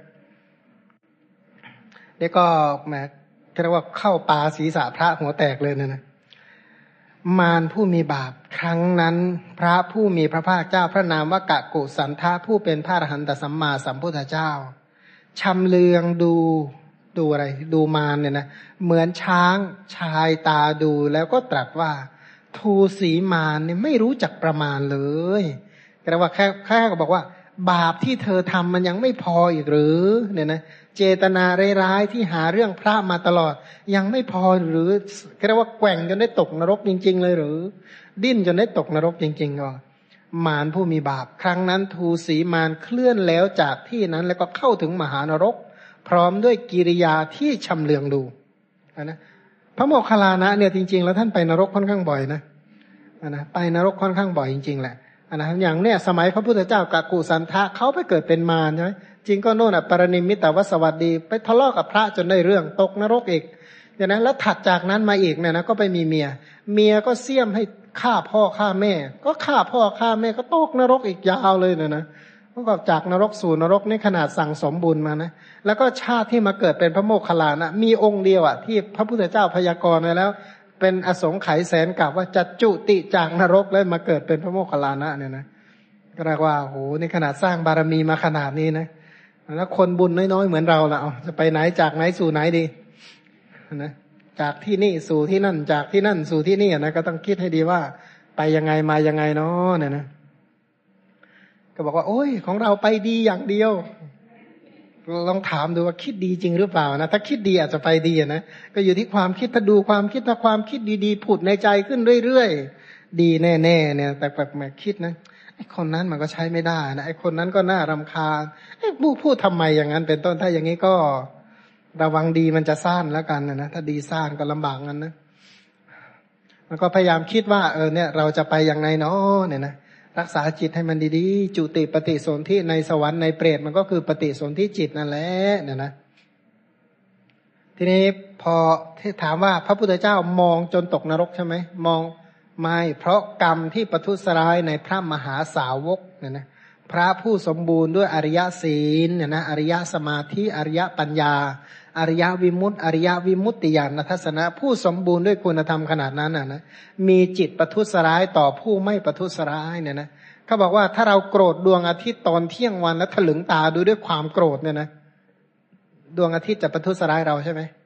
S1: นี่ก็แหมเรียกว่าเข้าปาศีรษะพระหัวแตกเลยเนี่ยนะมารผู้มีบาปครั้งนั้นพระผู้มีพระภาคเจ้าพระนามว่ากะกุสันทะผู้เป็นพระอรหันตสัมมาสัมพุทธเจ้าชำเลืองดูดูอะไรดูมารเนี่ยนะเหมือนช้างชายตาดูแล้วก็ตรัสว่าทูสีมารเนี่ยไม่รู้จักประมาณเลยเรียกว่าแค่แค่ก็บอกว่าบาปที่เธอทำมันยังไม่พออีกหรือเนี่ยนะเจตนาร้ายๆที่หาเรื่องพระมาตลอดยังไม่พอหรือเรียกว่าแกว่งจนได้ตกนรกจริงๆเลยหรือดิ้นจนได้ตกนรกจริงๆก็มารผู้มีบาปครั้งนั้นทูสีมารเคลื่อนแล้วจากที่นั้นแล้วก็เข้าถึงมหานรกพร้อมด้วยกิริยาที่ชำเลืองดูนะพระโมคคัลลานะเนี่ยจริงๆแล้วท่านไปนรกค่อนข้างบ่อยนะนะไปนรกค่อนข้างบ่อยจริงๆแหละนะอย่างเนี้ยสมัยพระพุทธเจ้ากากุสันทะเขาไปเกิดเป็นมารใช่ไหมจริงก็โน่นอ่ะปรนิมมิตวสวัสดีไปทะเลาะกับพระจนได้เรื่องตกนรกอีกอย่างนั้นแล้วถัดจากนั้นมาอีกเนี่ยนะก็ไปมีเมียเมียก็เสี่ยมให้ฆ่าพ่อฆ่าแม่ก็ฆ่าพ่อฆ่าแม่ก็ตกนรกอีกยาวเลยเนี่ยนะก็จากนรกสู่นรกนี่ขนาดสั่งสมบุญมานะแล้วก็ชาติที่มาเกิดเป็นพระโมคคัลลานะมีองค์เดียวอ่ะที่พระพุทธเจ้าพยากรณ์ไว้แล้วเป็นอสงไขยแสนกับว่าจะจุติจากนรกแล้วมาเกิดเป็นพระโมคคัลลานะเนี่ยนะก็เรียกว่าโหนี่ขนาดสร้างบารมีมาขนาดนี้นะแล้วคนบุญน้อยๆเหมือนเราล่ะเอาจะไปไหนจากไหนสู่ไหนดีนะจากที่นี่สู่ที่นั่นจากที่นั่นสู่ที่นี่นะก็ต้องคิดให้ดีว่าไปยังไงมายังไงเนาะเนี่ยนะก็บอกว่าโอ้ยของเราไปดีอย่างเดียวลองถามดูว่าคิดดีจริงหรือเปล่านะถ้าคิดดีอาจจะไปดีนะก็อยู่ที่ความคิดถ้าดูความคิดถ้าความคิดดีๆผุดในใจขึ้นเรื่อยๆดีแน่ๆเนี่ยแต่แบบแม่คิดนะไอ้คนนั้นมันก็ใช้ไม่ได้นะไอ้คนนั้นก็น่ารำคาญไอ้พูดพูดทำไมอย่างนั้นเป็นต้นถ้าอย่างนี้ก็ระวังดีมันจะซ่านแล้วกันนะถ้าดีซ่านก็ลำบากกันนะมันก็พยายามคิดว่าเออเนี่ยเราจะไปยังไงเนาะเนี่ยนะรักษาจิตให้มันดีๆจุติปฏิสนธิในสวรรค์ในเปรตมันก็คือปฏิสนธิจิตนั่นแหละเนี่ยนะทีนี้พอที่ถามว่าพระพุทธเจ้ามองจนตกนรกใช่ไหมมองไม่เพราะกรรมที่ประทุษร้ายในพระมหาสาวกเนี่ยนะพระผู้สมบูรณ์ด้วยอริยศีลเนี่ยนะอริยสมาธิอริยปัญญาอริยวิมุตติอริยวิมุตติญาณทัศนะผู้สมบูรณ์ด้วยคุณธรรมขนาดนั้นนะนะมีจิตประทุษร้ายต่อผู้ไม่ประทุษร้ายเนี่ยนะเขาบอกว่าถ้าเราโกรธดวงอาทิตย์ตอนเที่ยงวันแล้วถลึงตาดูด้วยความโกรธเนี่ยนะดวงอาทิตย์จะประทุษร้ายเราใช่ไหม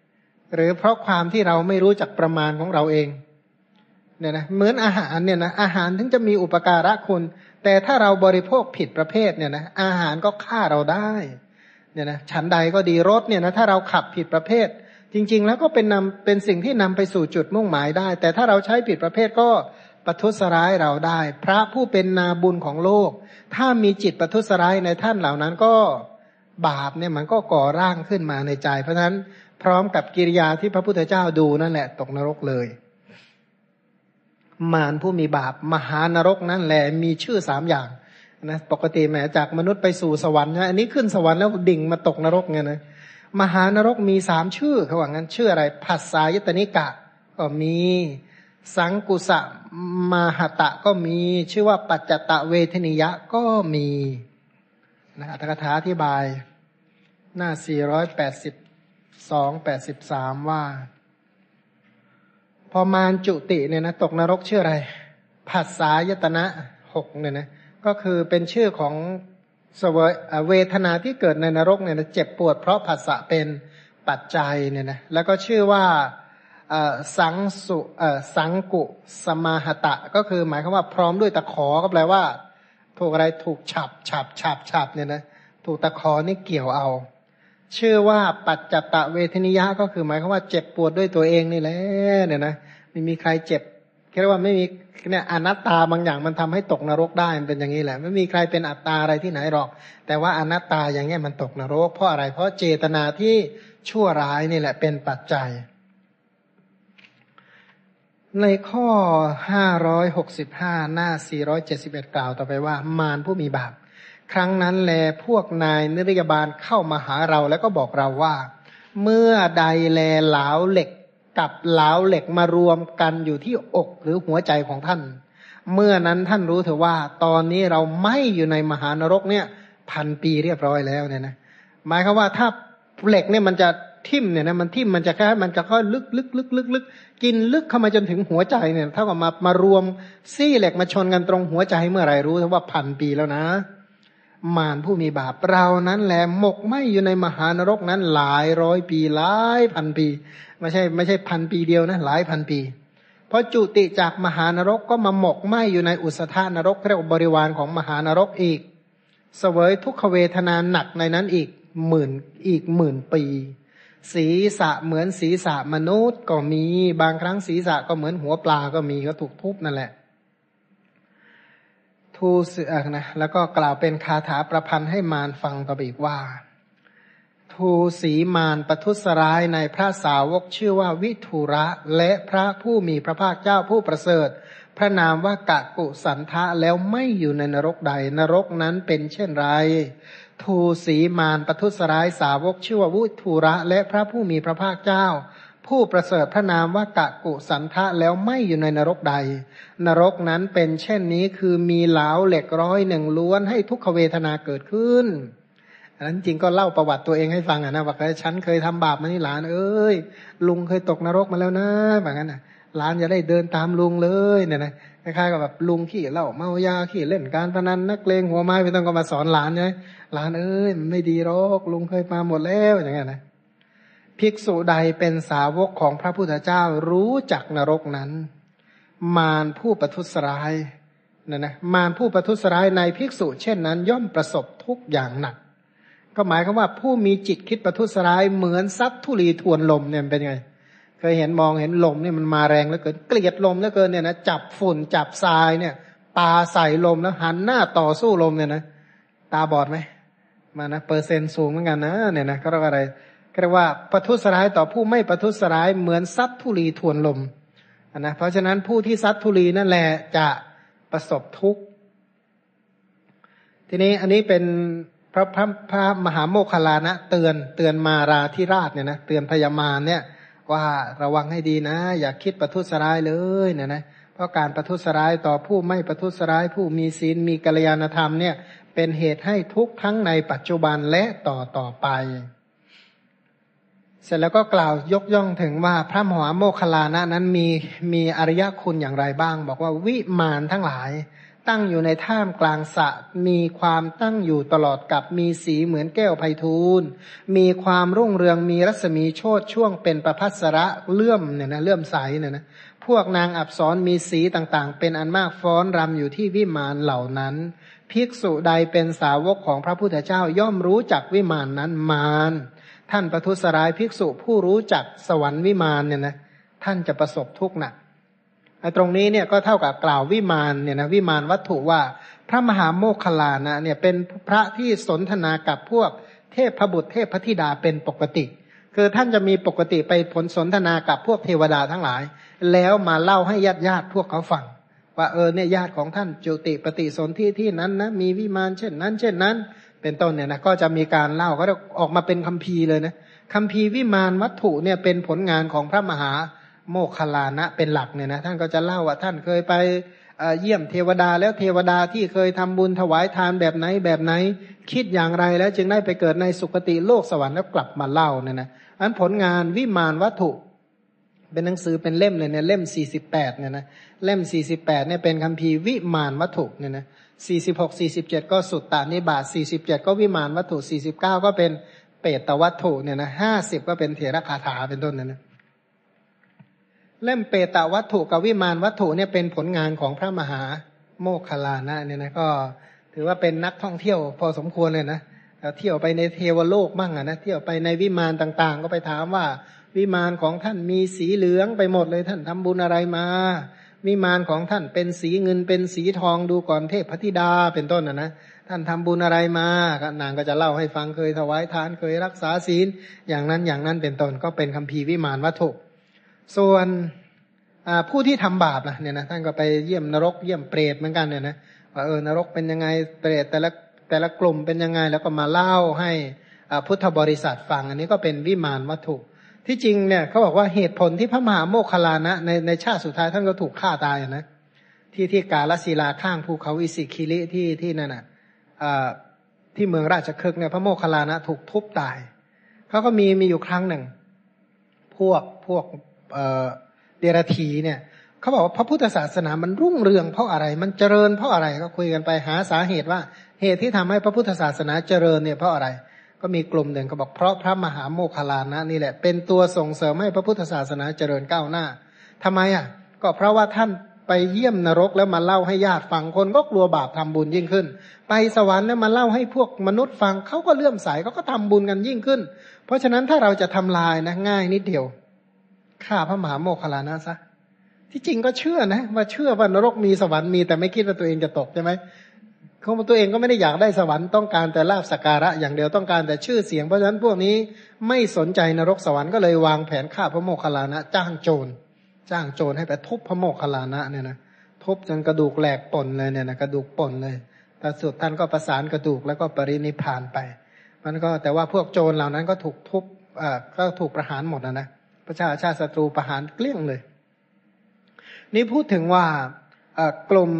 S1: หรือเพราะความที่เราไม่รู้จักประมาณของเราเองเนี่ยนะเหมือนอาหารเนี่ยนะอาหารถึงจะมีอุปการะคุณแต่ถ้าเราบริโภคผิดประเภทเนี่ยนะอาหารก็ฆ่าเราได้เนี่ยนะฉันใดก็ดีรถเนี่ยนะถ้าเราขับผิดประเภทจริงๆแล้วก็เป็นนำเป็นสิ่งที่นำไปสู่จุดมุ่งหมายได้แต่ถ้าเราใช้ผิดประเภทก็ประทุษร้ายเราได้พระผู้เป็นนาบุญของโลกถ้ามีจิตประทุษร้ายในท่านเหล่านั้นก็บาปเนี่ยมันก็ก่อร่างขึ้นมาในใจเพราะฉะนั้นพร้อมกับกิริยาที่พระพุทธเจ้าดูนั่นแหละตกนรกเลยมารผู้มีบาปมหานรกนั่นแหละมีชื่อสามอย่างนะปกติแหมจากมนุษย์ไปสู่สวรรค์นะอันนี้ขึ้นสวรรค์แล้วดิ่งมาตกนรกไงนะมหานรกมีสามชื่อเขาว่างั้นชื่ออะไรผัสสายตนิกะก็มีสังกุสะมหตะก็มีชื่อว่าปัจจตเวทนิยะก็มีนะอัตถกถาอธิบายหน้าสี่ร้อยแปดสิบสอง แปดสิบสามว่าพอมารจุติเนี่ยนะตกนรกชื่ออะไรผัสสายตนะหกเนี่ยนะก็คือเป็นชื่อของเสวยเวทนาที่เกิดในนรกเนี่ยนะเจ็บปวดเพราะผัสสะเป็นปัจจัยเนี่ยนะแล้วก็ชื่อว่าสังสุสังกุสมาหตะก็คือหมายความว่าพร้อมด้วยตะขอก็แปลว่าถูกอะไรถูกฉับฉับฉับฉับเนี่ยนะถูกตะขอนี่เกี่ยวเอาชื่อว่าปัจจตเวทนิยะก็คือหมายความว่าเจ็บปวดด้วยตัวเองนี่แหละเนี่ยนะไม่มีใครเจ็บเรียกว่าไม่มีเนี่ยอนัตตาบางอย่างมันทำให้ตกนรกได้มันเป็นอย่างนี้แหละไม่มีใครเป็นอัตตาอะไรที่ไหนหรอกแต่ว่าอนัตตาอย่างเงี้ยมันตกนรกเพราะอะไรเพราะเจตนาที่ชั่วร้ายนี่แหละเป็นปัจจัยในข้อห้าร้อยหกสิบห้าหน้าสี่ร้อยเจ็ดสิบเอ็ดกล่าวต่อไปว่ามารผู้มีบาปครั้งนั้นแลพวกนายนิรยาบาลเข้ามาหาเราแล้วก็บอกเราว่าเมื่อใดแลเหลาเหล็กกับเหลาเหล็กมารวมกันอยู่ที่อกหรือหัวใจของท่านเมื่อนั้นท่านรู้เถอะว่าตอนนี้เราไม่อยู่ในมหานรกเนี่ยพันปีเรียบร้อยแล้วเนี่ยนะหมายความว่าถ้าเหล็กเนี่ยมันจะทิ่มเนี่ยนะมันทิ่มมันจะแค่มันจะค่อยลึกลึกลึกลึกลึกกินลึกเข้ามาจนถึงหัวใจเนี่ยเท่ากับมามารวมซี่เหล็กมาชนกันตรงหัวใจเมื่อไหร่รู้เถอะว่าพันปีแล้วนะมารผู้มีบาปเรานั้นแหละหมกไหมอยู่ในมหานรกนั้นหลายร้อยปีหลายพันปีไม่ใช่ไม่ใช่พันปีเดียวนะหลายพันปีเพราะจุติจากมหานรกก็มาหมกไหมอยู่ในอุสธานรกเรียกว่าบริวารของมหานรกอีกเสวยทุกขเวทนาหนักในนั้นอีกหมื่นอีกหมื่นปีศีรษะเหมือนศีรษะมนุษย์ก็มีบางครั้งศีรษะก็เหมือนหัวปลาก็มีก็ถูกทุบนั่นแหละทูเสือนะแล้วก็กล่าวเป็นคาถาประพันธ์ให้มารฟังต่อไปอีกว่าทูสีมารประทุษร้ายในพระสาวกชื่อว่าวิทุระและพระผู้มีพระภาคเจ้าผู้ประเสริฐพระนามว่ากะกุสันทะแล้วไม่อยู่ในนรกใดนรกนั้นเป็นเช่นไรทูสีมารประทุษร้ายสาวกชื่อว่าวิทุระและพระผู้มีพระภาคเจ้าผู้ประเสริฐพระนามว่ากะกุสันทะแล้วไม่อยู่ในนรกใดนรกนั้นเป็นเช่นนี้คือมีเหลาเหล็กร้อยหนึ่งล้วนให้ทุกขเวทนาเกิดขึ้นอันนั้นจริงก็เล่าประวัติตัวเองให้ฟังอ่ะนะว่าฉันเคยทำบาปมานี่หลานเอ้ยลุงเคยตกนรกมาแล้วนะแบบนั้นน่ะหลานจะได้เดินตามลุงเลยเนี่ยนะคล้ายๆกับแบบลุงขี้เหล้าเมายาขี้เล่นการพนันนักเลงหัวไม้ไม่ต้องก็มาสอนหลานใช่ไหมหลานเอ้ยมันไม่ดีหรอกลุงเคยมาหมดแล้วอย่างเงี้ยนะภิกษุใดเป็นสาวกของพระพุทธเจ้ารู้จักนรกนั้นมารผู้ประทุษร้ายนะนะมารผู้ประทุษร้ายในภิกษุเช่นนั้นย่อมประสบทุกอย่างหนักก็หมายความว่าผู้มีจิตคิดประทุษร้ายเหมือนซัดธุลีทวนลมเนี่ยเป็นไงเคยเห็นมองเห็นลมเนี่ยมันมาแรงเหลือเกินเกลียดลมเหลือเกินเนี่ยนะจับฝุ่นจับทรายเนี่ยปาใส่ลมแล้วหันหน้าต่อสู้ลมเนี่ยนะตาบอดไหมมานะเปอร์เซ็นต์สูงเหมือนกันนะเนี่ยนะเขาเรียกว่าอะไรเรียกว่าประทุษร้ายต่อผู้ไม่ประทุษร้ายเหมือนซัดธุลีทวนลมนะเพราะฉะนั้นผู้ที่ซัดธุลีนั่นแหละจะประสบทุกข์ทีนี้อันนี้เป็นพระพระพระมหาโมคคัลลานะเตือนเตือนมาราธิราชเนี่ยนะเตือนพญามารเนี่ยว่าระวังให้ดีนะอย่าคิดประทุษร้ายเลยเนี่ยนะเพราะการประทุษร้ายต่อผู้ไม่ประทุษร้ายผู้มีศีลมีกัลยาณธรรมเนี่ยเป็นเหตุให้ทุกข์ทั้งในปัจจุบันและต่อต่อไปเสร็จแล้วก็กล่าวยกย่องถึงว่าพระมหาโมคคัลลานะนั้นมีมีอริยคุณอย่างไรบ้างบอกว่าวิมานทั้งหลายตั้งอยู่ในท่ามกลางสระมีความตั้งอยู่ตลอดกับมีสีเหมือนแก้วไพฑูรย์มีความรุ่งเรืองมีรัศมีโชติช่วงเป็นประภัสระเลื่อมเนี่ยนะเลื่อมใสเนี่ยนะพวกนางอัปสรมีสีต่างๆเป็นอันมากฟ้อนรำอยู่ที่วิมานเหล่านั้นภิกษุใดเป็นสาวกของพระพุทธเจ้าย่อมรู้จักวิมานนั้นมารท่านประทุษร้ายภิกษุผู้รู้จักสวรรค์วิมานเนี่ยนะท่านจะประสบทุกข์หนักไอ้ตรงนี้เนี่ยก็เท่ากับกล่าววิมานเนี่ยนะวิมานวัตถุว่าพระมหาโมคคัลลานะเนี่ยเป็นพระที่สนทนากับพวกเทพบุตรเทพธิดาเป็นปกติคือท่านจะมีปกติไปผลสนทนากับพวกเทวดาทั้งหลายแล้วมาเล่าให้ญาติญาติพวกเขาฟังว่าเออเนี่ยญาติของท่านจุติปฏิสนธิที่นั้นนะมีวิมานเช่นนั้นเช่นนั้นเป็นต้นเนี่ยนะก็จะมีการเล่าก็ออกมาเป็นคัมภีร์เลยนะคัมภีร์วิมานวัตถุเนี่ยเป็นผลงานของพระมหาโมคคัลลานะเป็นหลักเนี่ยนะท่านก็จะเล่าว่าท่านเคยไปเยี่ยมเทวดาแล้วเทวดาที่เคยทำบุญถวายทานแบบไหนแบบไหนคิดอย่างไรแล้วจึงได้ไปเกิดในสุคติโลกสวรรค์แล้วกลับมาเล่าเนี่ยนะอันผลงานวิมานวัตถุเป็นหนังสือเป็นเล่มเลยเนี่ยเล่มสี่สิบแปดเนี่ยนะเล่มสี่สิบแปดเนี่ยเป็นคัมภีร์วิมานวัตถุเนี่ยนะสี่สิบหก สี่สิบเจ็ดก็สุตตานิบาตสี่สิบเจ็ดก็วิมานวัตถุสี่สิบเก้าก็เป็นเปตวัตถุเนี่ยนะห้าสิบก็เป็นเถรคาถาเป็นต้นนะนะเล่มเปตวัตถุกับวิมานวัตถุเนี่ยเป็นผลงานของพระมหาโมคคัลลานะเนี่ยนะก็ถือว่าเป็นนักท่องเที่ยวพอสมควรเลยนะเที่ยวไปในเทวโลกมั่งอ่ะนะเที่ยวไปในวิมานต่างๆก็ไปถามว่าวิมานของท่านมีสีเหลืองไปหมดเลยท่านทำบุญอะไรมาวิมานของท่านเป็นสีเงินเป็นสีทองดูก่อนเทพธิดาเป็นต้นนะนะท่านทำบุญอะไรมานางก็จะเล่าให้ฟังเคยถวายทานเคยรักษาศีลอย่างนั้นอย่างนั้นเป็นต้นก็เป็นคัมภีร์วิมานวัตถุส่วนผู้ที่ทำบาปนะเนี่ยนะท่านก็ไปเยี่ยมนรกเยี่ยมเปรตเหมือนกันเนี่ยนะว่าเออนรกเป็นยังไงเปรตแต่ละแต่ละกลุ่มเป็นยังไงแล้วก็มาเล่าให้พุทธบริษัทฟังอันนี้ก็เป็นวิมานวัตถุที่จริงเนี่ยเขาบอกว่าเหตุผลที่พระมหาโมคคัลลานะในในชาติสุดท้ายท่านก็ถูกฆ่าตายนะที่ที่กาลสีลาข้างภูเขาอิสิคิริที่ที่นั่นน่ะที่เมืองราชคฤห์เนี่ยพระโมคคัลลานะถูกทุบตายเขาก็มีมีอยู่ครั้งหนึ่งพวกพวกเอ่อเดรัจฉีเนี่ยเขาบอกว่าพระพุทธศาสนามันรุ่งเรืองเพราะอะไรมันเจริญเพราะอะไรก็คุยกันไปหาสาเหตุว่าเหตุที่ทำให้พระพุทธศาสนาเจริญเนี่ยเพราะอะไรก็มีกลุ่มหนึ่งเขาบอกเพราะพระมหาโมคคัลลานะนี่แหละเป็นตัวส่งเสริมให้พระพุทธศาสนาเจริญก้าวหน้าทำไมอ่ะก็เพราะว่าท่านไปเยี่ยมนรกแล้วมาเล่าให้ญาติฟังคนก็กลัวบาปทำบุญยิ่งขึ้นไปสวรรค์แล้วมาเล่าให้พวกมนุษย์ฟังเขาก็เลื่อมใสเขาก็ทำบุญกันยิ่งขึ้นเพราะฉะนั้นถ้าเราจะทำลายนะง่ายนิดเดียวฆ่าพระมหาโมคคัลลานะซะที่จริงก็เชื่อนะว่าเชื่อว่านรกมีสวรรค์มีแต่ไม่คิดว่าตัวเองจะตกใช่ไหมเขาตัวเองก็ไม่ได้อยากได้สวรรค์ต้องการแต่ลาภสักการะอย่างเดียวต้องการแต่ชื่อเสียงเพราะฉะนั้นพวกนี้ไม่สนใจนรกสวรรค์ก็เลยวางแผนฆ่าพระโมคคัลลานะจ้างโจรจ้างโจรให้ไปทุบพระโมคคัลลานะเนี่ยนะทุบจนกระดูกแหลกป่นเลยเนี่ยนะกระดูกป่นเลยแต่สุดท่านก็ประสานกระดูกแล้วก็ปรินิพพานไปมันก็แต่ว่าพวกโจรเหล่านั้นก็ถูกทุบอ่าก็ถูกประหารหมดนะนะประชาชาติศัตรูประหารเกลี้ยงเลยนี่พูดถึงว่ากลุ่ม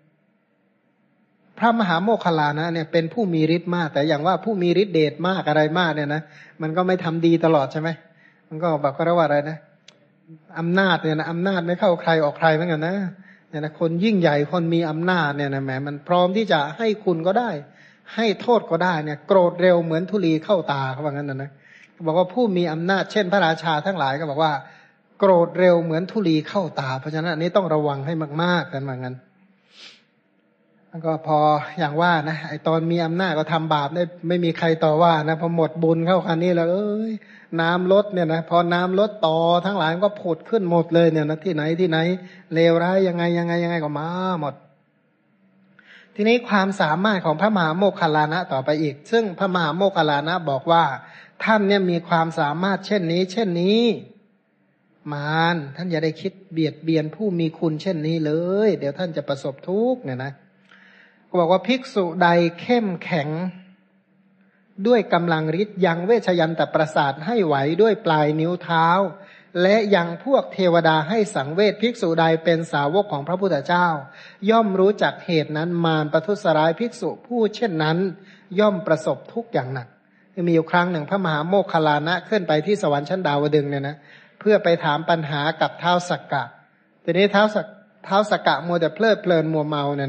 S1: พระมหาโมคคัลลานะเนี่ยเป็นผู้มีฤทธิ์มากแต่อย่างว่าผู้มีฤทธิ์เดชมากอะไรมากเนี่ยนะมันก็ไม่ทำดีตลอดใช่ไหมมันก็แบบก็เรียกว่าอะไรนะอำนาจเนี่ยนะอำนาจไม่เข้าใครออกใครเหมือนกันนะเนี่ยนะคนยิ่งใหญ่คนมีอำนาจเนี่ยนะแหมมันพร้อมที่จะให้คุณก็ได้ให้โทษก็ได้เนี่ยโกรธเร็วเหมือนธุลีเข้าตาเขาบอกงั้นนะนะบอกว่าผู้มีอำนาจเช่นพระราชาทั้งหลายก็บอกว่าโกรธเร็วเหมือนธุลีเข้าตาเพราะฉะนั้นอันนี้ต้องระวังให้มากๆกันว่างั้นแล้วก็พออย่างว่านะไอตอนมีอำนาจก็ทำบาปได้ไม่มีใครต่อว่านะพอหมดบุญเข้าคันนี้แล้วเอ้ยน้ำลดเนี่ยนะพอน้ำลดต่อทั้งหลายก็ผุดขึ้นหมดเลยเนี่ยนะที่ไหนที่ไหนเลวร้ายยังไงยังไงยังไงก็มาหมดทีนี้ความสามารถของพระมหาโมคคัลลานะต่อไปอีกซึ่งพระมหาโมคคัลลานะบอกว่าท่านเนี่ยมีความสามารถเช่นนี้เช่นนี้มารท่านอย่าได้คิดเบียดเบียนผู้มีคุณเช่นนี้เลยเดี๋ยวท่านจะประสบทุกข์เนี่ยนะก็บอกว่าภิกษุใดเข้มแข็งด้วยกำลังฤทธิ์ยังเวชยันตประสาทให้ไหวด้วยปลายนิ้วเท้าและยังพวกเทวดาให้สังเวชภิกษุใดเป็นสาวกของพระพุทธเจ้าย่อมรู้จักเหตุนั้นมารประทุษร้ายภิกษุผู้เช่นนั้นย่อมประสบทุกข์อย่างหนักมีอยู่ครั้งหนึ่งพระมหาโมคคัลลานะขึ้นไปที่สวรรค์ชั้นดาวดึงส์เนี่ยนะเพื่อไปถามปัญหากับท้าวสักกะทีนี้ท้าวสักท้าวสักกะมัวแต่เพลิดเพลินมัวเมาเนี่ยนะ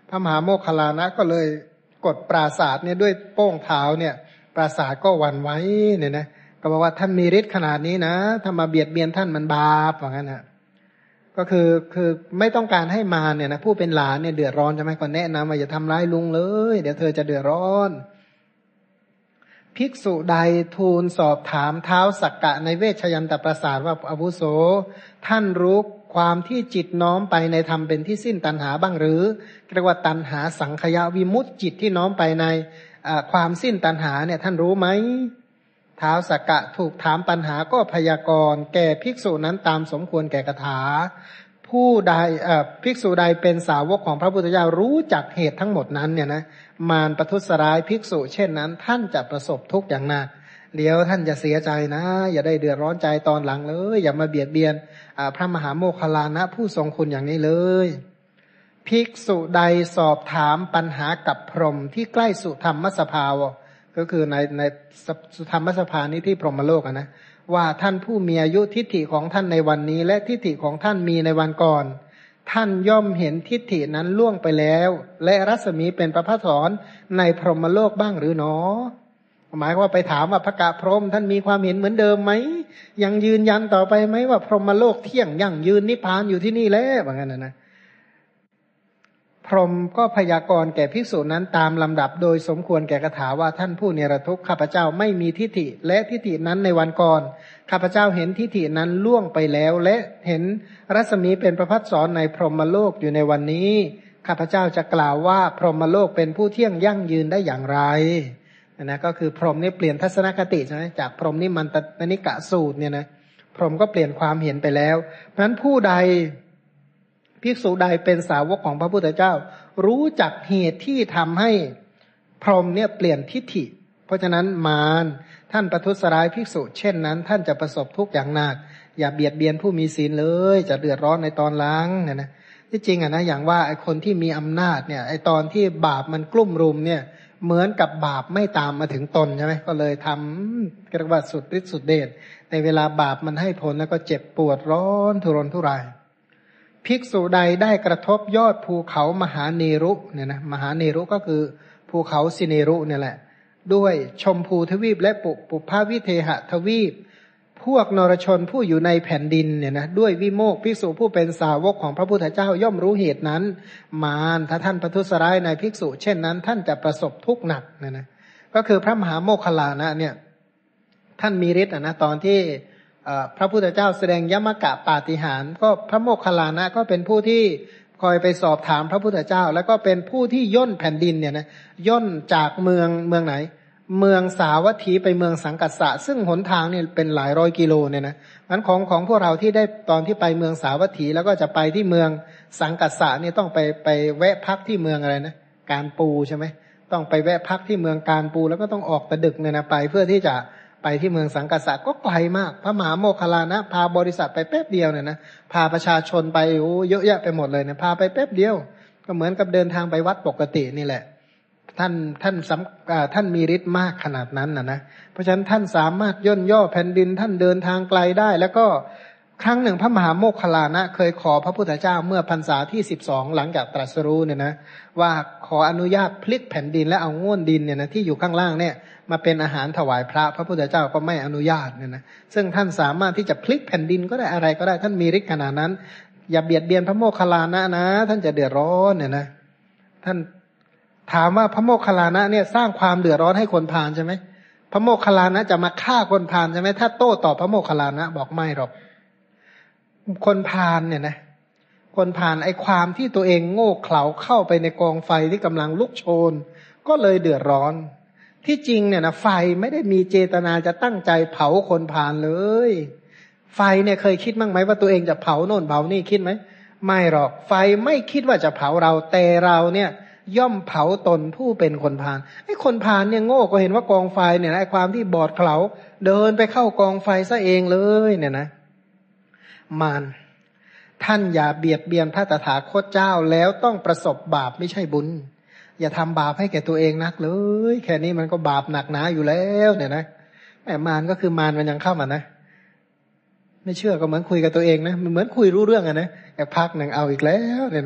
S1: พระมหาโมคคัลลานะก็เลยกดปราศาสตร์เนี่ยด้วยโป้งเท้าเนี่ยปราศาสตร์ก็หวั่นไหวเนี่ยนะก็บอกว่าท่านมีฤทธิ์ขนาดนี้นะถ้ามาเบียดเบียนท่านมันบาปว่างั้นนะก็คือคือไม่ต้องการให้มาเนี่ยนะผู้เป็นหลานเนี่ยเดือดร้อนใช่ไหมก็แนะนำว่าอย่าทำร้ายลุงเลยเดี๋ยวเธอจะเดือดร้อนภิกษุใดทูลสอบถามเท้าสักกะในเวชยันตประสาทว่าอาวุโสท่านรู้ความที่จิตน้อมไปในธรรมเป็นที่สิ้นตัณหาบ้างหรือเรียกว่าตัณหาสังขยาวิมุตติจิตที่น้อมไปในความสิ้นตัณหาเนี่ยท่านรู้ไหมท้าวสักกะถูกถามปัญหาก็พยากรณ์แก่ภิกษุนั้นตามสมควรแก่คาถาผู้ใดภิกษุใดเป็นสาวกของพระพุทธเจ้ารู้จักเหตุทั้งหมดนั้นเนี่ยนะมารประทุษร้ายภิกษุเช่นนั้นท่านจะประสบทุกข์อย่างหนักเดี๋ยวท่านจะเสียใจนะอย่าได้เดือดร้อนใจตอนหลังเลยอย่ามาเบียดเบียนพระมหาโมคคัลลานะผู้ทรงคุณอย่างนี้เลยภิกษุใดสอบถามปัญหากับพรหมที่ใกล้สุธรรมสภาวะก็คือในในสุธรรมสภานี้ที่พรหมโลกนะว่าท่านผู้มีอายุทิฏฐิของท่านในวันนี้และทิฏฐิของท่านมีในวันก่อนท่านย่อมเห็นทิฏฐินั้นล่วงไปแล้วและรัศมีเป็นประภัสสรในพรหมโลกบ้างหรือหนอหมายว่าไปถามว่าพระกะพรหมท่านมีความเห็นเหมือนเดิมไหมยังยืนยันต่อไปไหมว่าพรหมโลกเที่ยงยั่งยืนนิพพานอยู่ที่นี่แล้วว่างั้นนะนะพรหมก็พยากรณ์แก่ภิกษุนั้นตามลำดับโดยสมควรแก่คาถาว่าท่านผู้เนรทุกข์ข้าพเจ้าไม่มีทิฏฐิและทิฏฐินั้นในวันก่อนข้าพเจ้าเห็นทิฏฐินั้นล่วงไปแล้วและเห็นรัศมีเป็นประภัสสรในพรหมโลกอยู่ในวันนี้ข้าพเจ้าจะกล่าวว่าพรหมโลกเป็นผู้เที่ยงยั่งยืนได้อย่างไรนะก็คือพรหมนี่เปลี่ยนทัศนคติใช่ไหมจากพรหมนี่มันตนิกะสูตรเนี่ยนะพรหมก็เปลี่ยนความเห็นไปแล้วเพราะฉะนั้นผู้ใดภิกษุใดเป็นสาวกของพระพุทธเจ้ารู้จักเหตุที่ทำให้พรหมเนี่ยเปลี่ยนทิฏฐิเพราะฉะนั้นมารท่านประทุษร้ายภิกษุเช่นนั้นท่านจะประสบทุกข์อย่างหนักอย่าเบียดเบียนผู้มีศีลเลยจะเดือดร้อนในตอนหลังเนี่ยนะที่จริงอ่ะนะอย่างว่าไอ้คนที่มีอำนาจเนี่ยไอ้ตอนที่บาปมันกลุ่มรุมเนี่ยเหมือนกับบาปไม่ตามมาถึงตนใช่ไหมก็เลยทำกระบาดสุดฤทธิ์สุดเดชในเวลาบาปมันให้ผลแล้วก็เจ็บปวดร้อนทุรนทุรายภิกษุใดได้กระทบยอดภูเขามหาเนรุเนี่ยนะมหาเนรุก็คือภูเขาสิเนรุเนี่ยแหละด้วยชมพูทวีปและปุปุพวิเทหทวีปพวกนรชนผู้อยู่ในแผ่นดินเนี่ยนะด้วยวิโมกข์ภิกษุผู้เป็นสาวกของพระพุทธเจ้าย่อมรู้เหตุนั้นมารถ้าท่านประทุษร้ายในภิกษุเช่นนั้นท่านจะประสบทุกข์หนักเนี่ยนะก็คือพระมหาโมคคัลลานะเนี่ยท่านมีฤทธิ์นะตอนที่พระพุทธเจ้าแสดงยมกะปาฏิหาริย์ก็พระโมคคัลลานะก็เป็นผู้ที่คอยไปสอบถามพระพุทธเจ้าแล้วก็เป็นผู้ที่ย่นแผ่นดินเนี่ยนะย่นจากเมืองเมืองไหนเมืองสาวัตถีไปเมืองสังกัสสะซึ่งหนทางเนี่ยเป็นหลายร้อยกิโลเนี่ยนะงั้นของของพวกเราที่ได้ตอนที่ไปเมืองสาวัตถีแล้วก็จะไปที่เมืองสังกัสสะเนี่ยต้องไปไปแวะพักที่เมืองอะไรนะการปูใช่ไหมต้องไปแวะพักที่เมืองการปูแล้วก็ต้องออกตะดึกเนี่ยนะไปเพื่อที่จะไปที่เมืองสังกัสสะก็ไกลมากพระมหาโมคคัลลานะพาบริษัทไปแป๊บเดียวเนี่ยนะพาประชาชนไปโอ้เยอะแยะไปหมดเลยเนี่ยพาไปแป๊บเดียวก็เหมือนกับเดินทางไปวัดปกตินี่แหละท่านท่านท่านมีฤทธิ์มากขนาดนั้นนะนะเพราะฉะนั้นท่านสามารถย่นย่อแผ่นดินท่านเดินทางไกลได้แล้วก็ครั้งหนึ่งพระมหาโมคคัลลานะเคยขอพระพุทธเจ้าเมื่อพรรษาที่สิบสองหลังจากตรัสรู้เนี่ยนะว่าขออนุญาตพลิกแผ่นดินและเอาง่วนดินเนี่ยนะที่อยู่ข้างล่างเนี่ยมาเป็นอาหารถวายพระพระพุทธเจ้าก็ไม่อนุญาตเนี่ยนะซึ่งท่านสามารถที่จะพลิกแผ่นดินก็ได้อะไรก็ได้ท่านมีฤทธิ์ขนาดนั้นอย่าเบียดเบียนพระโมคคัลลานะนะท่านจะเดือดร้อนเนี่ยนะท่านถามว่าพระโมคคัลลานะเนี่ยสร้างความเดือดร้อนให้คนพาลใช่ไหมพระโมคคัลลานะจะมาฆ่าคนพาลใช่ไหมถ้าโต้ตอบพระโมคคัลลานะบอกไม่หรอกคนพาลเนี่ยนะคนพาลไอ้ความที่ตัวเองโง่เขลาเข้าไปในกองไฟที่กำลังลุกโชนก็เลยเดือดร้อนที่จริงเนี่ยนะไฟไม่ได้มีเจตนาจะตั้งใจเผาคนพาลเลยไฟเนี่ยเคยคิดบ้างไหมว่าตัวเองจะเผาโน่นเผานี่คิดไหมไม่หรอกไฟไม่คิดว่าจะเผาเราแต่เราเนี่ยย่อมเผาตนผู้เป็นคนพาลไอ้คนพาลเนี่ยโง่ก็เห็นว่ากองไฟเนี่ยไอ้ความที่บอดเขลาเดินไปเข้ากองไฟซะเองเลยเนี่ยนะมารท่านอย่าเบียดเบียนพระตถาคตเจ้าแล้วต้องประสบบาปไม่ใช่บุญอย่าทำบาปให้แก่ตัวเองนักเลยแค่นี้มันก็บาปหนักหนาอยู่แล้วเนี่ยนะแต่มารก็คือมารมันยังเข้ามานะไม่เชื่อก็เหมือนคุยกับตัวเองนะมันเหมือนคุยรู้เรื่องอะนะแต่พักหนึ่งเอาอีกแล้วเนี่ยนะ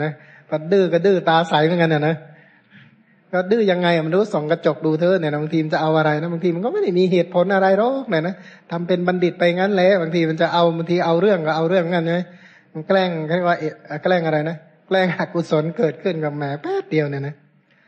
S1: ก็ดื้อก็ดื้อตาใสเหมือนกันนะนะก็ดื้อยังไงมันรู้ส่องกระจกดูเธอเนี่ยบางทีมันจะเอาอะไรนะบางทีมันก็ไม่ได้มีเหตุผลอะไรหรอกเนี่ยนะทำเป็นบัณฑิตไปงั้นแหละบางทีมันจะเอาบางทีเอาเรื่องก็เอาเรื่องงั้นใช่ไหมมันแกล้งเรียกว่าเอะแกล้งอะไรนะแกล้งอกุศลเกิดขึ้นกับแหมแป๊บเดียวเนี่ยนะ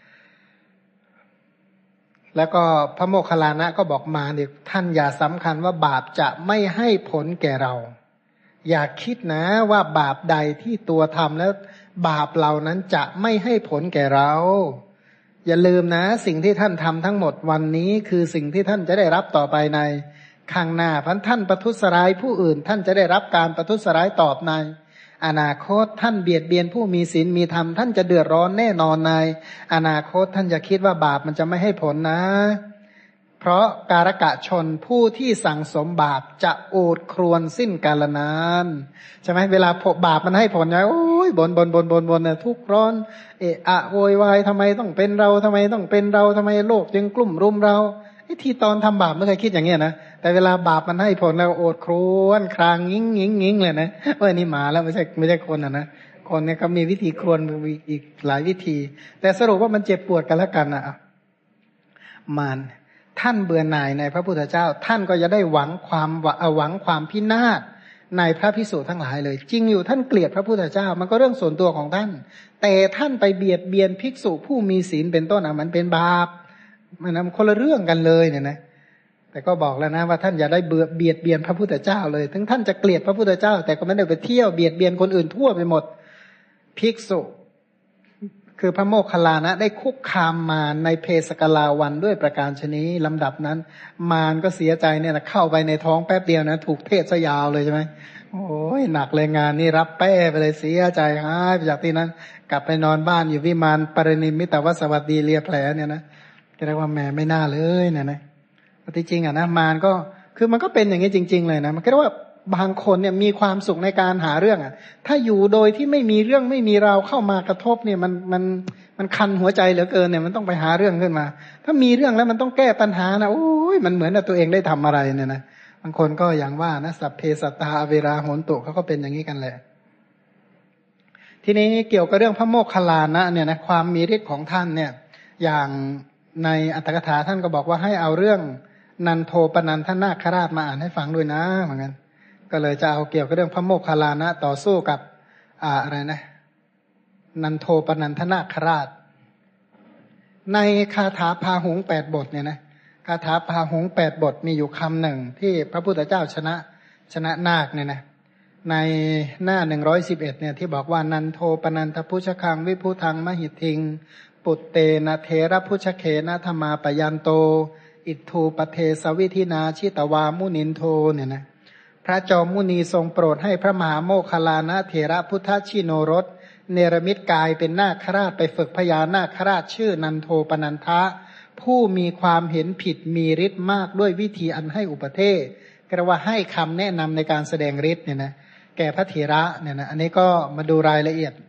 S1: แล้วก็พระโมคคัลลานะก็บอกมาเนี่ยท่านอย่าสำคัญว่าบาปจะไม่ให้ผลแก่เราอย่าคิดนะว่าบาปใดที่ตัวทำแล้วบาปเหล่านั้นจะไม่ให้ผลแก่เราอย่าลืมนะสิ่งที่ท่านทำทั้งหมดวันนี้คือสิ่งที่ท่านจะได้รับต่อไปในข้างหน้าเพราะท่านประทุษร้ายผู้อื่นท่านจะได้รับการประทุษร้ายตอบในอนาคตท่านเบียดเบียนผู้มีศีลมีธรรมท่านจะเดือดร้อนแน่นอนในอนาคตท่านจะคิดว่าบาปมันจะไม่ให้ผลนะเพราะการกะชนผู้ที่สั่งสมบาปจะโอดครวญสิ้นกาลนานใช่ไหมเวลาบาปมันให้ผลไงโอ้ยบ่นบ่นบ่นบ่นบ่นเนี่ยทุกข์ร้อนเอะอะโวยวายทำไมต้องเป็นเราทำไมต้องเป็นเราทำไมโลกจึงกลุ่มรุมเราไอ้ที่ตอนทำบาปไม่เคยคิดอย่างเงี้ยนะแต่เวลาบาปมันให้ผลแล้วโอดครวญครางงิ้งงิ้งงิ้งเลยนะเอ้ยนี่หมาแล้วไม่ใช่ไม่ใช่คนอ่ะนะคนเนี่ยเขามีวิธีครวญอีกหลายวิธี แต่สรุปว่ามันเจ็บปวดกันแล้วกันอ่ะมันท่านเบื่อหน่ายในพระพุทธเจ้าท่านก็จะได้หวังความหวังความพินาศในพระภิกษุทั้งหลายเลยจริงอยู่ท่านเกลียดพระพุทธเจ้ามันก็เรื่องส่วนตัวของท่านแต่ท่านไปเบียดเบียนภิกษุผู้มีศีลเป็นต้นอ่ะมันเป็นบาปมันคนละเรื่องกันเลยเนี่ยนะแต่ก็บอกแล้วนะว่าท่านอย่าได้เบื่อเบียดเบียนพระพุทธเจ้าเลยถึงท่านจะเกลียดพระพุทธเจ้าแต่ก็ไม่ได้ไปเที่ยวเบียดเบียนคนอื่นทั่วไปหมดภิกษุคือพระโมคคัลลานะได้คุกคามมารในเพสกลาวันด้วยประการชนี้ลำดับนั้นมารก็เสียใจเนี่ยนะเข้าไปในท้องแป๊บเดียวนะถูกเทศซะยาวเลยใช่ไหมโอ้ยหนักเลยงานนี่รับแป้ไปเลยเสียใจหายไปจากที่นั้นกลับไปนอนบ้านอยู่วิมานปรินิมมิตวสวัสดีเลียแผลเนี่ยนะจะเรียกว่าแม่ไม่น่าเลยเนี่ยนะแต่จริงอ่ะนะมารก็คือมันก็เป็นอย่างนี้จริงๆเลยนะมันก็เรียกว่าบางคนเนี่ยมีความสุขในการหาเรื่องอ่ะถ้าอยู่โดยที่ไม่มีเรื่องไม่มีเราเข้ามากระทบเนี่ยมันมันมันคันหัวใจเหลือเกินเนี่ยมันต้องไปหาเรื่องขึ้นมาถ้ามีเรื่องแล้วมันต้องแก้ปัญหานะโอ้ยมันเหมือนกับตัวเองได้ทำอะไรเนี่ยนะบางคนก็อย่างว่านะสัพเพสัตตาเวราโหนตุเขาก็เป็นอย่างนี้กันแหละทีนี้เกี่ยวกับเรื่องพระโมคคัลลานะเนี่ยนะความมีฤทธิ์ของท่านเนี่ยอย่างในอัตถกถาท่านก็บอกว่าให้เอาเรื่องนันโทปนันทนาคราชมาอ่านให้ฟังด้วยนะเหมือนกันก็เลยจะเอาเกี่ยวกับเรื่องพระโมคคัลลานะต่อสู้กับอ่าอะไรนะนันโทปนันทนาคราชในคาถาพาหุงแปดบทเนี่ยนะคาถาพาหุงแปดบทมีอยู่คำหนึ่งที่พระพุทธเจ้าชนะชนะนาคเนี่ยนะในหน้าหนึ่งร้อยสิบเอ็ดเนี่ยที่บอกว่านันโทปนันทพุชคังวิพุทังมหิทิงปุตเตนะเทระพุชเขนะธรรมาปยันโตอิทธูปเทสวิธินาชิตวามุนินโทเนี่ยนะพระจอมมุนีทรงโปรดให้พระมหาโมคคัลลานะเถระพุทธชิโนรสเนรมิตกายเป็นนาคราชไปฝึกพญานาคราชชื่อนันโทปนันทะผู้มีความเห็นผิดมีฤทธิ์มากด้วยวิธีอันให้อุปเทศกระว่าให้คำแนะนำในการแสดงฤทธิ์เนี่ยนะแก่พระเถระเนี่ยนะอันนี้ก็มาดูรายละเอียด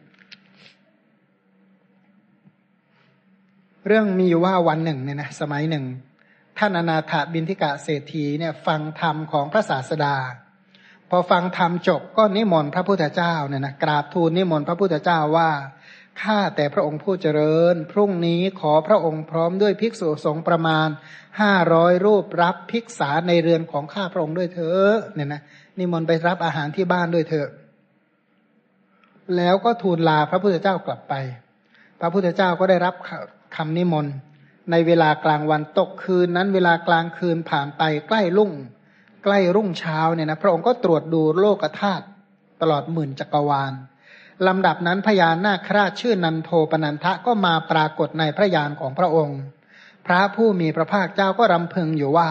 S1: เรื่องมีอยู่ว่าวันหนึ่งเนี่ยนะสมัยหนึ่งท่านอนาถบิณฑิกะเศรษฐีเนี่ยฟังธรรมของพระศาสดาพอฟังธรรมจบก็นิมนต์พระพุทธเจ้าเนี่ยนะกราบทูลนิมนต์พระพุทธเจ้าว่าข้าแต่พระองค์ผู้เจริญพรุ่งนี้ขอพระองค์พร้อมด้วยภิกษุสงฆ์ประมาณห้าร้อยรูปรับภิกษาในเรือนของข้าพระองค์ด้วยเถอะเนี่ยนะนิมนต์ไปรับอาหารที่บ้านด้วยเถอะแล้วก็ทูลลาพระพุทธเจ้ากลับไปพระพุทธเจ้าก็ได้รับคำนิมนต์ในเวลากลางวันตกคืนนั้นเวลากลางคืนผ่านไปใกล้รุ่งใกล้รุ่งเช้าเนี่ยนะพระองค์ก็ตรวจดูโลกธาตุตลอดหมื่นจักรวาลลำดับนั้นพญานาคราชชื่อนันโทปนันทะก็มาปรากฏในพระญาณของพระองค์พระผู้มีพระภาคเจ้าก็รำพึงอยู่ว่า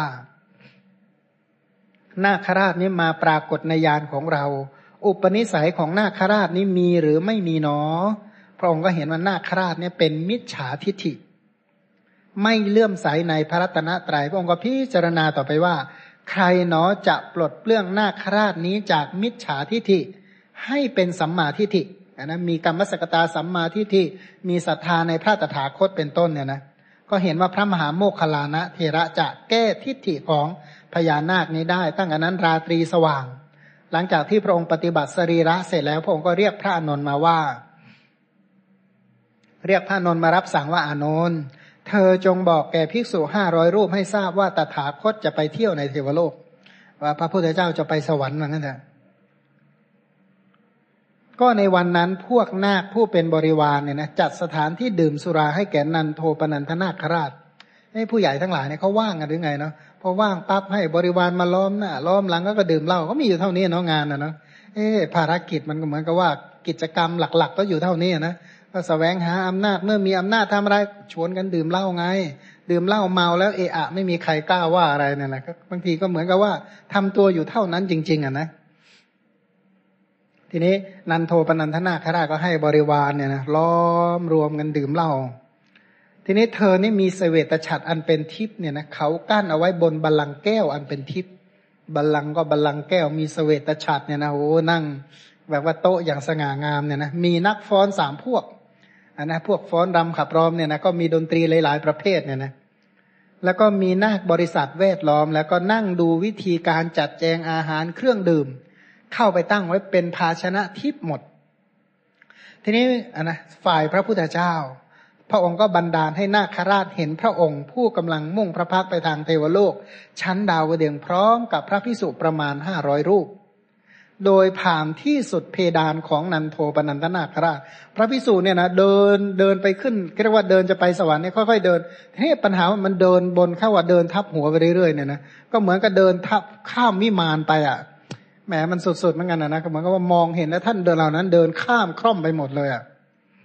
S1: นาคราชนี้มาปรากฏในญาณของเราอุปนิสัยของนาคราชนี้มีหรือไม่มีหนอพระองค์ก็เห็นว่านาคราชนี้เป็นมิจฉาทิฏฐิไม่เลื่อมใสในพระรัตนตรัยพระองค์ก็พิจารณาต่อไปว่าใครหนอจะปลดเปลื้องนาคราชนี้จากมิจฉาทิฏฐิให้เป็นสัมมาทิฏฐินะมีกรรมสกตาสัมมาทิฏฐิมีศรัทธาในพระตถาคตเป็นต้นเนี่ยนะก็เห็นว่าพระมหาโมคคัลลานะเถระจะแก้ทิฏฐิของพญานาคนี้ได้ตั้งแต่นั้นราตรีสว่างหลังจากที่พระองค์ปฏิบัติสรีระเสร็จแล้วพระองค์ก็เรียกพระอานนท์มาว่าเรียกพระนนท์มารับสั่งว่าอานนท์เธอจงบอกแก่ภิกษุห้าร้อยรูปให้ทราบว่าตถาคตจะไปเที่ยวในเทวโลกว่าพระพุทธเจ้าจะไปสวรรค์ว่างั้นเถอะก็ในวันนั้นพวกนาคผู้เป็นบริวารเนี่ยนะจัดสถานที่ดื่มสุราให้แก่นันโทปนันทนาคราชให้ผู้ใหญ่ทั้งหลายเนี่ยเขาว่างกันหรือไงเนาะพอว่างปั๊บให้บริวารมาล้อมหน้าล้อมหลังก็ก็ดื่มเหล้าก็มีอยู่เท่านี้เนาะงานนะเนาะเอ๊ะภารกิจมันก็เหมือนกับว่ากิจกรรมหลักๆก็อยู่เท่านี้นะก็แสวงหาอำนาจเมื่อมีอำนาจทำอะไรชวนกันดื่มเหล้าไงดื่มเหล้าเมาแล้วเอะอะไม่มีใครกล้าว่าอะไรเนี่ยแหละก็บางทีก็เหมือนกับว่าทำตัวอยู่เท่านั้นจริงๆอ่ะนะทีนี้นันโทปนันทนาคราชก็ให้บริวารเนี่ยนะล้อมรวมกันดื่มเหล้าทีนี้เธอนี่มีเสวตฉัตรอันเป็นทิพย์เนี่ยนะเขากั้นเอาไว้บนบัลลังก์แก้วอันเป็นทิพย์บัลลังก์ก็บัลลังก์แก้วมีเสวตฉัตรเนี่ยนะโอ้นั่งแบบว่าโต๊ะอย่างสง่างามเนี่ยนะมีนักฟ้อนสามพวกอันนะพวกฟ้อนรำขับร้องเนี่ยนะก็มีดนตรีหลายๆประเภทเนี่ยนะแล้วก็มีนาคบริษัทแวดล้อมแล้วก็นั่งดูวิธีการจัดแจงอาหารเครื่องดื่มเข้าไปตั้งไว้เป็นภาชนะทิพย์หมดทีนี้อันนะฝ่ายพระพุทธเจ้าพระองค์ก็บันดาลให้นาคราชเห็นพระองค์ผู้กำลังมุ่งพระพักไปทางเทวโลกชั้นดาวดึงส์พร้อมกับพระภิกษุประมาณห้าร้อยรูปโดยผ่านที่สุดเพดานของนันโทปนันทนาคราชพระภิกษุเนี่ยนะเดินเดินไปขึ้นเรียกว่าเดินจะไปสวรรค์เนี่ยค่อยๆเดินทีนี้ปัญหามันเดินบนเข้าว่าเดินทับหัวไปเรื่อยๆเนี่ยนะก็เหมือนกับเดินทับข้ามวิมานไปอ่ะแหมมันสุดๆเหมือนกันนะนะก็เหมือนกับว่ามองเห็นแล้วท่านเดินเหล่านั้นเดินข้ามคล่อมไปหมดเลยอ่ะ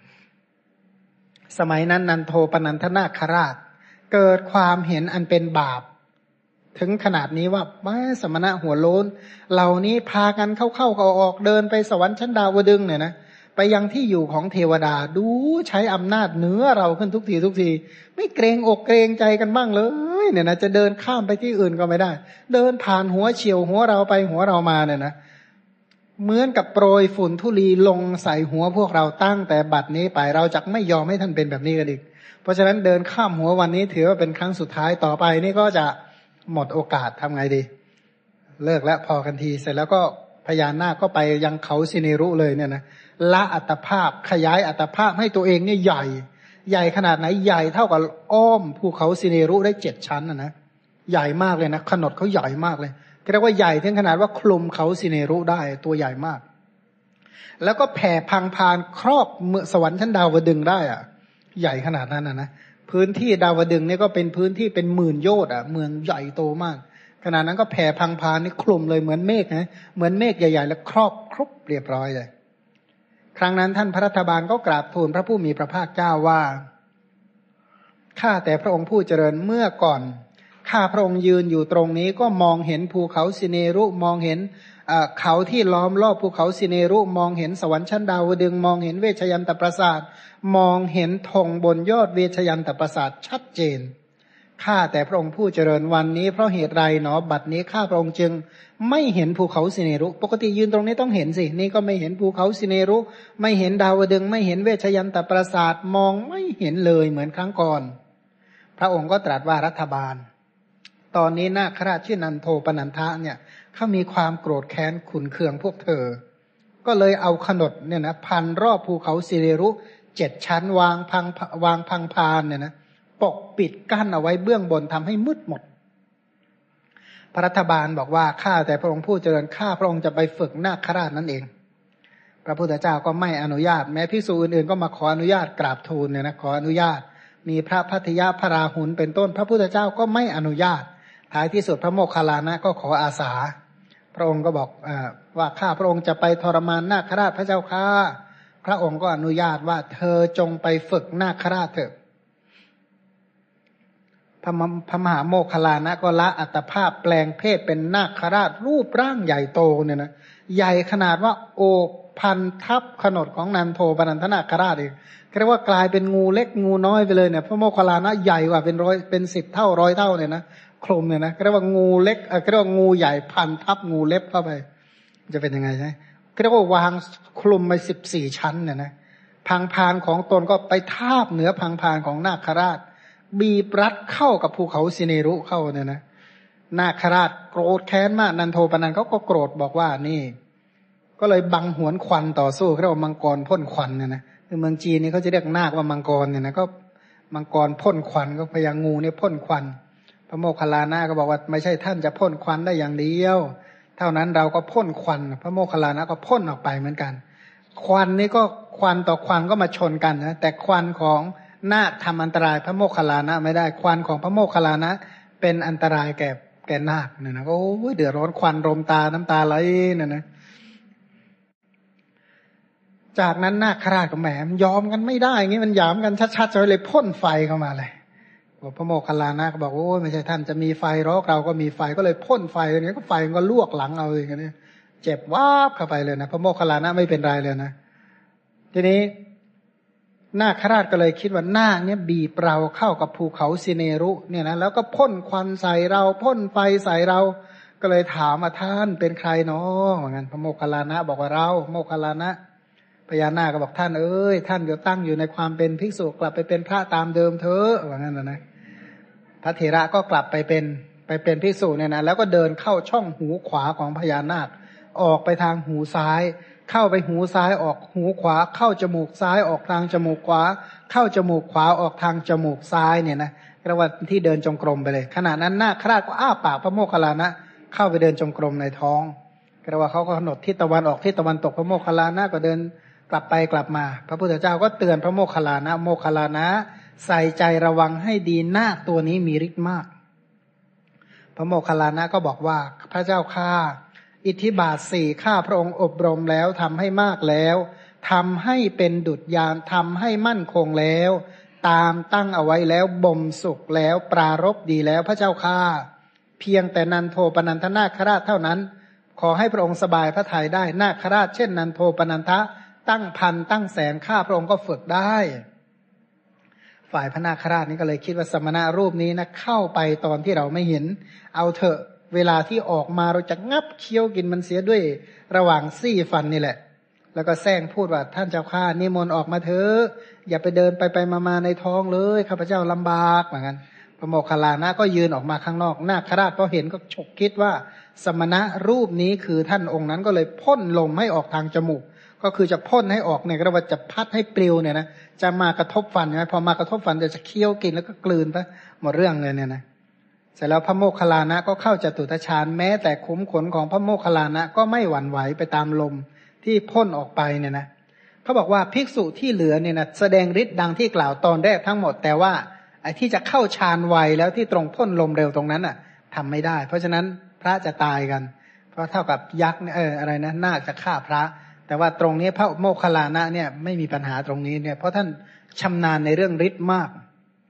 S1: สมัยนั้นนันโทปนันทนาคราชเกิดความเห็นอันเป็นบาปถึงขนาดนี้ว่าแม่สมณะหัวโล้นเหล่านี้พากันเข้าเข้าเขาออกเดินไปสวรรค์ชั้นดาวดึงส์เนี่ยนะไปยังที่อยู่ของเทวดาดูใช้อำนาจเหนือเราขึ้นทุกทีทุกทีไม่เกรงอกเกรงใจกันบ้างเลยเนี่ยนะจะเดินข้ามไปที่อื่นก็ไม่ได้เดินผ่านหัวเฉียวหัวเราไปหัวเรามาเนี่ยนะเหมือนกับโปรยฝุ่นธุลีลงใส่หัวพวกเราตั้งแต่บัดนี้ไปเราจะไม่ยอมให้ท่านเป็นแบบนี้กันอีกเพราะฉะนั้นเดินข้ามหัววันนี้ถือว่าเป็นครั้งสุดท้ายต่อไปนี่ก็จะหมดโอกาสทำไงดีเลิกแล้วพอกันทีเสร็จแล้วก็พญานาคก็ไปยังเขาสิเนรุเลยเนี่ยนะละอัตภาพขยายอัตภาพให้ตัวเองเนี่ยใหญ่ใหญ่ขนาดไหนใหญ่เท่ากับอ้อมภูเขาสิเนรุได้เจ็ดชั้นนะนะใหญ่มากเลยนะขนาดเขาใหญ่มากเลยเรียกว่าใหญ่ถึงขนาดว่าคลุมเขาสิเนรุได้ตัวใหญ่มากแล้วก็แผ่พังพานครอบเมืองสวรรค์ชั้นดาวดึงส์ได้อ่ะใหญ่ขนาดนั้นนะนะพื้นที่ดาวดึงส์เนี่ยก็เป็นพื้นที่เป็นหมื่นโยชน์อ่ะเมืองใหญ่โตมากขนาดนั้นก็แผ่พังพานนี่คลุมเลยเหมือนเมฆนะเหมือนเมฆใหญ่ๆแล้วครอบครุบเรียบร้อยเลยครั้งนั้นท่านพระรัฐบาลก็กราบทูลพระผู้มีพระภาคเจ้าว่าข้าแต่พระองค์ผู้เจริญเมื่อก่อนข้าพระองค์ยืนอยู่ตรงนี้ก็มองเห็นภูเขาสิเนรุมองเห็นเขาที่ล้อมรอบภูเขาสิเนรุมองเห็นสวรรค์ชั้นดาวดึงส์มองเห็นเวชยันตปราสาทมองเห็นธงบนยอดเวชยันตปราสาทชัดเจนข้าแต่พระองค์ผู้เจริญวันนี้เพราะเหตุไรหนอบัดนี้ข้าพระองค์จึงไม่เห็นภูเขาสิเนรุปกติยืนตรงนี้ต้องเห็นสินี่ก็ไม่เห็นภูเขาสิเนรุไม่เห็นดาวดึงส์ไม่เห็นเวชยันตปราสาทมองไม่เห็นเลยเหมือนครั้งก่อนพระองค์ก็ตรัสว่ารัฐบาลตอนนี้นาคราชชื่อนันโทปนันทะเนี่ยเขามีความโกรธแค้นขุ่นเคืองพวกเธอก็เลยเอาขนดเนี่ยนะพันรอบภูเขาสิเนรุเจ็ดชั้นวางพังวางพังพานเนี่ยนะปกปิดกั้นเอาไว้เบื้องบนทำให้มืดหมดพระรัฐบาลบอกว่าข้าแต่พระองค์ผู้เจริญข้าพระองค์จะไปฝึกนาคราชนั่นเองพระพุทธเจ้าก็ไม่อนุญาตแม้ภิกษุอื่นๆก็มาขออนุญาตกราบทูลเนี่ยนะขออนุญาตมีพระพัทยาพระราหุลเป็นต้นพระพุทธเจ้าก็ไม่อนุญาตท้ายที่สุดพระโมคคัลลานะก็ขออาสาพระองค์ก็บอกอ่าว่าข้าพระองค์จะไปทรมานนาคราชพระเจ้าข้าพระองค์ก็อนุญาตว่าเธอจงไปฝึกนาคราชเถอะพระพระมหาโมคคัลลานะก็ละอัตภาพแปลงเพศเป็นนาคราชรูปร่างใหญ่โตเนี่ยนะใหญ่ขนาดว่าโอบพันทับขนดของนันโทปนันทนาคราชเองเรียกว่ากลายเป็นงูเล็กงูน้อยไปเลยเนี่ยพระโมคคัลลานะใหญ่กว่าเป็นร้อยเป็นสิบเท่าร้อยเท่าเนี่ยนะโคลุมเนี่ยนะเรียกว่างูเล็กเรียกว่างูใหญ่พันทับงูเล็บเข้าไปจะเป็นยังไงใช่เรียกว่าวางคลุมไปสิบสี่ชั้นเนี่ยนะพังพานของตนก็ไปทาบเหนือพังพานของนาคราชบีบรัดเข้ากับภูเขาสิเนรุเข้าเนี่ยนะนาคราชโกรธแค้นมากนันโทปนันเขาก็โกรธบอกว่านี่ก็เลยบังหวนควันต่อสู้เรียกว่ามังกรพ่นควันเนี่ยนะ
S2: คือเมืองจีนนี่เขาจะเรียกนาคว่ามังกรเนี่ยนะก็มังกรพ่นควันก็พญางูเนี่ยพ่นควันพระโมคคัลลานะก็บอกว่าไม่ใช่ท่านจะพ่นควันได้อย่างเดียวเท่านั้นเราก็พ่นควันพระโมคคัลลานะก็พ่นออกไปเหมือนกันควันนี่ก็ควันต่อควันก็มาชนกันนะแต่ควันของนาคทำอันตรายพระโมคคัลลานะไม่ได้ควันของพระโมคคัลลานะเป็นอันตรายแก่แก่นาคเนี่ยนะโอ้ยเดือดร้อนควันรมตาน้ำตาไหลเนี่ยนะจากนั้นนาคราชกับแหมยอมกันไม่ได้อย่างงี้มันหยามกันชัดๆเลยพ่นไฟเข้ามาเลยบอกพระโมคคัลลานะก็บอกโอ้ยไม่ใช่ท่านจะมีไฟหรอกเราก็มีไฟก็เลยพ่นไฟอย่างนี้ก็ไฟมันก็ลวกหลังเอาอย่างนี้เจ็บวาบเข้าไปเลยนะพระโมคคัลลานะไม่เป็นไรเลยนะทีนี้นาคราชก็เลยคิดว่านาคเนี่ยบีบเราเข้ากับภูเขาสิเนรุเนี่ยนะแล้วก็พ่นควันใส่เราพ่นไฟใส่เราก็เลยถามว่าท่านเป็นใครเนาะเหมือนกันพระโมคคัลลานะบอกว่าเราโมคคัลลานะพญานาคก็บอกท่านเอ้ยท่านเดี๋ยวตั้งอยู่ในความเป็นภิกษุกลับไปเป็นพระตามเดิมเถอะว่างั้นนะนะพระเถระก็กลับไปเป็นไปเป็นภิกษุเนี่ยนะแล้วก็เดินเข้าช่องหูขวาของพญานาคออกไปทางหูซ้ายเข้าไปหูซ้ายออกหูขวาเข้าจมูกซ้ายออกทางจมูกขวาเข้าจมูกขวาออกทางจมูกซ้ายเนี่ยนะเรียกว่าที่เดินจงกรมไปเลยขณะนั้นนาคราชก็อ้าปากพระโมคคัลลานะเข้าไปเดินจงกรมในท้องเรียกว่าเขาก็กำหนดทิศตะวันออกทิศตะวันตกพระโมคคัลลานะก็เดินกลับไปกลับมาพระพุทธเจ้าก็เตือนพระโมคคัลลานะโมคคัลลานะใส่ใจระวังให้ดีนาคตัวนี้มีฤทธิ์มากพระโมคคัลลานะก็บอกว่าพระเจ้าข้าอิทธิบาทสี่ข้าพระองค์อบรมแล้วทำให้มากแล้วทำให้เป็นดุจยานทำให้มั่นคงแล้วตามตั้งเอาไว้แล้วบ่มสุขแล้วปรารภดีแล้วพระเจ้าข้าเพียงแต่นันโทปนันทนาคราชเท่านั้นขอให้พระองค์สบายพระทัยได้นาคราชเช่นนันโทปนันทะตั้งพันตั้งแสนข้าพระองค์ก็ฝึกได้ฝ่ายพระนาคราชนี่ก็เลยคิดว่าสมณะรูปนี้นะเข้าไปตอนที่เราไม่เห็นเอาเถอะเวลาที่ออกมาเราจะงับเคี้ยวกินมันเสียด้วยระหว่างซี่ฟันนี่แหละแล้วก็แซงพูดว่าท่านเจ้าข้านิมนต์ออกมาเถอะอย่าไปเดินไปไปมาๆในท้องเลยข้าพเจ้าลำบากเหมือนกันพระโมคคัลลานะก็ยืนออกมาข้างนอกนาคราชก็เห็นก็ฉกคิดว่าสมณะรูปนี้คือท่านองค์นั้นก็เลยพ่นลมให้ออกทางจมูกก็คือจะพ่นให้ออกเนี่ยก็ว่าจะพัดให้ปลิวเนี่ยนะจะมากระทบฟันใช่ไหมพอมากระทบฟันจะจะเคี้ยวกินแล้วก็กลืนไปหมดเรื่องเลยเนี่ยนะเสร็จแล้วพระโมคคัลลานะก็เข้าจตุตฌานแม้แต่ขุมขนของพระโมคคัลลานะก็ไม่หวั่นไหวไปตามลมที่พ่นออกไปเนี่ยนะเขาบอกว่าภิกษุที่เหลือเนี่ยนะแสดงฤทธิ์ดังที่กล่าวตอนแรกทั้งหมดแต่ว่าไอ้ที่จะเข้าฌานไวแล้วที่ตรงพ่นลมเร็วตรงนั้นอ่ะทำไม่ได้เพราะฉะนั้นพระจะตายกันเพราะเท่ากับยักษ์เอออะไรนะนาคจะฆ่าพระแต่ว่าตรงนี้พระโมคคัลลานะเนี่ยไม่มีปัญหาตรงนี้เนี่ยเพราะท่านชำนาญในเรื่องฤทธิ์มาก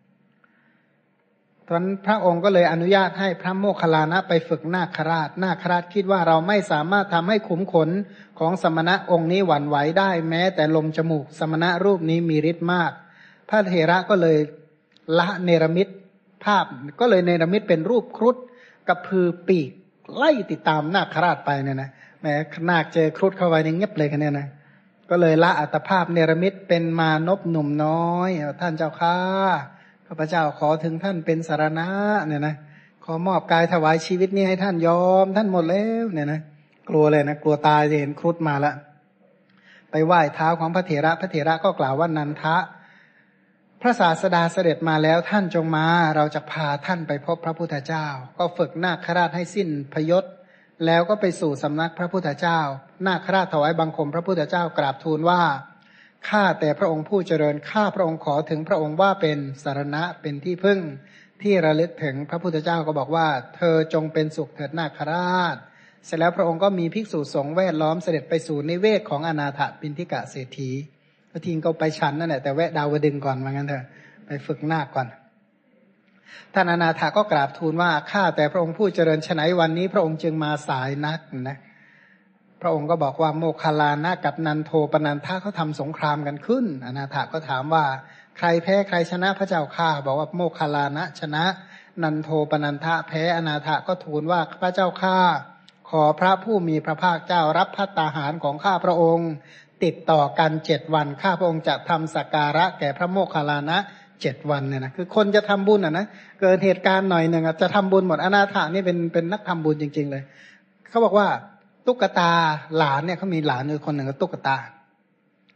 S2: ตอนพระองค์ก็เลยอนุญาตให้พระโมคคัลลานะไปฝึกนาคราชนาคราชคิดว่าเราไม่สามารถทำให้ขุมขนของสมณะองค์นี้หวั่นไหวได้แม้แต่ลมจมูกสมณะรูปนี้มีฤทธิ์มากพระเถระก็เลยละเนรมิตภาพก็เลยเนรมิตเป็นรูปครุฑกระพือปีกไล่ติดตามนาคราชไปเนี่ยนะแม้นาคเจอครุฑเข้าไปนี่เงียบเลยกันเนี่ยนะก็เลยละอัตภาพเนรมิตเป็นมานพหนุ่มน้อยท่านเจ้าข้าข้าพเจ้าขอถึงท่านเป็นสารณะเนี่ยนะขอมอบกายถวายชีวิตนี้ให้ท่านยอมท่านหมดแล้วเนี่ยนะกลัวเลยนะกลัวตายจะเห็นครุฑมาละไปไหว้เท้าของพระเถระพระเถระก็กล่าวว่านันทะพระศาสดาเสด็จมาแล้วท่านจงมาเราจะพาท่านไปพบพระพุทธเจ้าก็ฝึกนาคราชให้สิ้นพยศแล้วก็ไปสู่สำนักพระพุทธเจ้านาคราชถวายบังคมพระพุทธเจ้ากราบทูลว่าข้าแต่พระองค์ผู้เจริญข้าพระองค์ขอถึงพระองค์ว่าเป็นสรณะเป็นที่พึ่งที่ระลึกถึงพระพุทธเจ้าก็บอกว่าเธอจงเป็นสุขเถิดนาคราชเสร็จแล้วพระองค์ก็มีภิกษุสงฆ์แวดล้อมเสด็จไปสู่นิเวศของอนาถปิณฑิกะเศรษฐีพระทิงก็ไปฉันนั่นแหละแต่แวะดาวดึงก่อนว่างั้นเถอะไปฝึกนาคก่อนท่านอนาถก็กราบทูลว่าข้าแต่พระองค์ผู้เจริญฉนัยวันนี้พระองค์จึงมาสายนักนะพระองค์ก็บอกว่าโมคคัลลานะกับนันโทปนันทะเขาทำสงครามกันขึ้นอนาถก็ถามว่าใครแพ้ใครชนะพระเจ้าข้าบอกว่าโมคคัลลานะชนะนันโทปนันทะแพ้อนาถก็ทูลว่าพระเจ้าข้าขอพระผู้มีพระภาคเจ้ารับภัตตาหารของข้าพระองค์ติดต่อกันเจ็ดวันข้าพระองค์จะทำสักการะแก่พระโมคคัลลานะเจ็ดวันเนี่ยนะคือคนจะทำบุญอ่ะนะเกิดเหตุการณ์หน่อยหนึ่งจะทำบุญหมดอนาถานี่เป็นเป็นนักทำบุญจริงๆเลยเขาบอกว่าตุ๊กตาหลานเนี่ยเขามีหลานอยู่คนหนึ่งก็ตุ๊กตา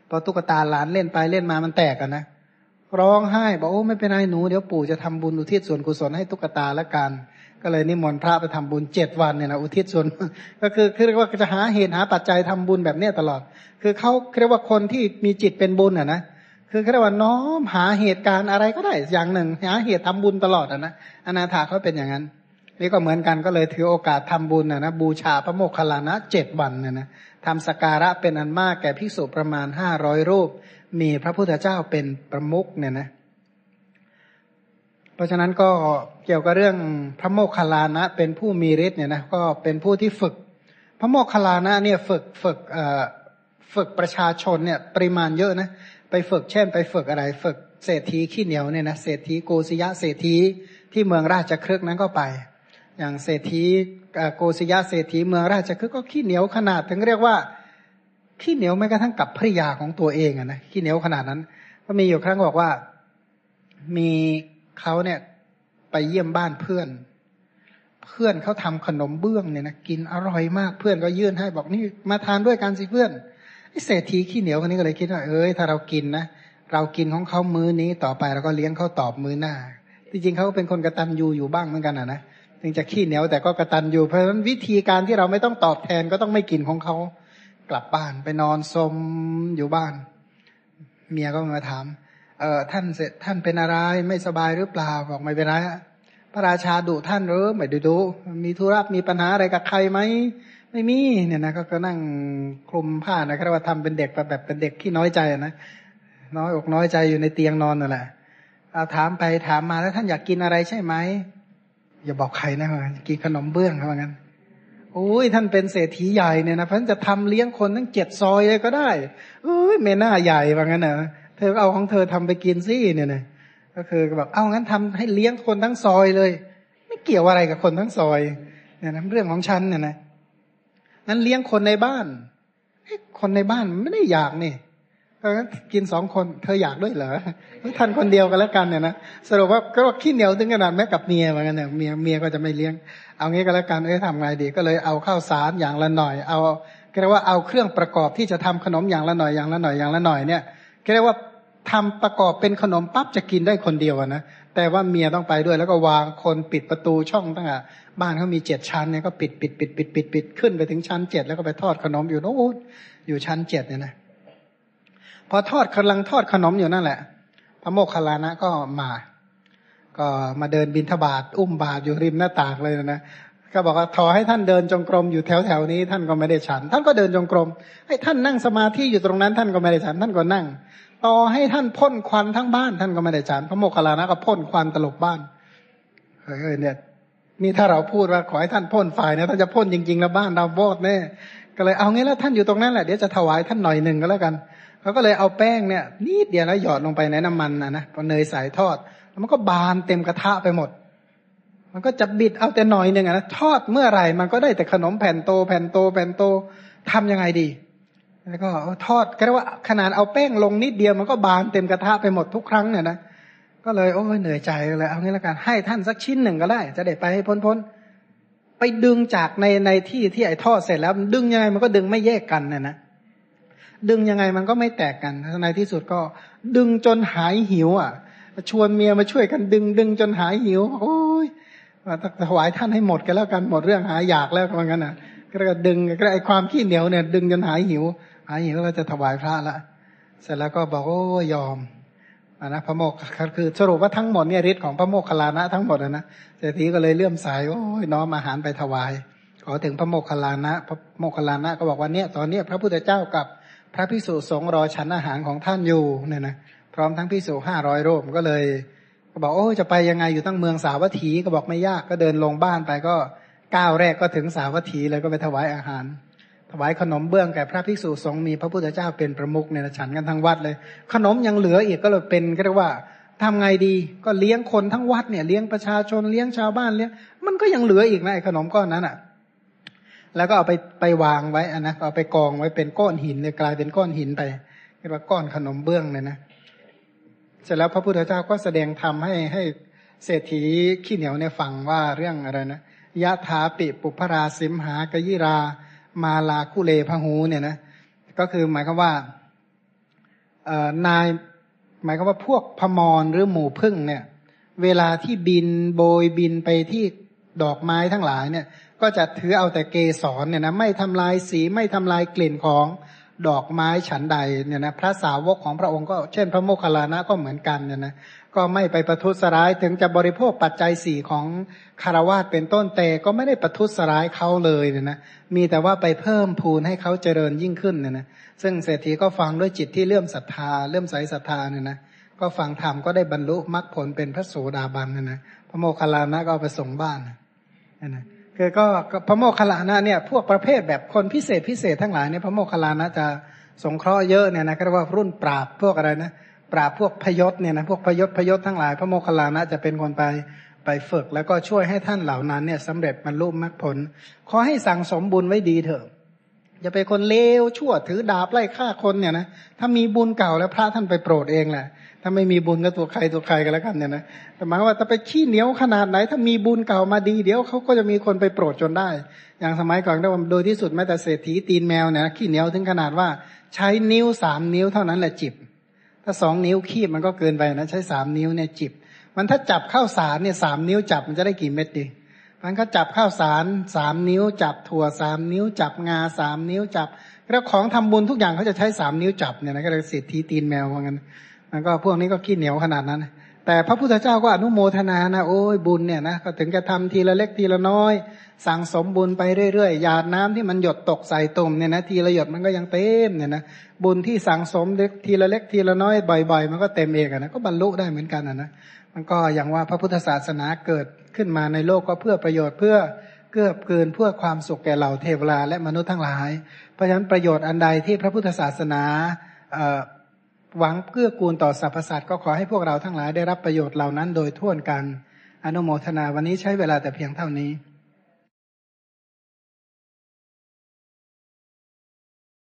S2: พอตุ๊กตาหลานเล่นไปเล่นมามันแตกกันนะร้องไห้บอกโอ้ไม่เป็นไรหนูเดี๋ยวปู่จะทำบุญอุทิศส่วนกุศลให้ตุ๊กตาละกันก็เลยนิมนต์พระไปทำบุญเจ็ดวันเนี่ยนะอุทิศส่วนก็คือคือเรียกว่าจะหาเหตุหาปัจจัยทำบุญแบบเนี้ยตลอดคือเขาเรียกว่าคนที่มีจิตเป็นบุญอ่ะนะคือเรียกว่าน้อมหาเหตุการณ์อะไรก็ได้อย่างหนึ่งหาเหตุทำบุญตลอดอ่ะนะอนาถาเขาเป็นอย่างนั้นนี่ก็เหมือนกันก็เลยถือโอกาสทำบุญอ่ะนะบูชาพระโมคคัลลานะเจ็ดวันเนี่ยนะทำสักการะเป็นอันมากแก่ภิกษุประมาณห้าร้อยรูปมีพระพุทธเจ้าเป็นประมุขเนี่ยนะเพราะฉะนั้นก็เกี่ยวกับเรื่องพระโมคคัลลานะเป็นผู้มีฤทธิ์เนี่ยนะก็เป็นผู้ที่ฝึกพระโมคคัลลานะเนี่ยฝึกฝึกเอ่อฝึกประชาชนเนี่ยปริมาณเยอะนะไปฝึกเช่นไปฝึกอะไรฝึกเศรษฐีขี้เหนียวเนี่ยนะเศรษฐีโกศยะเศรษฐีที่เมืองราชคฤห์นั้นก็ไปอย่างเศรษฐีโกศยะเศรษฐีเมืองราชคฤห์ก็ขี้เหนียวขนาดถึงเรียกว่าขี้เหนียวแม้กระทั่งกับภริยาของตัวเองอ่ะนะขี้เหนียวขนาดนั้นก็มีอยู่ครั้งบอกว่ามีเขาเนี่ยไปเยี่ยมบ้านเพื่อนเพื่อนเขาทำขนมเบื้องเนี่ยนะกินอร่อยมากเพื่อนก็ยื่นให้บอกนี่มาทานด้วยกันสิเพื่อนไอ้เศรษฐีขี้เหนียวคนนี้ก็เลยคิดว่าเอ้ยถ้าเรากินนะเรากินของเขามื้อนี้ต่อไปเราก็เลี้ยงเขาตอบมื้อหน้าจริงๆเขาก็เป็นคนกตัญญูอยู่บ้างเหมือนกันอ่ะนะถึงจะขี้เหนียวแต่ก็กตัญญูเพราะฉะนั้นวิธีการที่เราไม่ต้องตอบแทนก็ต้องไม่กินของเขากลับบ้านไปนอนสมอยู่บ้านเมียก็มาถามเออท่านเสร็จท่านเป็นอะไรไม่สบายหรือเปล่าบอกไม่เป็นไรพระราชาดุท่านหรือไม่ดุดุมีธุระมีปัญหาอะไรกับใครไหมไม่มีเนี่ยนะก็นั่งคลุมผ้านะครับว่าทำเป็นเด็กแบบเป็นเด็กที่น้อยใจนะน้อยอกน้อยใจอยู่ในเตียงนอนนั่นแหละเอาถามไปถามมาแล้วท่านอยากกินอะไรใช่ไหมอย่าบอกใครนะว่ากินขนมเบื้องเขาว่างั้นโอ้ยท่านเป็นเศรษฐีใหญ่เนี่ยนะเพราะฉะนั้นจะทำเลี้ยงคนทั้งเจ็ดซอยเลยก็ได้เอ้ยเมน่าใหญ่ว่างั้นนะเธอเอาของเธอทำไปกินซิเนี่ยนะก็คือแบบเอางั้นทำให้เลี้ยงคนทั้งซอยเลยไม่เกี่ยวอะไรกับคนทั้งซอยเนี่ยนะเรื่องของฉันเนี่ยนะงั้นเลี้ยงคนในบ้านคนในบ้านไม่ได้อยากนี่เพราะงั้นกินสองคนเธออยากด้วยเหรอท่านคนเดียวกันแล้วกันเนี่ยนะสรุปว่าก็ขี้เหนียวถึงขนาดแม้กับเมียเหมือนกันเนี่ยเมียเมียก็จะไม่เลี้ยงเอางี้ก็แล้วกันเอ้ยทำไงดีก็เลยเอาข้าวสารอย่างละหน่อยเอาเรียกว่าเอาเครื่องประกอบที่จะทำขนมอย่างละหน่อยอย่างละหน่อยอย่างละหน่อยเนี่ยเรียกว่าทำประกอบเป็นขนมปั๊บจะกินได้คนเดียวนะแต่ว่าเมียต้องไปด้วยแล้วก็วางคนปิดประตูช่องตั้งแต่บ้านเขามีเจ็ดชั้นเนี่ยก็ปิดปิดปิดปิดปิดปิดขึ้นไปถึงชั้นเจ็ดแล้วก็ไปทอดขนมอยู่โน้นอยู่ชั้นเจ็ดเนี่ยนะพอทอดกำลังทอดขนมอยู่นั่นแหละพระโมคคัลลานะก็มาก็มาเดินบิณฑบาตอุ้มบาตรอยู่ริมหน้าต่างเลยนะก็บอกว่าขอให้ท่านเดินจงกรมอยู่แถวแถวนี้ท่านก็ไม่ได้ฉันท่านก็เดินจงกรมให้ท่านนั่งสมาธิอยู่ตรงนั้นท่านก็ไม่ได้ฉันท่านก็นั่งต่อให้ท่านพ่นควันทั้งบ้านท่านก็ไม่ได้ฉันพระโมคคัลลานะก็พ่นควันตลบบ้านเฮ้ยเนี่ยนี่ถ้าเราพูดว่าขอให้ท่านพ่นไฟเนี่ยท่านจะพ่นจริงๆแล้วบ้านเราวอดแน่ก็เลยเอางี้แล้วท่านอยู่ตรงนั้นแหละเดี๋ยวจะถวายท่านหน่อยหนึ่งก็แล้วกันเขาก็เลยเอาแป้งเนี่ยนิดเดียวแล้วหยอดลงไปในน้ำมันนะนะพอเนยใส่ทอดแล้วมันก็บานเต็มกระทะไปหมดมันก็จะบิดเอาแต่หน่อยหนึ่งนะทอดเมื่อไหร่มันก็ได้แต่ขนมแผ่นโตแผ่นโตแผ่นโตทำยังไงดีแล้วก็ทอดก็เรียกว่าขนาดเอาแป้งลงนิดเดียวมันก็บานเต็มกระทะไปหมดทุกครั้งเนี่ยนะก็เลยโอ้ยเหนื่อยใจเลยเอางี้แล้วกันให้ท่านสักชิ้นหนึ่งก็ได้จะได้ไปให้พ้นๆไปดึงจากในในที่ที่ไอ้ทอดเสร็จแล้วดึงยังไงมันก็ดึงไม่แยกกันเนี่ยนะดึงยังไงมันก็ไม่แตกกันในที่สุดก็ดึงจนหายหิวอ่ะชวนเมียมาช่วยกันดึงดึงจนหายหิวโอ้ยถวายท่านให้หมดกันแล้วกันหมดเรื่องหายอยากแล้วว่างั้นน่ะก็เลยดึงก็ไอ้ความขี้เหนียวเนี่ยดึงจนหายหิวหายหิวก็จะถวายพระละเสร็จแล้วก็บอกโอ้ยอมอ่ะนะพระโมคคือสรุปว่าทั้งหมดเนี่ยฤทธิ์ของพระโมคคัลลานะทั้งหมดนะเศรษฐีก็เลยเลื่อมใสโอ้ยน้อมอาหารไปถวายขอถึงพระโมคคัลลานะพระโมคคัลลานะก็บอกว่าเนี่ยตอนนี้พระพุทธเจ้ากับพระภิกษุสงฆ์รอฉันอาหารของท่านอยู่เนี่ยนะพร้อมทั้งภิกษุห้าร้อยรูปก็เลยก็บอกโอ้จะไปยังไงอยู่ตั้งเมืองสาวัตถีก็บอกไม่ยากก็เดินลงบ้านไปก็ก้าวแรกก็ถึงสาวัตถีเลยก็ไปถวายอาหารถวายขนมเบื้องแก่พระภิกษุสงฆ์มีพระพุทธเจ้าเป็นประมุขเนี่ยฉันกันทั้งวัดเลยขนมยังเหลืออีกก็เลยเป็นก็เรียกว่าทำไงดีก็เลี้ยงคนทั้งวัดเนี่ยเลี้ยงประชาชนเลี้ยงชาวบ้านเลี้ยงมันก็ยังเหลืออีกนะไอ้ขนมก้อนนั้นอ่ะแล้วก็เอาไปไปวางไว้อ่ะนะเอาไปกองไว้เป็นก้อนหินเลยกลายเป็นก้อนหินไปเรียกว่าก้อนขนมเบื้องเลยนะเสร็จแล้วพระพุทธเจ้าก็แสดงธรรมให้ให้เศรษฐีขี้เหนียวเนี่ยฟังว่าเรื่องอะไรนะยะถาปิปุพราสิมหากยิรามาลาคุเลพหูเนี่ยนะก็คือหมายความว่านายหมายความว่าพวกพมรหรือหมู่ผึ้งเนี่ยเวลาที่บินโบยบินไปที่ดอกไม้ทั้งหลายเนี่ยก็จะถือเอาแต่เกสรเนี่ยนะไม่ทำลายสีไม่ทำลายกลิ่นของดอกไม้ฉันใดเนี่ยนะพระสาวกของพระองค์ก็เช่นพระโมคคัลลานะก็เหมือนกันเนี่ยนะก็ไม่ไปประทุษร้ายถึงจะบริโภคปัจจัยสี่ของคารวาสเป็นต้นแต่ก็ไม่ได้ประทุษร้ายเขาเลยเนี่ยนะมีแต่ว่าไปเพิ่มพูนให้เขาเจริญยิ่งขึ้นเนี่ยนะซึ่งเศรษฐีก็ฟังด้วยจิตที่เลื่อมศรัทธาเลื่อมใสศรัทธาเนี่ยนะก็ฟังธรรมก็ได้บรรลุมรรคผลเป็นพระโสดาบันเนี่ยนะพระโมคคัลลานะก็เอาไปส่งบ้านนะนะคือก็พระโมคคัลลานะเนี่ยพวกประเภทแบบคนพิเศษพิเศษทั้งหลายเนี่ยพระโมคคัลลานะจะสงเคราะห์เยอะเนี่ยนะก็เรียกว่ารุ่นปราบพวกอะไรนะปราบพวกพยศเนี่ยนะพวกพยศพยศทั้งหลายพระโมคคัลลานะจะเป็นคนไปไปฝึกแล้วก็ช่วยให้ท่านเหล่านั้นเนี่ยสำเร็จบรรลุมรรคผลขอให้สั่งสมบุญไว้ดีเถอะอย่าไปคนเลวชั่วถือดาบไล่ฆ่าคนเนี่ยนะถ้ามีบุญเก่าแล้วพระท่านไปโปรดเองแหละถ้าไม่มีบุญก็ตัวใครตัวใครกันแล้วกันเนี่ยนะแต่หมายว่าถ้าไปขี้เหนียวขนาดไหนถ้ามีบุญเก่ามาดีเดี๋ยวเขาก็จะมีคนไปโปรดจนได้อย่างสมัยก่อนได้ว่าโดยที่สุดแม้แต่เศรษฐีตีนแมวเนี่ยขี้เหนียวถึงขนาดว่าใช้นิ้วสามนิ้วเท่านั้นแหละจิบถ้าสองนิ้วคีบมันก็เกินไปนะใช้สามนิ้วเนี่ยจิบมันถ้าจับข้าวสารเนี่ยสามนิ้วจับมันจะได้กี่เม็ดดีมันก็จับข้าวสารสามนิ้วจับถั่วสามนิ้วจับงาสามนิ้วจับแล้วของทำบุญทุกอย่างเขาจะใช้สามนิ้วจับเนี่ยนะก็เลยเศรษฐีตีนแมวว่างั้นมันก็พวกนี้ก็ขี้เหนียวขนาดนั้นแต่พระพุทธเจ้าก็อนุโมทนานะโอ้ยบุญเนี่ยนะก็ถึงจะทำทีละเล็กทีละน้อยสั่งสมบุญไปเรื่อยๆหยาดน้ำที่มันหยดตกใส่ตุ่มเนี่ยนะทีละหยดมันก็ยังเต็มเนี่ยนะบุญที่สั่งสมเล็กทีละเล็กทีละน้อยบ่อยๆมันก็เต็มเองนะก็บรรลุได้เหมือนกันนะมันก็อย่างว่าพระพุทธศาสนาเกิดขึ้นมาในโลกก็เพื่อประโยชน์เพื่อเกื้อกูลเพื่อความสุขแก่เหล่าเทวดาและมนุษย์ทั้งหลายเพราะฉะนั้นประโยชน์อันใดที่พระพุทธศาสนาหวังเกื้อกูลต่อสรรพสัตว์ก็ขอให้พวกเราทั้งหลายได้รับประโยชน์เหล่านั้นโดยทั่วกันอนุโมทนาวันนี้ใช้เวลาแต่เพียงเท่านี้